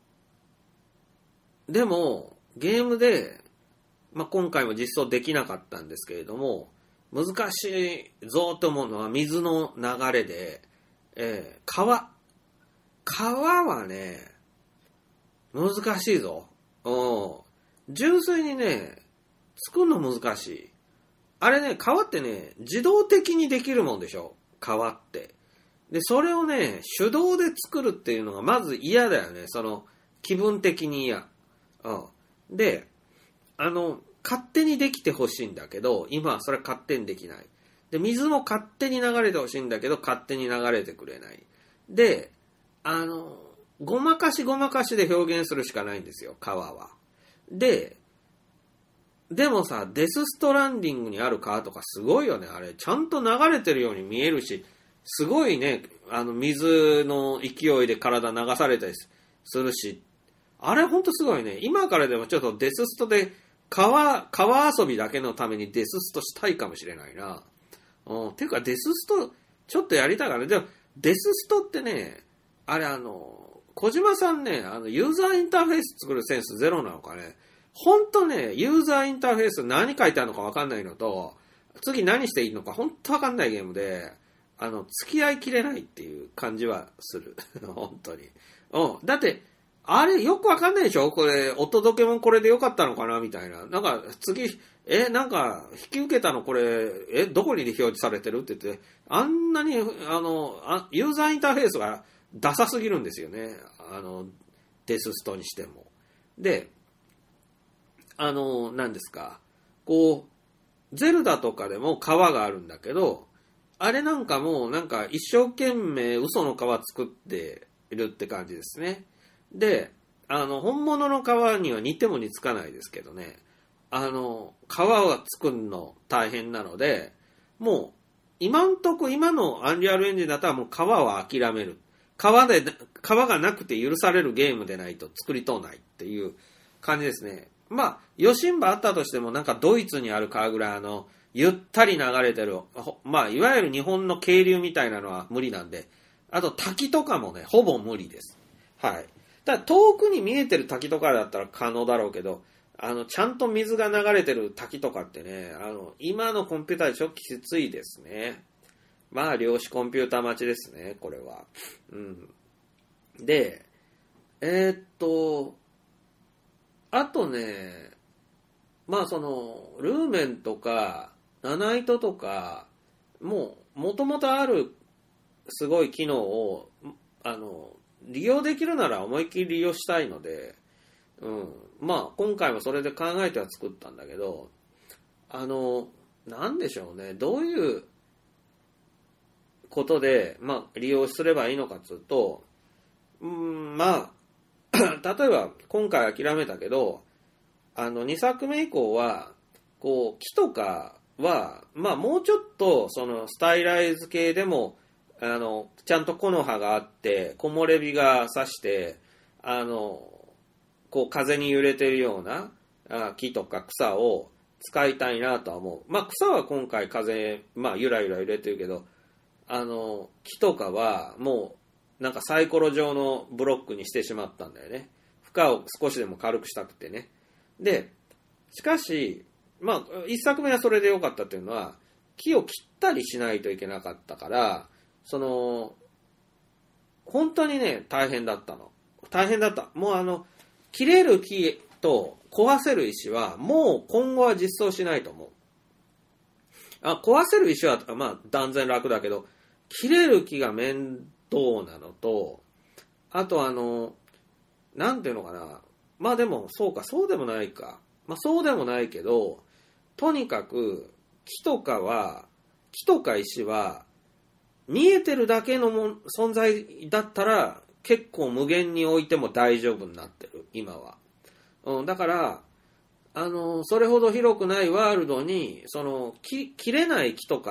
でも、ゲームで、まあ、今回も実装できなかったんですけれども、難しいぞと思うのは水の流れで、えー、川。川はね、難しいぞ。うん。純粋にね、作るの難しい。あれね、川ってね、自動的にできるもんでしょ。川って。で、それをね、手動で作るっていうのがまず嫌だよね。その、気分的に嫌。うん。で、あの、勝手にできてほしいんだけど、今はそれは勝手にできない。で、水も勝手に流れてほしいんだけど、勝手に流れてくれない。で、あの、ごまかしごまかしで表現するしかないんですよ、川は。で、でもさ、デスストランディングにある川とかすごいよね、あれ。ちゃんと流れてるように見えるし、すごいね、あの、水の勢いで体流されたりするし、あれほんとすごいね。今からでもちょっとデスストで、川、川遊びだけのためにデスストしたいかもしれないな。うん。ていうかデススト、ちょっとやりたいからね。でも、デスストってね、あれあの、小島さんね、あの、ユーザーインターフェース作るセンスゼロなのかね。ほんとね、ユーザーインターフェース何書いてあるのかわかんないのと、次何していいのかほんとわかんないゲームで、あの、付き合いきれないっていう感じはする。本当に。うん。だって、あれよくわかんないでしょこれ、お届けもこれでよかったのかなみたいな。なんか、次、え、なんか、引き受けたのこれ、え、どこに表示されてるって言って、あんなに、あの、あユーザーインターフェースがダサすぎるんですよね。あの、デスストにしても。で、あの、何ですか。こう、ゼルダとかでも川があるんだけど、あれなんかもうなんか一生懸命嘘の川作っているって感じですね。で、あの、本物の川には似ても似つかないですけどね。あの、川を作るの大変なので、もう、今んとこ今のアンリアルエンジンだったらもう川は諦める。川で、川がなくて許されるゲームでないと作りとうないっていう感じですね。まあ、余震波あったとしてもなんかドイツにある川ぐらいあの、ゆったり流れてる、まあ、いわゆる日本の渓流みたいなのは無理なんで、あと滝とかもね、ほぼ無理です。はい。ただ遠くに見えてる滝とかだったら可能だろうけど、あの、ちゃんと水が流れてる滝とかってね、あの、今のコンピューターでちょっときついですね。まあ、量子コンピューター待ちですね、これは。うん。で、えー、っと、あとね、まあその、ルーメンとか、ナナイトとか、もう、もともとあるすごい機能を、あの、利用できるなら思いっきり利用したいので、うん。まあ、今回もそれで考えては作ったんだけど、あの、なんでしょうね、どういうことで、まあ、利用すればいいのかというと、うん、まあ、例えば、今回諦めたけど、あの、にさくめ以降は、こう、木とかは、まあ、もうちょっと、その、スタイライズ系でも、あの、ちゃんと木の葉があって、木漏れ日が差して、あの、こう、風に揺れてるようなあ木とか草を使いたいなとは思う。まあ、草は今回風、まあ、ゆらゆら揺れてるけど、あの、木とかは、もう、なんかサイコロ状のブロックにしてしまったんだよね。負荷を少しでも軽くしたくてね。で、しかし、まあ、一作目はそれで良かったっていうのは、木を切ったりしないといけなかったから、その、本当にね、大変だったの。大変だった。もうあの、切れる木と壊せる石は、もう今後は実装しないと思う。あ、壊せる石は、まあ、断然楽だけど、切れる木が面倒なのと、あとあの、なんていうのかな。まあでも、そうか、そうでもないか。まあそうでもないけど、とにかく、木とかは、木とか石は、見えてるだけのも存在だったら、結構無限に置いても大丈夫になってる、今は。うん、だから、あの、それほど広くないワールドに、その、き切れない木とか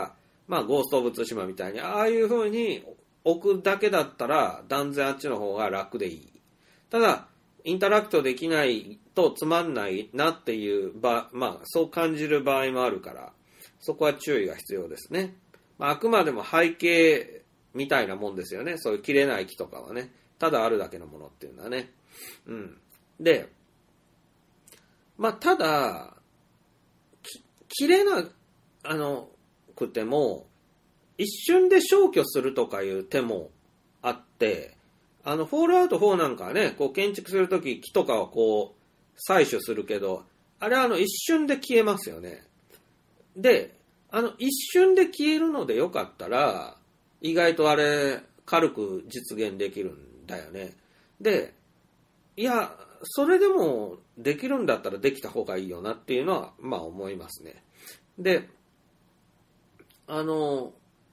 まあゴースト・オブ・ツシマみたいにああいう風に置くだけだったら断然あっちの方が楽でいい。ただインタラクトできないとつまんないなっていう場、まあそう感じる場合もあるから、そこは注意が必要ですね。まあ、あくまでも背景みたいなもんですよね。そういう切れない木とかはね、ただあるだけのものっていうのはね。うん。で、まあただ切れなあのくても一瞬で消去するとかいう手もあって、あのフォールアウトフォーなんかはね、こう建築するとき木とかをこう採取するけど、あれはあの一瞬で消えますよね。で、あの一瞬で消えるのでよかったら意外とあれ軽く実現できるんだよね。で、いやそれでもできるんだったらできた方がいいよなっていうのはまあ思いますね。で、あの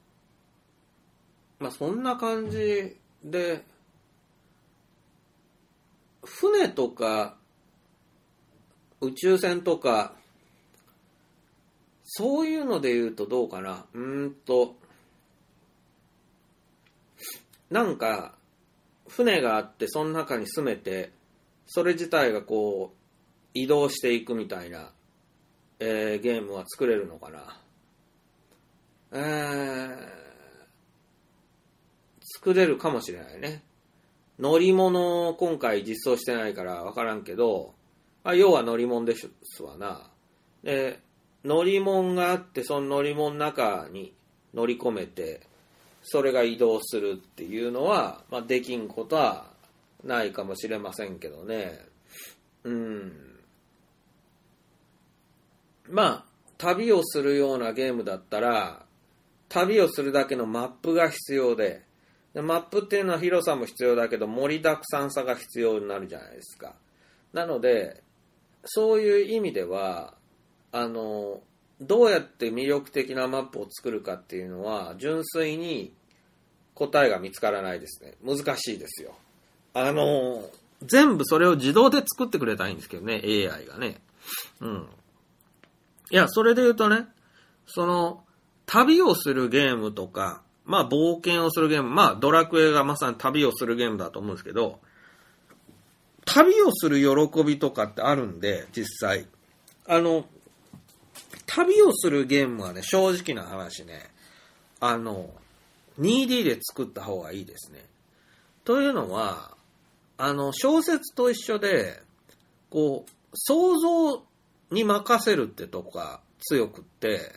まあそんな感じで船とか宇宙船とかそういうので言うとどうかな。うーんとなんか船があってその中に住めてそれ自体がこう移動していくみたいな、えー、ゲームは作れるのかな。えー、作れるかもしれないね。乗り物を今回実装してないから分からんけど、あ、要は乗り物ですわな。で、乗り物があってその乗り物の中に乗り込めてそれが移動するっていうのは、まあ、できんことはないかもしれませんけどね。うん。まあ旅をするようなゲームだったら旅をするだけのマップが必要で、でマップっていうのは広さも必要だけど盛りだくさんさが必要になるじゃないですか。なのでそういう意味ではあのどうやって魅力的なマップを作るかっていうのは純粋に答えが見つからないですね。難しいですよ。あの全部それを自動で作ってくれたらいいんですけどね、 エーアイ がね。うん。いや、それで言うとね、その旅をするゲームとか、まあ冒険をするゲーム、まあドラクエがまさに旅をするゲームだと思うんですけど、旅をする喜びとかってあるんで、実際あの旅をするゲームはね、正直な話ね、あの ツーディー で作った方がいいですね。というのは、あの小説と一緒でこう想像に任せるってとこが強くって、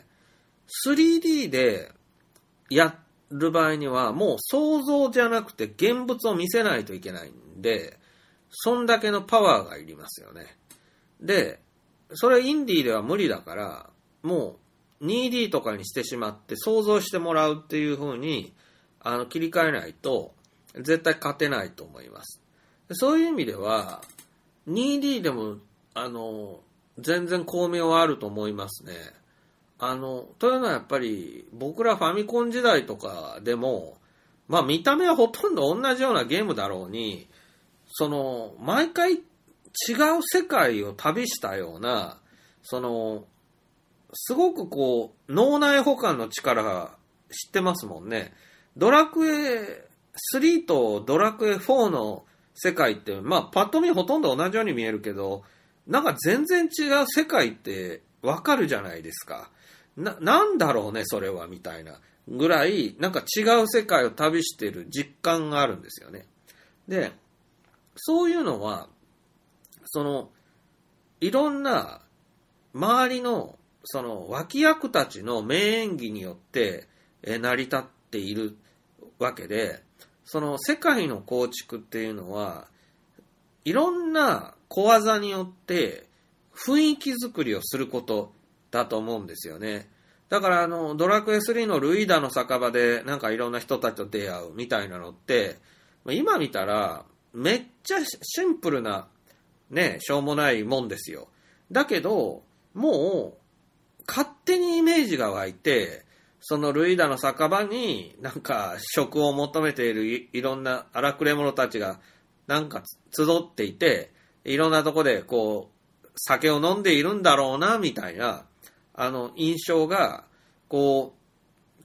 スリーディー でやる場合にはもう想像じゃなくて現物を見せないといけないんで、そんだけのパワーがいりますよね。で、それインディーでは無理だから、もう ツーディー とかにしてしまって想像してもらうっていう風にあの切り替えないと絶対勝てないと思います。そういう意味では ツーディー でもあの全然巧妙はあると思いますね。あのというのはやっぱり僕らファミコン時代とかでも、まあ見た目はほとんど同じようなゲームだろうに、その毎回違う世界を旅したような、そのすごくこう脳内補完の力が知ってますもんね。ドラクエスリーとドラクエフォーの世界ってまあパッと見ほとんど同じように見えるけど、なんか全然違う世界ってわかるじゃないですか。な、なんだろうねそれはみたいなぐらい、なんか違う世界を旅している実感があるんですよね。で、そういうのはそのいろんな周りのその脇役たちの名演技によって成り立っているわけで、その世界の構築っていうのはいろんな小技によって雰囲気作りをすることだと思うんですよね。だからあのドラクエスリーのルイダの酒場でなんかいろんな人たちと出会うみたいなのって今見たらめっちゃシンプルなね、しょうもないもんですよ。だけどもう勝手にイメージが湧いて、そのルイダの酒場になんか食を求めている い, いろんな荒くれ者たちがなんか集っていて、いろんなとこでこう酒を飲んでいるんだろうなみたいなあの印象がこう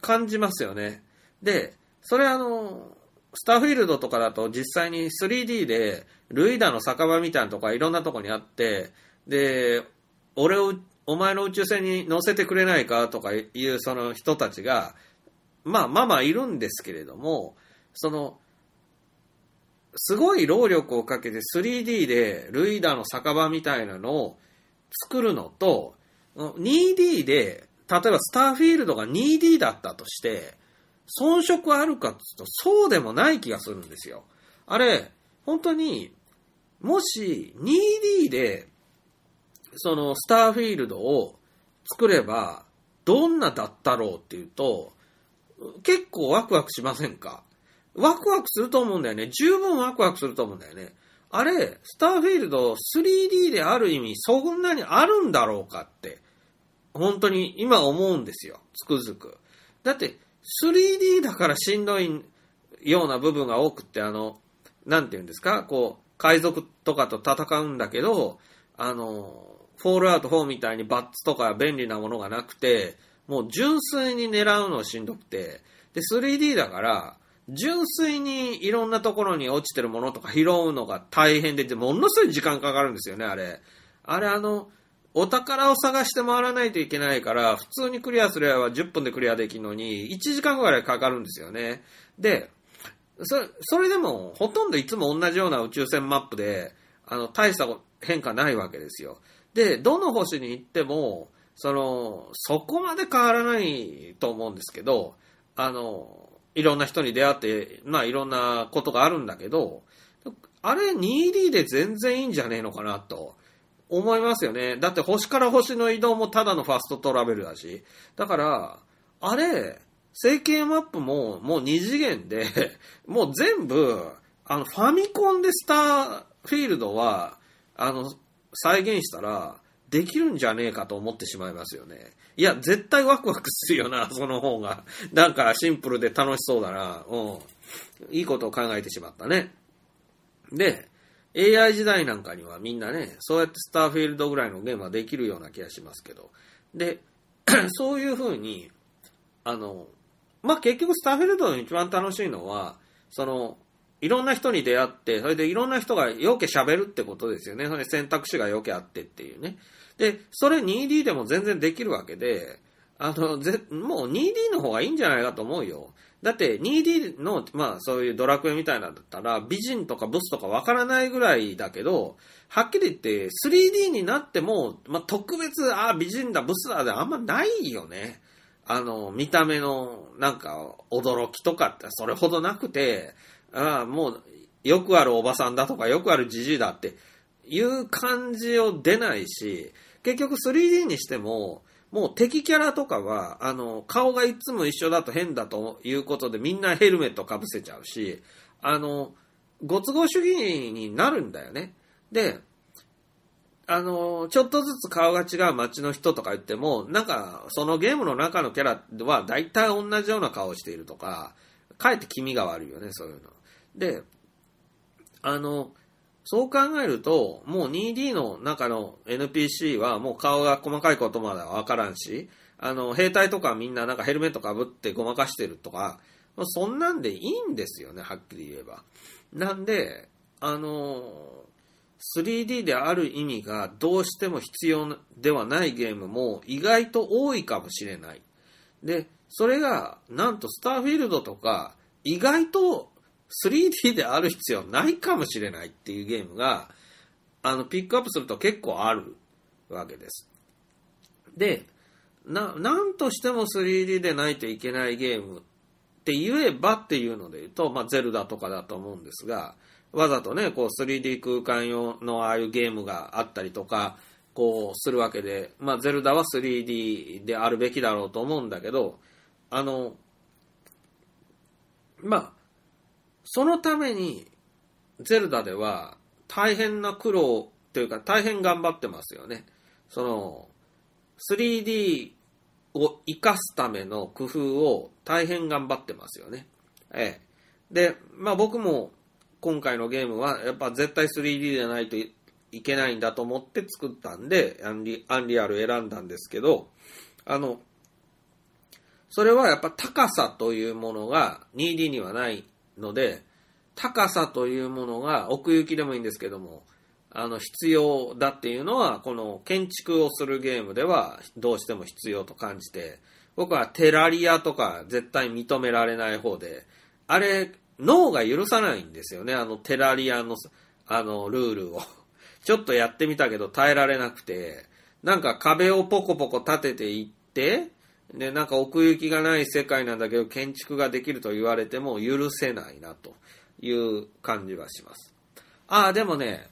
感じますよね。で、それあの、スターフィールドとかだと実際に スリーディー でルイダの酒場みたいなとこがいろんなとこにあって、で、俺を、お前の宇宙船に乗せてくれないかとかいうその人たちが、まあまあまあいるんですけれども、その、すごい労力をかけて スリーディー でルイダの酒場みたいなのを作るのと、ツーディー で、例えばスターフィールドが ツーディー だったとして、遜色あるかというとそうでもない気がするんですよ。あれ、本当に、もし ツーディー で、そのスターフィールドを作れば、どんなだったろうっていうと、結構ワクワクしませんか？ワクワクすると思うんだよね。十分ワクワクすると思うんだよね。あれ、スターフィールド スリーディー である意味、そんなにあるんだろうかって、本当に今思うんですよ。つくづく。だって、スリーディー だからしんどいような部分が多くって、あの、なんていうんですか、こう、海賊とかと戦うんだけど、あの、フォールアウトフォーみたいにバッツとか便利なものがなくて、もう純粋に狙うのしんどくて、で、スリーディー だから、純粋にいろんなところに落ちてるものとか拾うのが大変で、ものすごい時間かかるんですよね、あれ。あれ、あの、お宝を探して回らないといけないから、普通にクリアすればじゅっぷんでクリアできるのに、いちじかんぐらいかかるんですよね。で、それ、それでも、ほとんどいつも同じような宇宙船マップで、あの、大した変化ないわけですよ。で、どの星に行っても、その、そこまで変わらないと思うんですけど、あの、いろんな人に出会って、まあいろんなことがあるんだけど、あれ ツーディー で全然いいんじゃねえのかなと思いますよね。だって星から星の移動もただのファストトラベルだし。だから、あれ、成形マップももうに次元で、もう全部、あの、ファミコンでスターフィールドは、あの、再現したら、できるんじゃねえかと思ってしまいますよね。いや、絶対ワクワクするよな、その方が。なんかシンプルで楽しそうだな。うん。いいことを考えてしまったね。で、エーアイ 時代なんかにはみんなね、そうやってスターフィールドぐらいのゲームはできるような気がしますけど。で、そういう風に、あの、まあ、結局スターフィールドの一番楽しいのは、その、いろんな人に出会って、それでいろんな人がよけ喋るってことですよね。それで選択肢がよけあってっていうね。で、それ ツーディー でも全然できるわけで、あの、ぜ、もう ツーディー の方がいいんじゃないかと思うよ。だって ツーディー の、まあそういうドラクエみたいなのだったら、美人とかブスとかわからないぐらいだけど、はっきり言って スリーディー になっても、まあ特別、ああ、美人だ、ブスだであんまないよね。あの、見た目のなんか驚きとかってそれほどなくて、ああ、もうよくあるおばさんだとかよくあるじじいだっていう感じを出ないし、結局 スリーディー にしても、もう敵キャラとかは、あの、顔がいつも一緒だと変だということでみんなヘルメットかぶせちゃうし、あの、ご都合主義になるんだよね。で、あの、ちょっとずつ顔が違う街の人とか言っても、なんか、そのゲームの中のキャラは大体同じような顔をしているとか、かえって気味が悪いよね、そういうの。で、あの、そう考えると、もう ツーディー の中の エヌピーシー はもう顔が細かいことまではわからんし、あの、兵隊とかみんななんかヘルメットかぶってごまかしてるとか、そんなんでいいんですよね、はっきり言えば。なんで、あの、スリーディー である意味がどうしても必要ではないゲームも意外と多いかもしれない。で、それが、なんとスターフィールドとか、意外とスリーディー である必要ないかもしれないっていうゲームが、あの、ピックアップすると結構あるわけです。で、な、なんとしても スリーディー でないといけないゲームって言えばっていうので言うと、まあ、ゼルダとかだと思うんですが、わざとね、こう スリーディー 空間用のああいうゲームがあったりとか、こうするわけで、まあ、ゼルダは スリーディー であるべきだろうと思うんだけど、あの、まあ、そのために、ゼルダでは大変な苦労というか大変頑張ってますよね。その、スリーディー を活かすための工夫を大変頑張ってますよね。ええ。で、まあ僕も今回のゲームはやっぱ絶対 スリーディー じゃないといけないんだと思って作ったんで、アンリ、アンリアル選んだんですけど、あの、 それはやっぱ高さというものが ツーディー にはないので、高さというものが奥行きでもいいんですけども、あの必要だっていうのはこの建築をするゲームではどうしても必要と感じて、僕はテラリアとか絶対認められない方で、あれ脳が許さないんですよね、あのテラリアのあのルールをちょっとやってみたけど耐えられなくて、なんか壁をポコポコ立てていってで、なんか奥行きがない世界なんだけど建築ができると言われても許せないなという感じはします。ああ、でもね、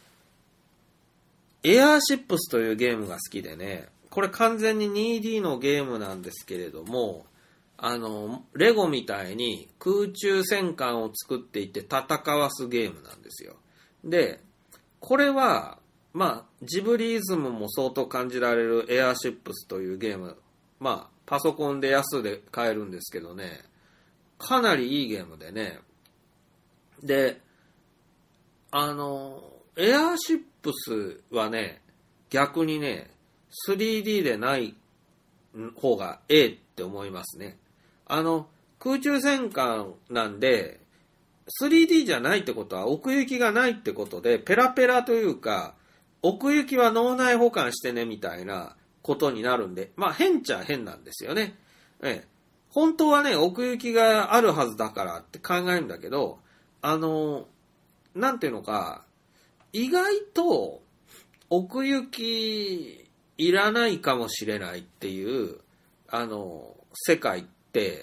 エアーシップスというゲームが好きでね、これ完全に ツーディー のゲームなんですけれども、あの、レゴみたいに空中戦艦を作っていって戦わすゲームなんですよ。で、これは、まあ、ジブリイズムも相当感じられるエアーシップスというゲーム、まあ、パソコンで安で買えるんですけどね、かなりいいゲームでね、で、あの、エアーシップスはね、逆にね、スリーディー でない方がええって思いますね。あの、空中戦艦なんで、スリーディー じゃないってことは奥行きがないってことで、ペラペラというか、奥行きは脳内保管してねみたいなことになるんで、まあ変っちゃ変なんですよね。ええ、本当はね、奥行きがあるはずだからって考えるんだけど、あの、なんていうのか、意外と奥行きいらないかもしれないっていう、あの、世界って、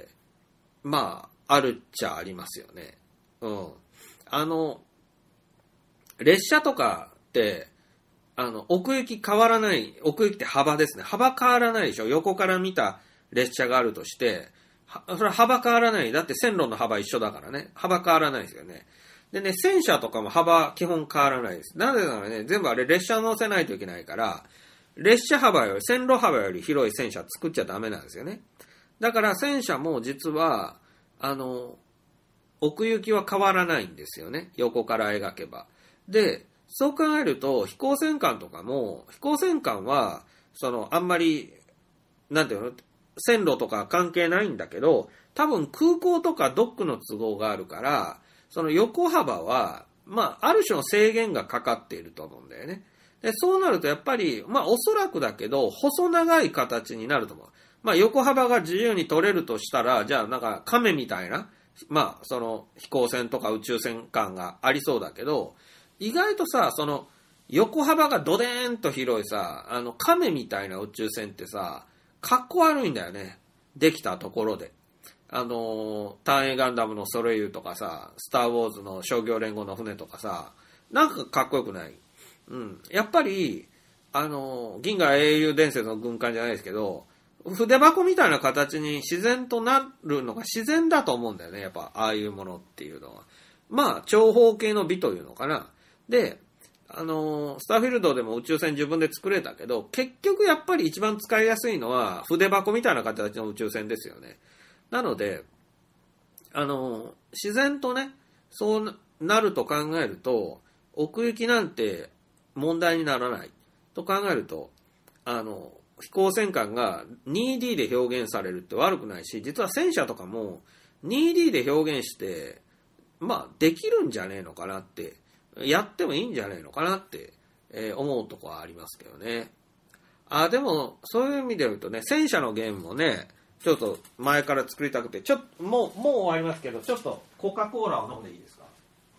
まあ、あるっちゃありますよね。うん。あの、列車とかって、あの、奥行き変わらない、奥行きって幅ですね。幅変わらないでしょ。横から見た列車があるとして、それは幅変わらない。だって線路の幅一緒だからね。幅変わらないですよね。でね、戦車とかも幅基本変わらないです。なぜならね、全部あれ列車乗せないといけないから、列車幅より、線路幅より広い戦車作っちゃダメなんですよね。だから戦車も実は、あの、奥行きは変わらないんですよね。横から描けば。で、そう考えると、飛行戦艦とかも、飛行戦艦は、その、あんまり、なんていうの、線路とか関係ないんだけど、多分空港とかドックの都合があるから、その横幅は、まあ、ある種の制限がかかっていると思うんだよね。で、そうなるとやっぱり、まあ、おそらくだけど、細長い形になると思う。まあ、横幅が自由に取れるとしたら、じゃあなんか亀みたいな、まあ、その飛行船とか宇宙船艦がありそうだけど、意外とさ、その横幅がドデーンと広いさ、あの亀みたいな宇宙船ってさ、かっこ悪いんだよね。できたところで。あの、単影ガンダムのソレイユとかさ、スターウォーズの商業連合の船とかさ、なんかかっこよくない。うん。やっぱり、あの、銀河英雄伝説の軍艦じゃないですけど、筆箱みたいな形に自然となるのが自然だと思うんだよね。やっぱ、ああいうものっていうのは。まあ、長方形の美というのかな。で、あの、スターフィールドでも宇宙船自分で作れたけど、結局やっぱり一番使いやすいのは筆箱みたいな形の宇宙船ですよね。なので、あの、自然とね、そうなると考えると、奥行きなんて問題にならないと考えると、あの、飛行戦艦が ツーディー で表現されるって悪くないし、実は戦車とかも ツーディー で表現して、まあ、できるんじゃねえのかなって、やってもいいんじゃねえのかなって、えー、思うとこはありますけどね。あ、でも、そういう意味で言うとね、戦車のゲームもね、ちょっと前から作りたくて、ちょっと、もう、もう終わりますけど、ちょっとコカ・コーラを飲んでいいですか？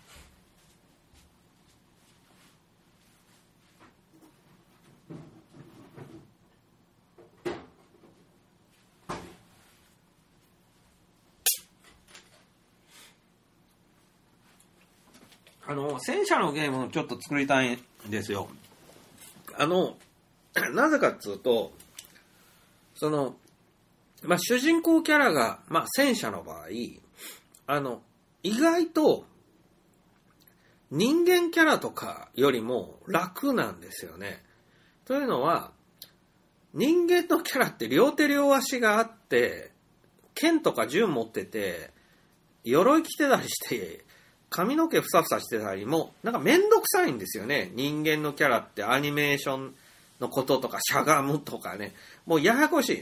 あの、戦車のゲームをちょっと作りたいんですよ。あの、なぜかっつうと、その、まあ、主人公キャラが、まあ、戦車の場合、あの、意外と、人間キャラとかよりも楽なんですよね。というのは、人間のキャラって両手両足があって、剣とか銃持ってて、鎧着てたりして、髪の毛ふさふさしてたりも、なんかめんどくさいんですよね。人間のキャラってアニメーションのこととかしゃがむとかね。もうややこしい。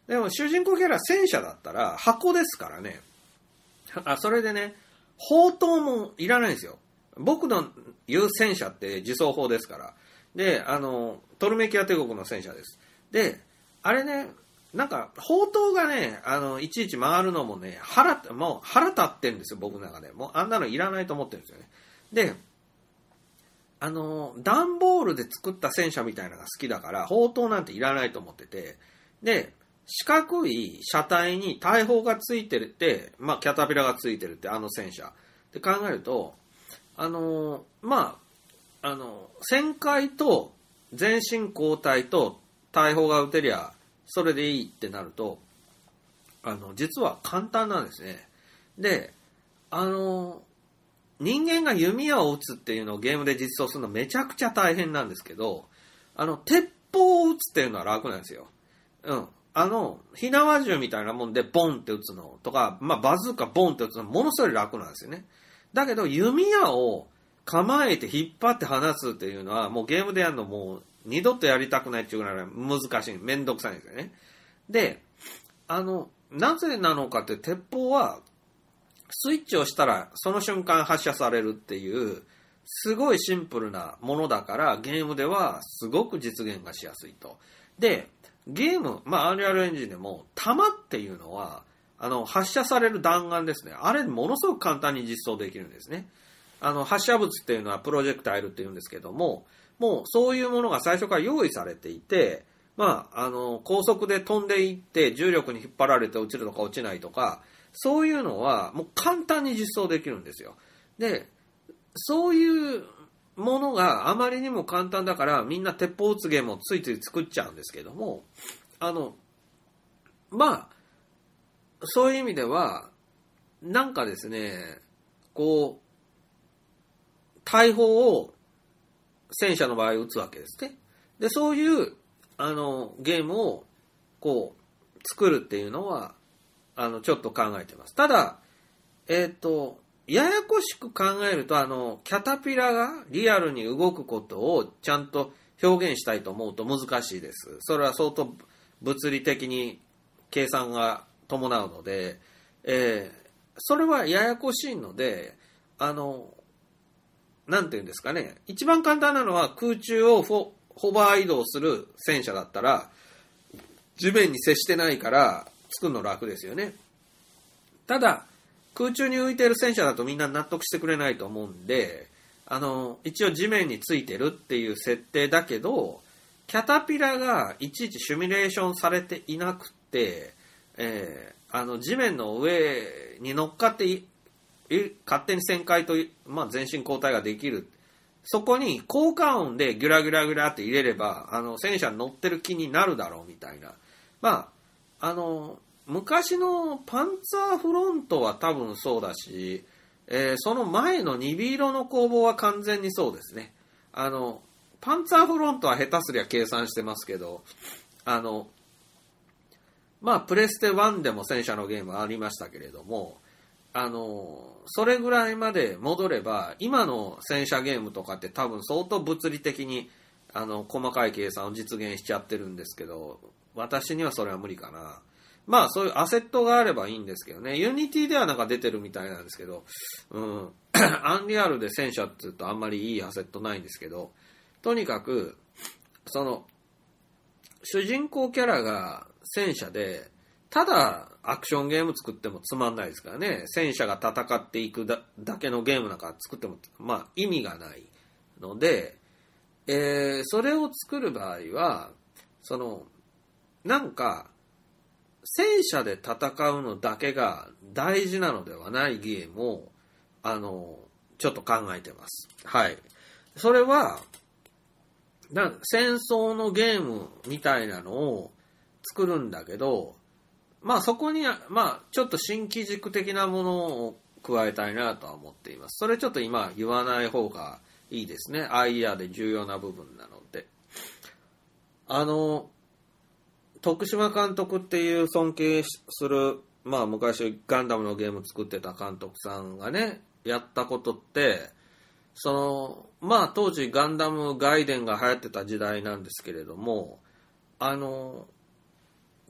でも主人公キャラ戦車だったら箱ですからね。あ、それでね、砲塔もいらないんですよ。僕の言う戦車って自走砲ですから。で、あの、トルメキア帝国の戦車です。で、あれね、なんか、砲塔がね、あの、いちいち回るのもね、腹、もう腹立ってんですよ、僕の中で。もうあんなのいらないと思ってるんですよね。で、あの、段ボールで作った戦車みたいなのが好きだから、砲塔なんていらないと思ってて、で、四角い車体に大砲がついてるって、まあ、キャタピラがついてるって、あの戦車。って考えると、あの、まあ、あの、旋回と前進交代と大砲が撃てりゃ、それでいいってなると、あの、実は簡単なんですね。で、あの、人間が弓矢を撃つっていうのをゲームで実装するのめちゃくちゃ大変なんですけど、あの、鉄砲を撃つっていうのは楽なんですよ。うん。あの、火縄銃みたいなもんでボンって撃つのとか、まあ、バズーカボンって撃つのものすごい楽なんですよね。だけど、弓矢を構えて引っ張って放つっていうのは、もうゲームでやるのもう二度とやりたくないっていうぐらい難しい、めんどくさいんですよね。で、あの、なぜなのかって、鉄砲は、スイッチをしたらその瞬間発射されるっていう、すごいシンプルなものだから、ゲームではすごく実現がしやすいと。で、ゲーム、まあ、アンリアルエンジンでも、弾っていうのは、あの、発射される弾丸ですね。あれ、ものすごく簡単に実装できるんですね。あの、発射物っていうのはプロジェクタイルっていうんですけども、もうそういうものが最初から用意されていて、まあ、あの、高速で飛んでいって、重力に引っ張られて落ちるとか落ちないとか、そういうのはもう簡単に実装できるんですよ。で、そういうものがあまりにも簡単だから、みんな鉄砲撃つゲームをついつい作っちゃうんですけども、あの、まあ、そういう意味では、なんかですね、こう、大砲を戦車の場合撃つわけですね。で、そういう、あの、ゲームを、こう、作るっていうのは、あの、ちょっと考えてます。ただ、えっと、ややこしく考えると、あの、キャタピラがリアルに動くことをちゃんと表現したいと思うと難しいです。それは相当物理的に計算が伴うので、えー、それはややこしいので、あの、なんていうんですかね、一番簡単なのは空中をホバー移動する戦車だったら、地面に接してないから作るの楽ですよね。ただ、空中に浮いている戦車だとみんな納得してくれないと思うんで、あの、一応地面についてるっていう設定だけど、キャタピラがいちいちシミュレーションされていなくて、えー、あの、地面の上に乗っかって勝手に旋回と、まあ、前進交代ができる。そこに効果音でギュラギュラギュラって入れれば、あの、戦車に乗ってる気になるだろうみたいな。まあ、あの、昔のパンツァーフロントは多分そうだし、えー、その前のニビ色の攻防は完全にそうですね。あの、パンツァーフロントは下手すりゃ計算してますけど、あの、まあ、プレステワンでも戦車のゲームありましたけれども、あの、それぐらいまで戻れば、今の戦車ゲームとかって多分相当物理的に、あの、細かい計算を実現しちゃってるんですけど、私にはそれは無理かな。まあ、そういうアセットがあればいいんですけどね。ユニティではなんか出てるみたいなんですけど、うん、アンリアルで戦車って言うとあんまりいいアセットないんですけど、とにかく、その、主人公キャラが戦車で、ただアクションゲーム作ってもつまんないですからね。戦車が戦っていく だ, だけのゲームなんか作っても、まあ、意味がないので、えー、それを作る場合は、その、なんか、戦車で戦うのだけが大事なのではないゲームを、あの、ちょっと考えてます。はい。それは、なん戦争のゲームみたいなのを作るんだけど、まあそこに、まあちょっと新機軸的なものを加えたいなとは思っています。それちょっと今言わない方がいいですね。アイデアで重要な部分なので。あの、徳島監督っていう尊敬する、まあ昔ガンダムのゲーム作ってた監督さんがね、やったことって、その、まあ当時ガンダムガイデンが流行ってた時代なんですけれども、あの、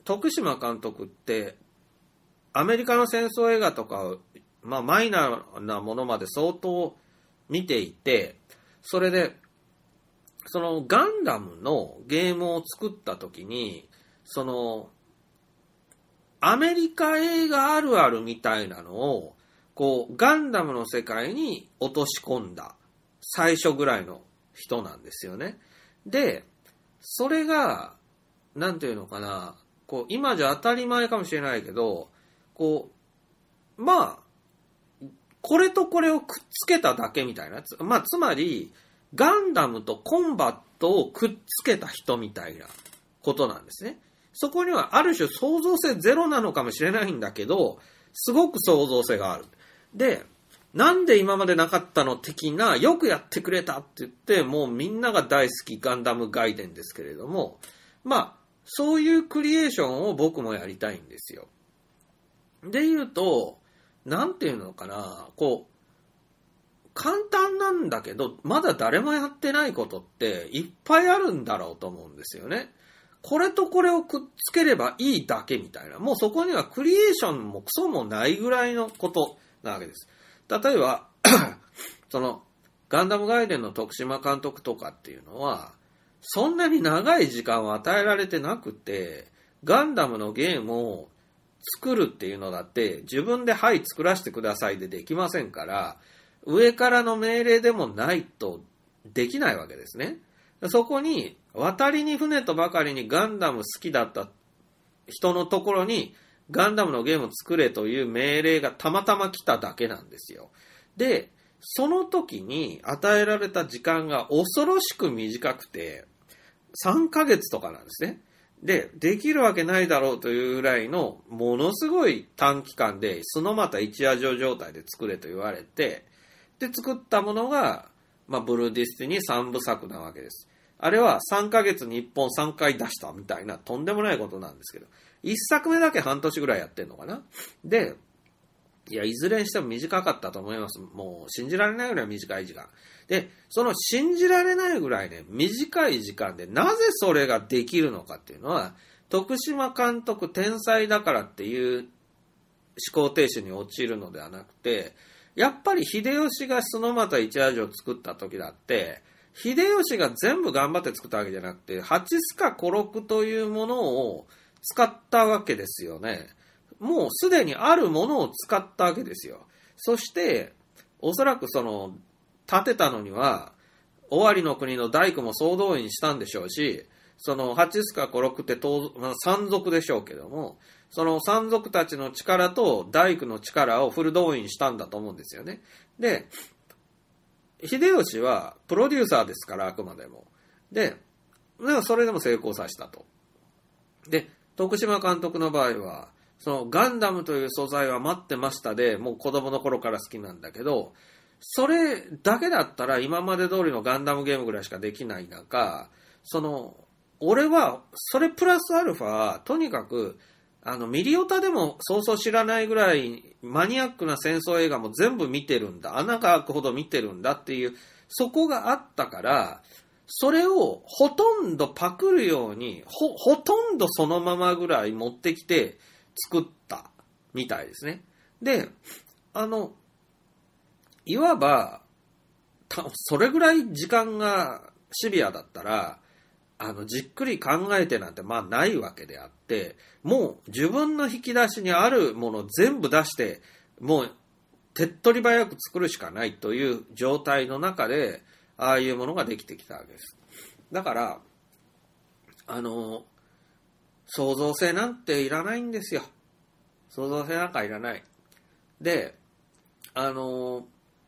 徳島監督ってアメリカの戦争映画とか、まあ、マイナーなものまで相当見ていて、それでそのガンダムのゲームを作った時に、そのアメリカ映画あるあるみたいなのをこうガンダムの世界に落とし込んだ最初ぐらいの人なんですよね。で、それがなんていうのかな、こう今じゃ当たり前かもしれないけど、こうまあこれとこれをくっつけただけみたいな、まあつまりガンダムとコンバットをくっつけた人みたいなことなんですね。そこにはある種創造性ゼロなのかもしれないんだけど、すごく創造性がある。で、なんで今までなかったの的な、よくやってくれたって言って、もうみんなが大好きガンダムガイデンですけれども、まあ、そういうクリエーションを僕もやりたいんですよ。で言うと、なんていうのかな、こう、簡単なんだけど、まだ誰もやってないことっていっぱいあるんだろうと思うんですよね。これとこれをくっつければいいだけみたいな。もうそこにはクリエーションもクソもないぐらいのことなわけです。例えば、その、ガンダムガイデンの徳島監督とかっていうのは、そんなに長い時間を与えられてなくて、ガンダムのゲームを作るっていうのだって、自分ではい作らせてくださいでできませんから、上からの命令でもないとできないわけですね。そこに、渡りに船とばかりにガンダム好きだった人のところに、ガンダムのゲームを作れという命令がたまたま来ただけなんですよ。で、その時に与えられた時間が恐ろしく短くて、さんかげつとかなんですね。で、できるわけないだろうというぐらいのものすごい短期間で、そのまた一夜城状態で作れと言われて、で、作ったものが、まあ、ブルーディスティニーさんぶさくなわけです。あれはさんかげつにいっぽんさんかい出したみたいなとんでもないことなんですけど、いっさくめだけ半年ぐらいやってんのかな。で、いや、いずれにしても短かったと思います。もう信じられないぐらい短い時間。で、その信じられないぐらいね、短い時間でなぜそれができるのかっていうのは、徳島監督天才だからっていう思考停止に陥るのではなくて、やっぱり秀吉が須又一夜城を作った時だって、秀吉が全部頑張って作ったわけじゃなくて、八須賀小六というものを使ったわけですよね。もうすでにあるものを使ったわけですよ。そして、おそらくその、建てたのには、尾張の国の大工も総動員したんでしょうし、その八須賀小六って当、まあ、山賊でしょうけども、その山賊たちの力と大工の力をフル動員したんだと思うんですよね。で、秀吉はプロデューサーですから、あくまでも。で、でもそれでも成功させたと。で、徳島監督の場合は、そのガンダムという素材は待ってましたで、もう子供の頃から好きなんだけど、それだけだったら今まで通りのガンダムゲームぐらいしかできない中、その、俺はそれプラスアルファ、とにかく、あの、ミリオタでもそうそう知らないぐらいマニアックな戦争映画も全部見てるんだ。穴が開くほど見てるんだっていう、そこがあったから、それをほとんどパクるように、ほ、ほとんどそのままぐらい持ってきて作ったみたいですね。で、あの、いわば、たそれぐらい時間がシビアだったら、あの、じっくり考えてなんてまあないわけであって、もう自分の引き出しにあるものを全部出して、もう手っ取り早く作るしかないという状態の中で、ああいうものができてきたわけです。だから、あの、創造性なんていらないんですよ。創造性なんかいらない。で、あの、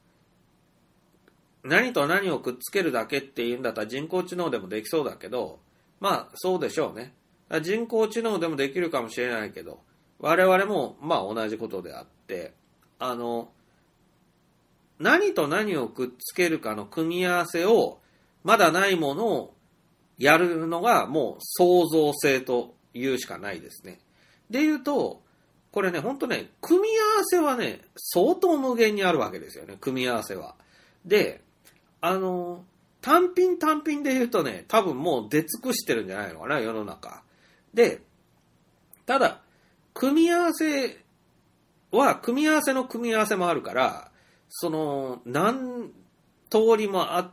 何と何をくっつけるだけっていうんだったら人工知能でもできそうだけど、まあそうでしょうね。人工知能でもできるかもしれないけど、我々もまあ同じことであって、あの、何と何をくっつけるかの組み合わせを、まだないものをやるのがもう創造性というしかないですね。で言うと、これね、ほんとね、組み合わせはね、相当無限にあるわけですよね、組み合わせは。で、あの、単品単品で言うとね、多分もう出尽くしてるんじゃないのかな、世の中。で、 ただ、組み合わせは、組み合わせの組み合わせもあるから、その、何通りもあって、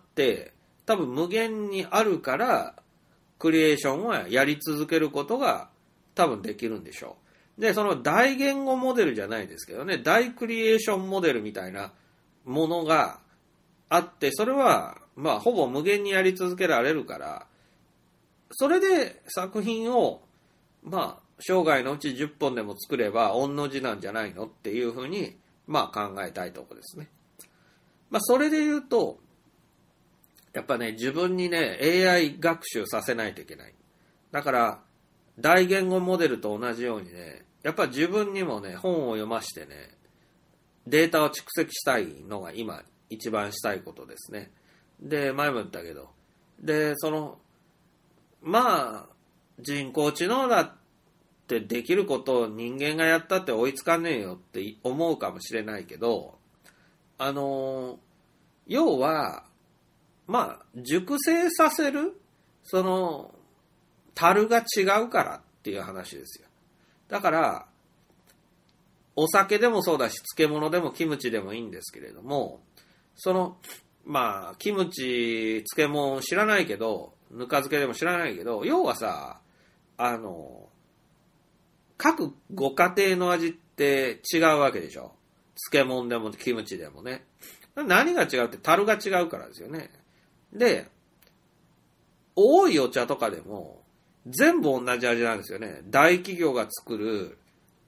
多分無限にあるから、クリエーションはやり続けることが多分できるんでしょう。で、その大言語モデルじゃないですけどね、大クリエーションモデルみたいなものがあって、それは、まあ、ほぼ無限にやり続けられるから、それで作品を、まあ、生涯のうちじゅっぽんでも作れば、御の字なんじゃないのっていうふうに、まあ考えたいところですね。まあ、それで言うと、やっぱね、自分にね、エーアイ 学習させないといけない。だから、大言語モデルと同じようにね、やっぱ自分にもね、本を読ましてね、データを蓄積したいのが今、一番したいことですね。で、前も言ったけど、で、その、まあ、人工知能だってできることを人間がやったって追いつかねえよって思うかもしれないけど、あの、要は、まあ、熟成させる、その、樽が違うからっていう話ですよ。だから、お酒でもそうだし、漬物でもキムチでもいいんですけれども、その、まあ、キムチ、漬物知らないけど、ぬか漬けでも知らないけど、要はさ、あの、各ご家庭の味って違うわけでしょ。漬物でもキムチでもね。何が違うって樽が違うからですよね。で、多いお茶とかでも全部同じ味なんですよね。大企業が作る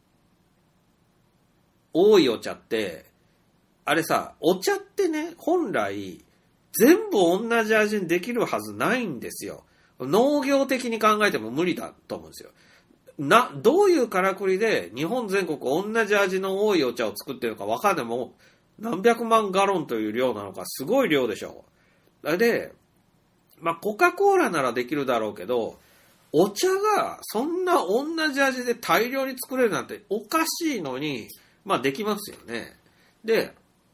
多いお茶って、あれさ、お茶ってね、本来全部同じ味にできるはずないんですよ。農業的に考えても無理だと思うんですよ。な、どういうからくりで日本全国同じ味の多いお茶を作ってるのか分かんでも何百万ガロンという量なのかすごい量でしょ。で、まあコカ・コーラならできるだろうけど、お茶がそんな同じ味で大量に作れるなんておかしいのに、まあできますよね。で、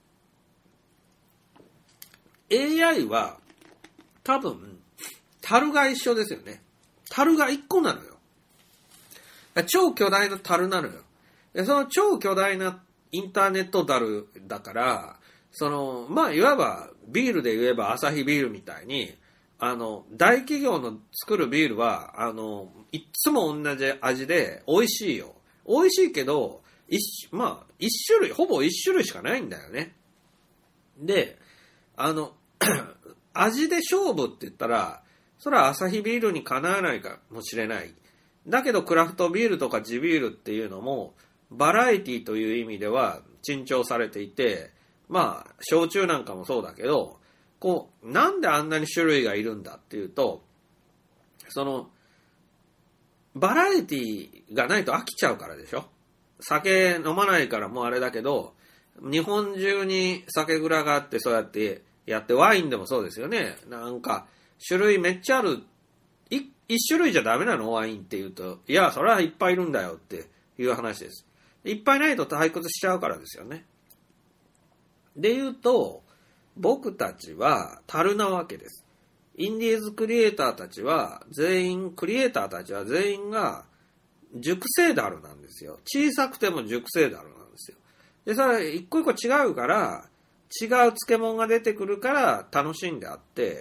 エーアイ は多分樽が一緒ですよね。樽が一個なのよ。超巨大な樽なのよ。で、その超巨大なインターネット樽だから、その、まあ、いわばビールで言えばアサヒビールみたいに、あの、大企業の作るビールは、あの、いっつも同じ味で美味しいよ。美味しいけど、一、まあ、一種類、ほぼ一種類しかないんだよね。で、あの、味で勝負って言ったら、それはアサヒビールにかなわないかもしれない。だけどクラフトビールとか地ビールっていうのもバラエティという意味では珍重されていて、まあ焼酎なんかもそうだけど、こうなんであんなに種類がいるんだっていうと、そのバラエティがないと飽きちゃうからでしょ。酒飲まないからもうあれだけど、日本中に酒蔵があってそうやってやって、ワインでもそうですよね。なんか種類めっちゃある。一種類じゃダメなのワインって言うと、いや、それはいっぱいいるんだよっていう話です。いっぱいないと退屈しちゃうからですよね。で言うと、僕たちは樽なわけです。インディーズクリエイターたちは全員、クリエイターたちは全員が熟成樽なんですよ。小さくても熟成樽なんですよ。で、それ一個一個違うから、違う漬物が出てくるから楽しんであって、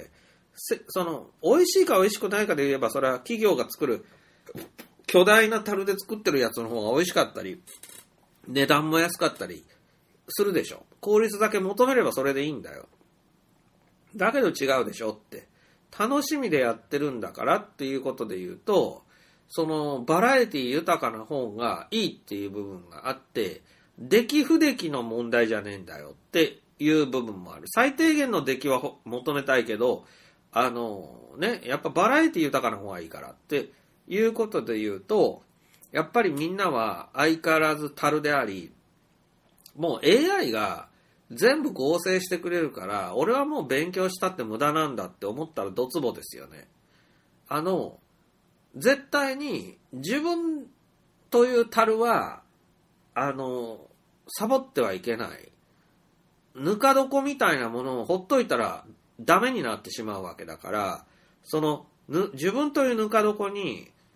その美味しいか美味しくないかで言えば、それは企業が作る巨大な樽で作ってるやつの方が美味しかったり値段も安かったりするでしょ。効率だけ求めればそれでいいんだよ。だけど違うでしょって、楽しみでやってるんだからっていうことで言うと、そのバラエティ豊かな方がいいっていう部分があって、出来不出来の問題じゃねえんだよっていう部分もある。最低限の出来は求めたいけど、あのね、やっぱバラエティ豊かな方がいいからっていうことで言うと、やっぱりみんなは相変わらず樽であり、もう エーアイ が全部合成してくれるから、俺はもう勉強したって無駄なんだって思ったらドツボですよね。あの、絶対に自分という樽は、あの、サボってはいけない。ぬか床みたいなものをほっといたらダメになってしまうわけだから、そのぬ自分というぬか床に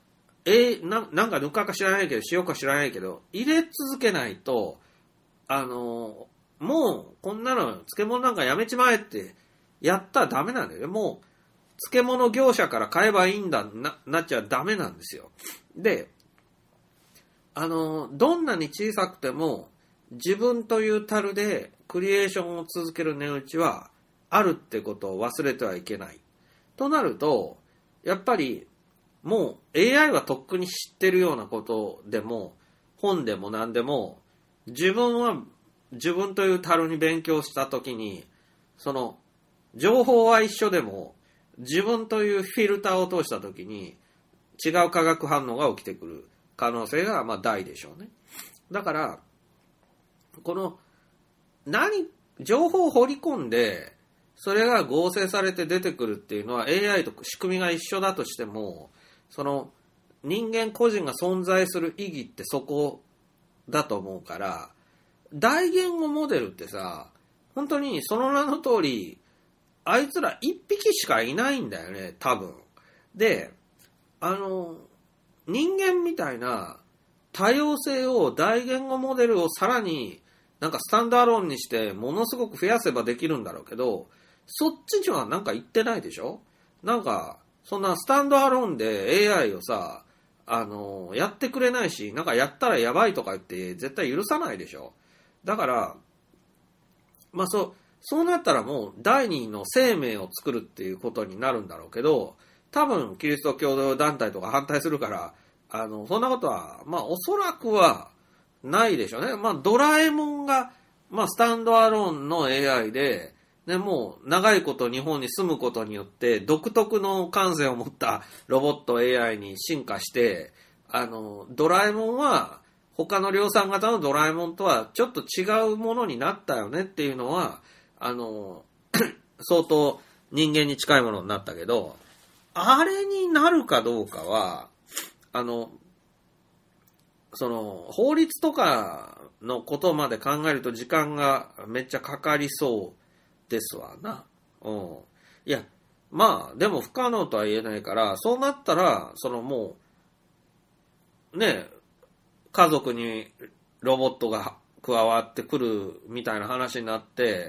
えー、な, なんかぬかか知らないけど塩か知らないけど入れ続けないとあのもうこんなの漬物なんかやめちまえってやったらダメなんだよね。もう漬物業者から買えばいいんだ な, なっちゃダメなんですよ。であのどんなに小さくても自分という樽でクリエーションを続ける値打ちはあるってことを忘れてはいけないとなると、やっぱりもう エーアイ はとっくに知ってるようなことでも本でも何でも自分は自分という樽に勉強したときにその情報は一緒でも自分というフィルターを通したときに違う化学反応が起きてくる可能性がまあ大でしょうね。だからこの何情報を掘り込んでそれが合成されて出てくるっていうのは エーアイ と仕組みが一緒だとしてもその人間個人が存在する意義ってそこだと思うから、大言語モデルってさ本当にその名の通りあいつら一匹しかいないんだよね多分。であの人間みたいな多様性を大言語モデルをさらになんかスタンドアローンにしてものすごく増やせばできるんだろうけど、そっちにはなんか言ってないでしょ。なんかそんなスタンドアローンで エーアイ をさあのやってくれないし、なんかやったらやばいとか言って絶対許さないでしょ。だからまあそうそうなったらもう第二の生命を作るっていうことになるんだろうけど、多分キリスト教団体とか反対するからあのそんなことはまあおそらくはないでしょうね。まあドラえもんがまあスタンドアローンの エーアイ でね、もう長いこと日本に住むことによって独特の感性を持ったロボット エーアイ に進化して、あのドラえもんは他の量産型のドラえもんとはちょっと違うものになったよねっていうのはあの相当人間に近いものになったけど、あれになるかどうかはあのその法律とかのことまで考えると時間がめっちゃかかりそうですわな。うん。いや、まあ、でも不可能とは言えないから、そうなったら、そのもう、ね、家族にロボットが加わってくるみたいな話になって、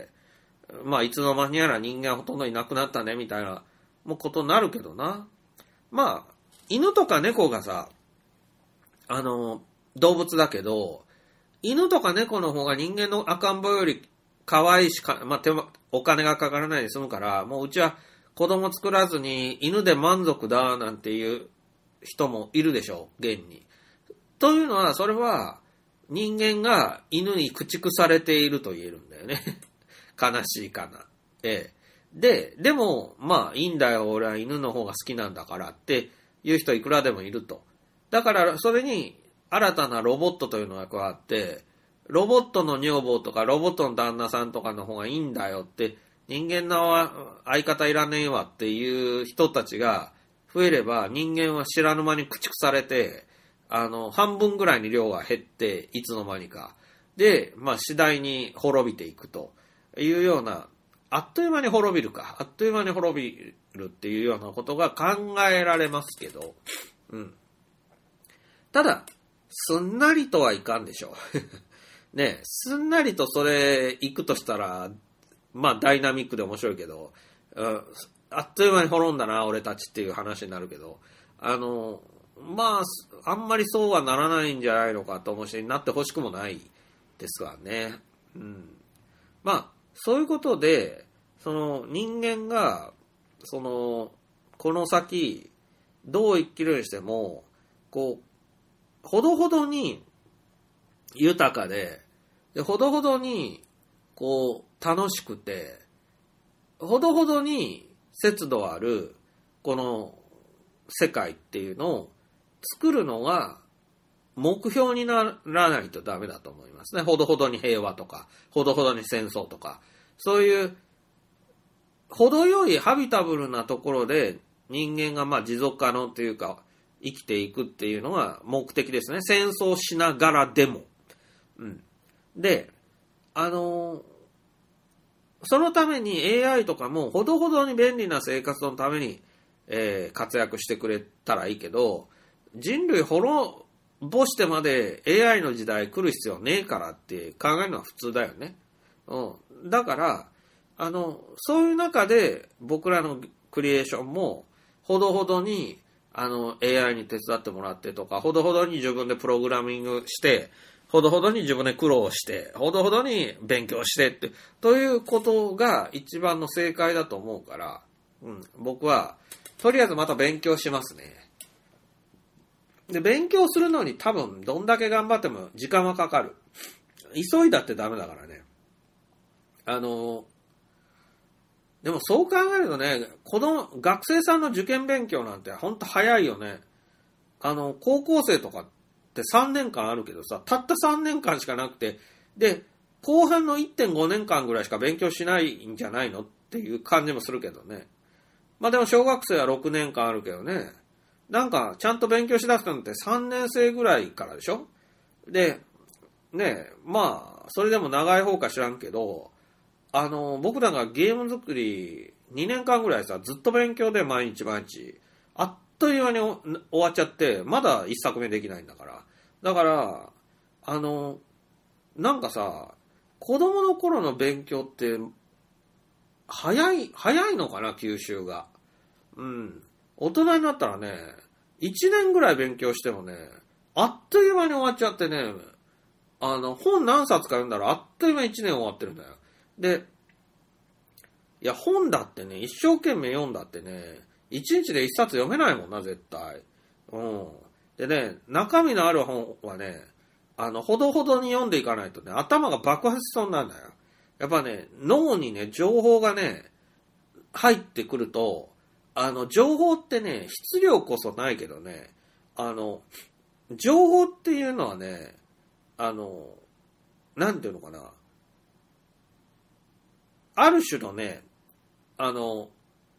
まあ、いつの間にやら人間ほとんどいなくなったね、みたいな、もうことになるけどな。まあ、犬とか猫がさ、あの、動物だけど、犬とか猫の方が人間の赤ん坊より可愛いしか、まあ、手間、お金がかからないで済むから、もううちは子供作らずに犬で満足だなんていう人もいるでしょう、現に。というのは、それは人間が犬に駆逐されていると言えるんだよね。悲しいかな。ええ。で、でも、まあいいんだよ、俺は犬の方が好きなんだからっていう人いくらでもいると。だから、それに新たなロボットというのが加わって、ロボットの女房とかロボットの旦那さんとかの方がいいんだよって人間の相方いらねえわっていう人たちが増えれば人間は知らぬ間に駆逐されてあの半分ぐらいに量が減っていつの間にかでまあ次第に滅びていくというようなあっという間に滅びるかあっという間に滅びるっていうようなことが考えられますけど、うん、ただすんなりとはいかんでしょう。ね、すんなりとそれ行くとしたら、まあダイナミックで面白いけど、うん、あっという間に滅んだな、俺たちっていう話になるけど、あの、まあ、あんまりそうはならないんじゃないのかと思うし、なってほしくもないですわね。うん。まあ、そういうことで、その人間が、その、この先、どう生きるにしても、こう、ほどほどに豊かで、で、ほどほどに、こう、楽しくて、ほどほどに節度ある、この世界っていうのを作るのが目標にならないとダメだと思いますね。ほどほどに平和とか、ほどほどに戦争とか、そういう、程よいハビタブルなところで人間がまあ持続可能というか、生きていくっていうのが目的ですね。戦争しながらでも。うん。で、あのー、そのために エーアイ とかもほどほどに便利な生活のために、えー、活躍してくれたらいいけど、 人類滅ぼしてまで エーアイ の時代来る必要ねえからって考えるのは普通だよね。うん。だから、あの、そういう中で僕らのクリエーションもほどほどにあの エーアイ に手伝ってもらってとか、ほどほどに自分でプログラミングして、ほどほどに自分で苦労して、ほどほどに勉強してって、ということが一番の正解だと思うから、うん、僕は、とりあえずまた勉強しますね。で、勉強するのに多分、どんだけ頑張っても時間はかかる。急いだってダメだからね。あの、でもそう考えるとね、この学生さんの受験勉強なんてほんと早いよね。あの、高校生とかってさんねんかんあるけどさ、たったさんねんかんしかなくて、で、後半の いってんごねんかんぐらいしか勉強しないんじゃないのっていう感じもするけどね。まあでも小学生はろくねんかんあるけどね。なんかちゃんと勉強しだすのってさんねん生ぐらいからでしょ。で、ね、まあ、それでも長い方か知らんけど、あの、僕らがゲーム作りにねんかんぐらいさ、ずっと勉強で毎日毎日、あっという間に終わっちゃって、まだ一作目できないんだから。だから、あの、なんかさ、子供の頃の勉強って、早い、早いのかな、吸収が。うん。大人になったらね、いちねんぐらい勉強してもね、あっという間に終わっちゃってね、あの、本何冊か読んだらあっという間にいちねん終わってるんだよ。で、いや、本だってね、一生懸命読んだってね、一日で一冊読めないもんな、絶対。うん。でね、中身のある本はね、あの、ほどほどに読んでいかないとね、頭が爆発しそうになるんだよ。やっぱね、脳にね、情報がね、入ってくると、あの、情報ってね、質量こそないけどね、あの、情報っていうのはね、あの、なんていうのかな、ある種のね、あの、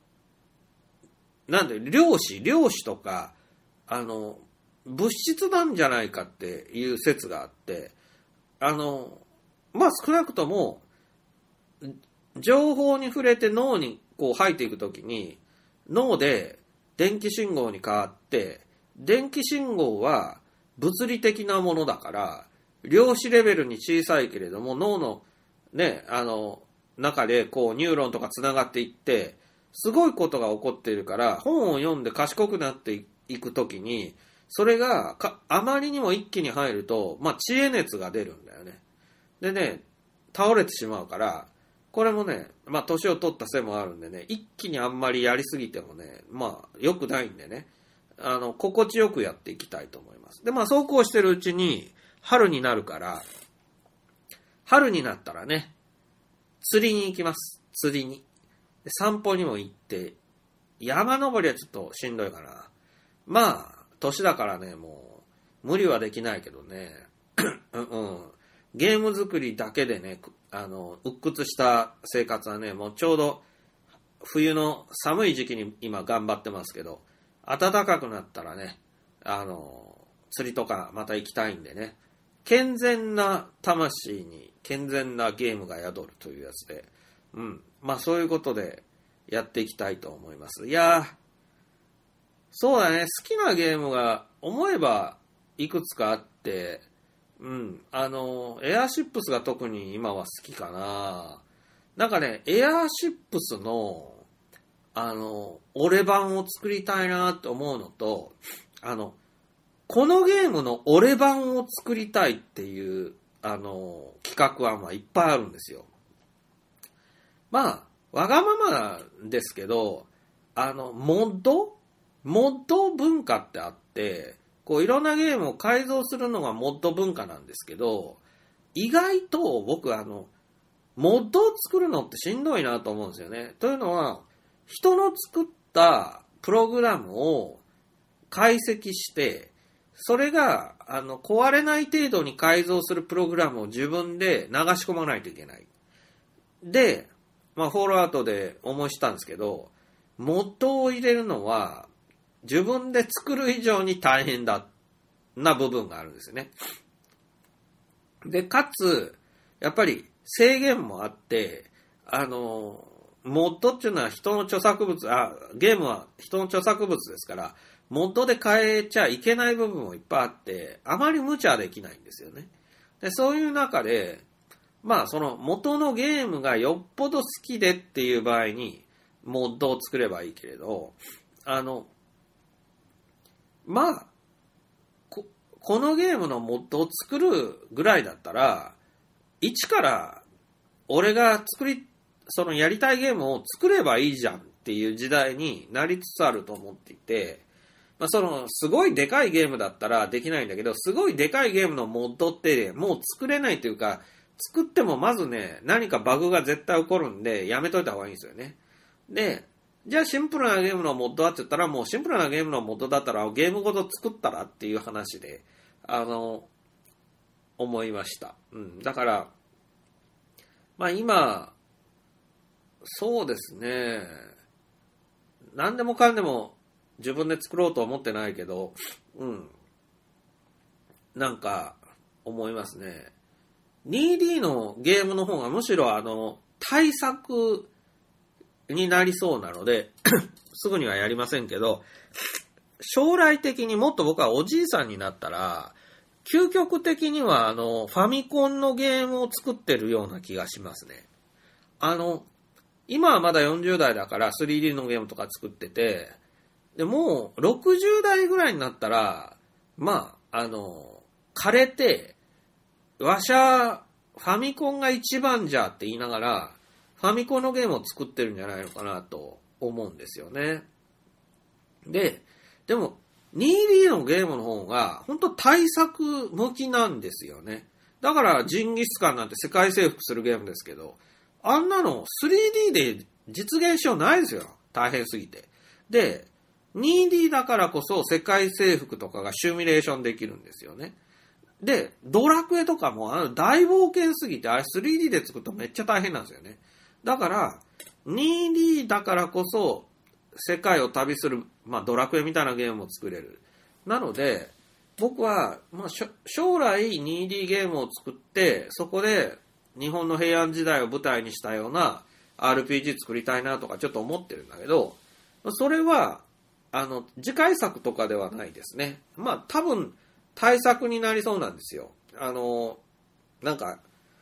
なんで、量子、量子とか、あの、物質なんじゃないかっていう説があって、あの、まあ、少なくとも、情報に触れて脳にこう入っていくときに、脳で電気信号に変わって、電気信号は物理的なものだから、量子レベルに小さいけれども、脳のね、あの、中でこうニューロンとかつながっていって、すごいことが起こっているから、本を読んで賢くなっていくときに、それがかあまりにも一気に入ると、まあ、知恵熱が出るんだよね。でね、倒れてしまうから、これもね、まあ、年を取ったせいもあるんでね、一気にあんまりやりすぎてもね、まあ、良くないんでね、あの、心地よくやっていきたいと思います。で、まあ、そうこうしてるうちに、春になるから、春になったらね、釣りに行きます。釣りに。で、散歩にも行って、山登りはちょっとしんどいかな。まあ、年だからね、もう、無理はできないけどね、うんうん、ゲーム作りだけでね、あの、鬱屈した生活はね、もうちょうど、冬の寒い時期に今頑張ってますけど、暖かくなったらね、あの、釣りとかまた行きたいんでね、健全な魂に健全なゲームが宿るというやつで、うん。まあそういうことでやっていきたいと思います。いやー、そうだね、好きなゲームが思えばいくつかあって、うん。あの、エアーシップスが特に今は好きかな。なんかね、エアーシップスの、あの、俺版を作りたいなって思うのと、あの、このゲームの俺版を作りたいっていう、あの、企画案はいっぱいあるんですよ。まあ、わがままなんですけど、あの、モッドモッド文化ってあって、こういろんなゲームを改造するのがモッド文化なんですけど、意外と僕あの、モッドを作るのってしんどいなと思うんですよね。というのは、人の作ったプログラムを解析して、それがあの壊れない程度に改造するプログラムを自分で流し込まないといけない。で、まあ、フォールアウトで思いしたんですけど、モッドを入れるのは自分で作る以上に大変だな部分があるんですよね。で、かつ、やっぱり制限もあって、あの、モッドっていうのは人の著作物、あ、ゲームは人の著作物ですから、 モッドで変えちゃいけない部分もいっぱいあって、あまり無茶できないんですよね。で、そういう中で、まあその元のゲームがよっぽど好きでっていう場合に、モッドを作ればいいけれど、あの、まあ、こ、このゲームのモッドを作るぐらいだったら、一から俺が作り、そのやりたいゲームを作ればいいじゃんっていう時代になりつつあると思っていて、まあそのすごいでかいゲームだったらできないんだけど、すごいでかいゲームのモッドってもう作れないというか、作ってもまずね、何かバグが絶対起こるんで、やめといた方がいいんですよね。で、じゃあシンプルなゲームのモッドはって言ったら、もうシンプルなゲームのモッドだったらゲームごと作ったらっていう話で、あの、思いました。うん。だから、まあ今、そうですね、何でもかんでも自分で作ろうと思ってないけど、うん。なんか、思いますね。ツーディー のゲームの方がむしろあの、対策になりそうなので、すぐにはやりませんけど、将来的にもっと僕はおじいさんになったら、究極的にはあの、ファミコンのゲームを作ってるような気がしますね。あの、今はまだよんじゅう代だから スリーディー のゲームとか作ってて、でもうろくじゅう代ぐらいになったら、まあ、あの、枯れて、わしゃ、ファミコンが一番じゃって言いながら、ファミコンのゲームを作ってるんじゃないのかなと思うんですよね。で、でも、ツーディー のゲームの方が、本当対策向きなんですよね。だから、ジンギスカンなんて世界征服するゲームですけど、あんなの スリーディー で実現しようないですよ。大変すぎて。で、ツーディー だからこそ世界征服とかがシミュレーションできるんですよね。で、ドラクエとかもあの大冒険すぎて、あれ スリーディー で作るとめっちゃ大変なんですよね。だから、ツーディー だからこそ世界を旅する、まあドラクエみたいなゲームを作れる。なので、僕は、まあ、将来 ツーディー ゲームを作って、そこで日本の平安時代を舞台にしたような アールピージー 作りたいなとかちょっと思ってるんだけど、それは、あの、次回作とかではないですね。まあ多分、対策になりそうなんですよ。あの、なんか、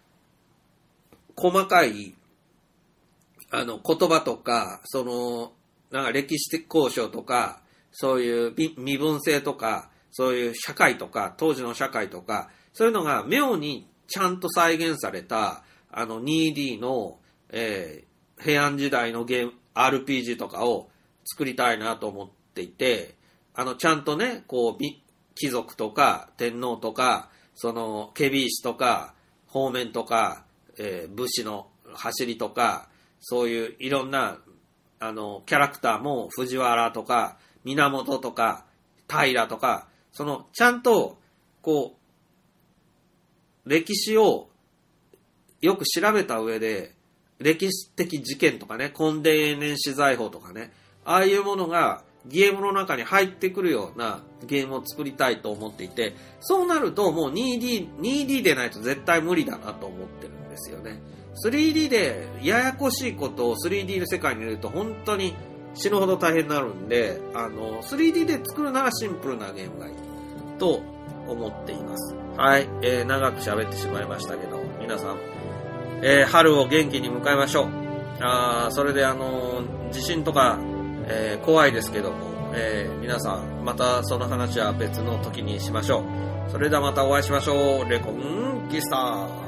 細かい、あの、言葉とか、その、なんか歴史的交渉とか、そういう身分性とか、そういう社会とか、当時の社会とか、そういうのが妙にちゃんと再現された、あの、ツーディー の、えー、平安時代のゲーム、アールピージー とかを作りたいなと思っていて、あの、ちゃんとね、こう、貴族とか天皇とかその検非違使とか方面とか、えー、武士の走りとかそういういろんなあのキャラクターも藤原とか源とか平とかそのちゃんとこう歴史をよく調べた上で歴史的事件とかね墾田永年私財法とかねああいうものがゲームの中に入ってくるようなゲームを作りたいと思っていて、そうなるともう ツーディー、ツーディー でないと絶対無理だなと思ってるんですよね。スリーディー でややこしいことを スリーディー の世界に入れると本当に死ぬほど大変になるんで、あの、スリーディー で作るならシンプルなゲームがいいと思っています。はい、えー、長く喋ってしまいましたけど、皆さん、えー、春を元気に迎えましょう。あー、それであの、地震とか、えー、怖いですけども、えー、皆さんまたその話は別の時にしましょう。それではまたお会いしましょう。レコンギスター。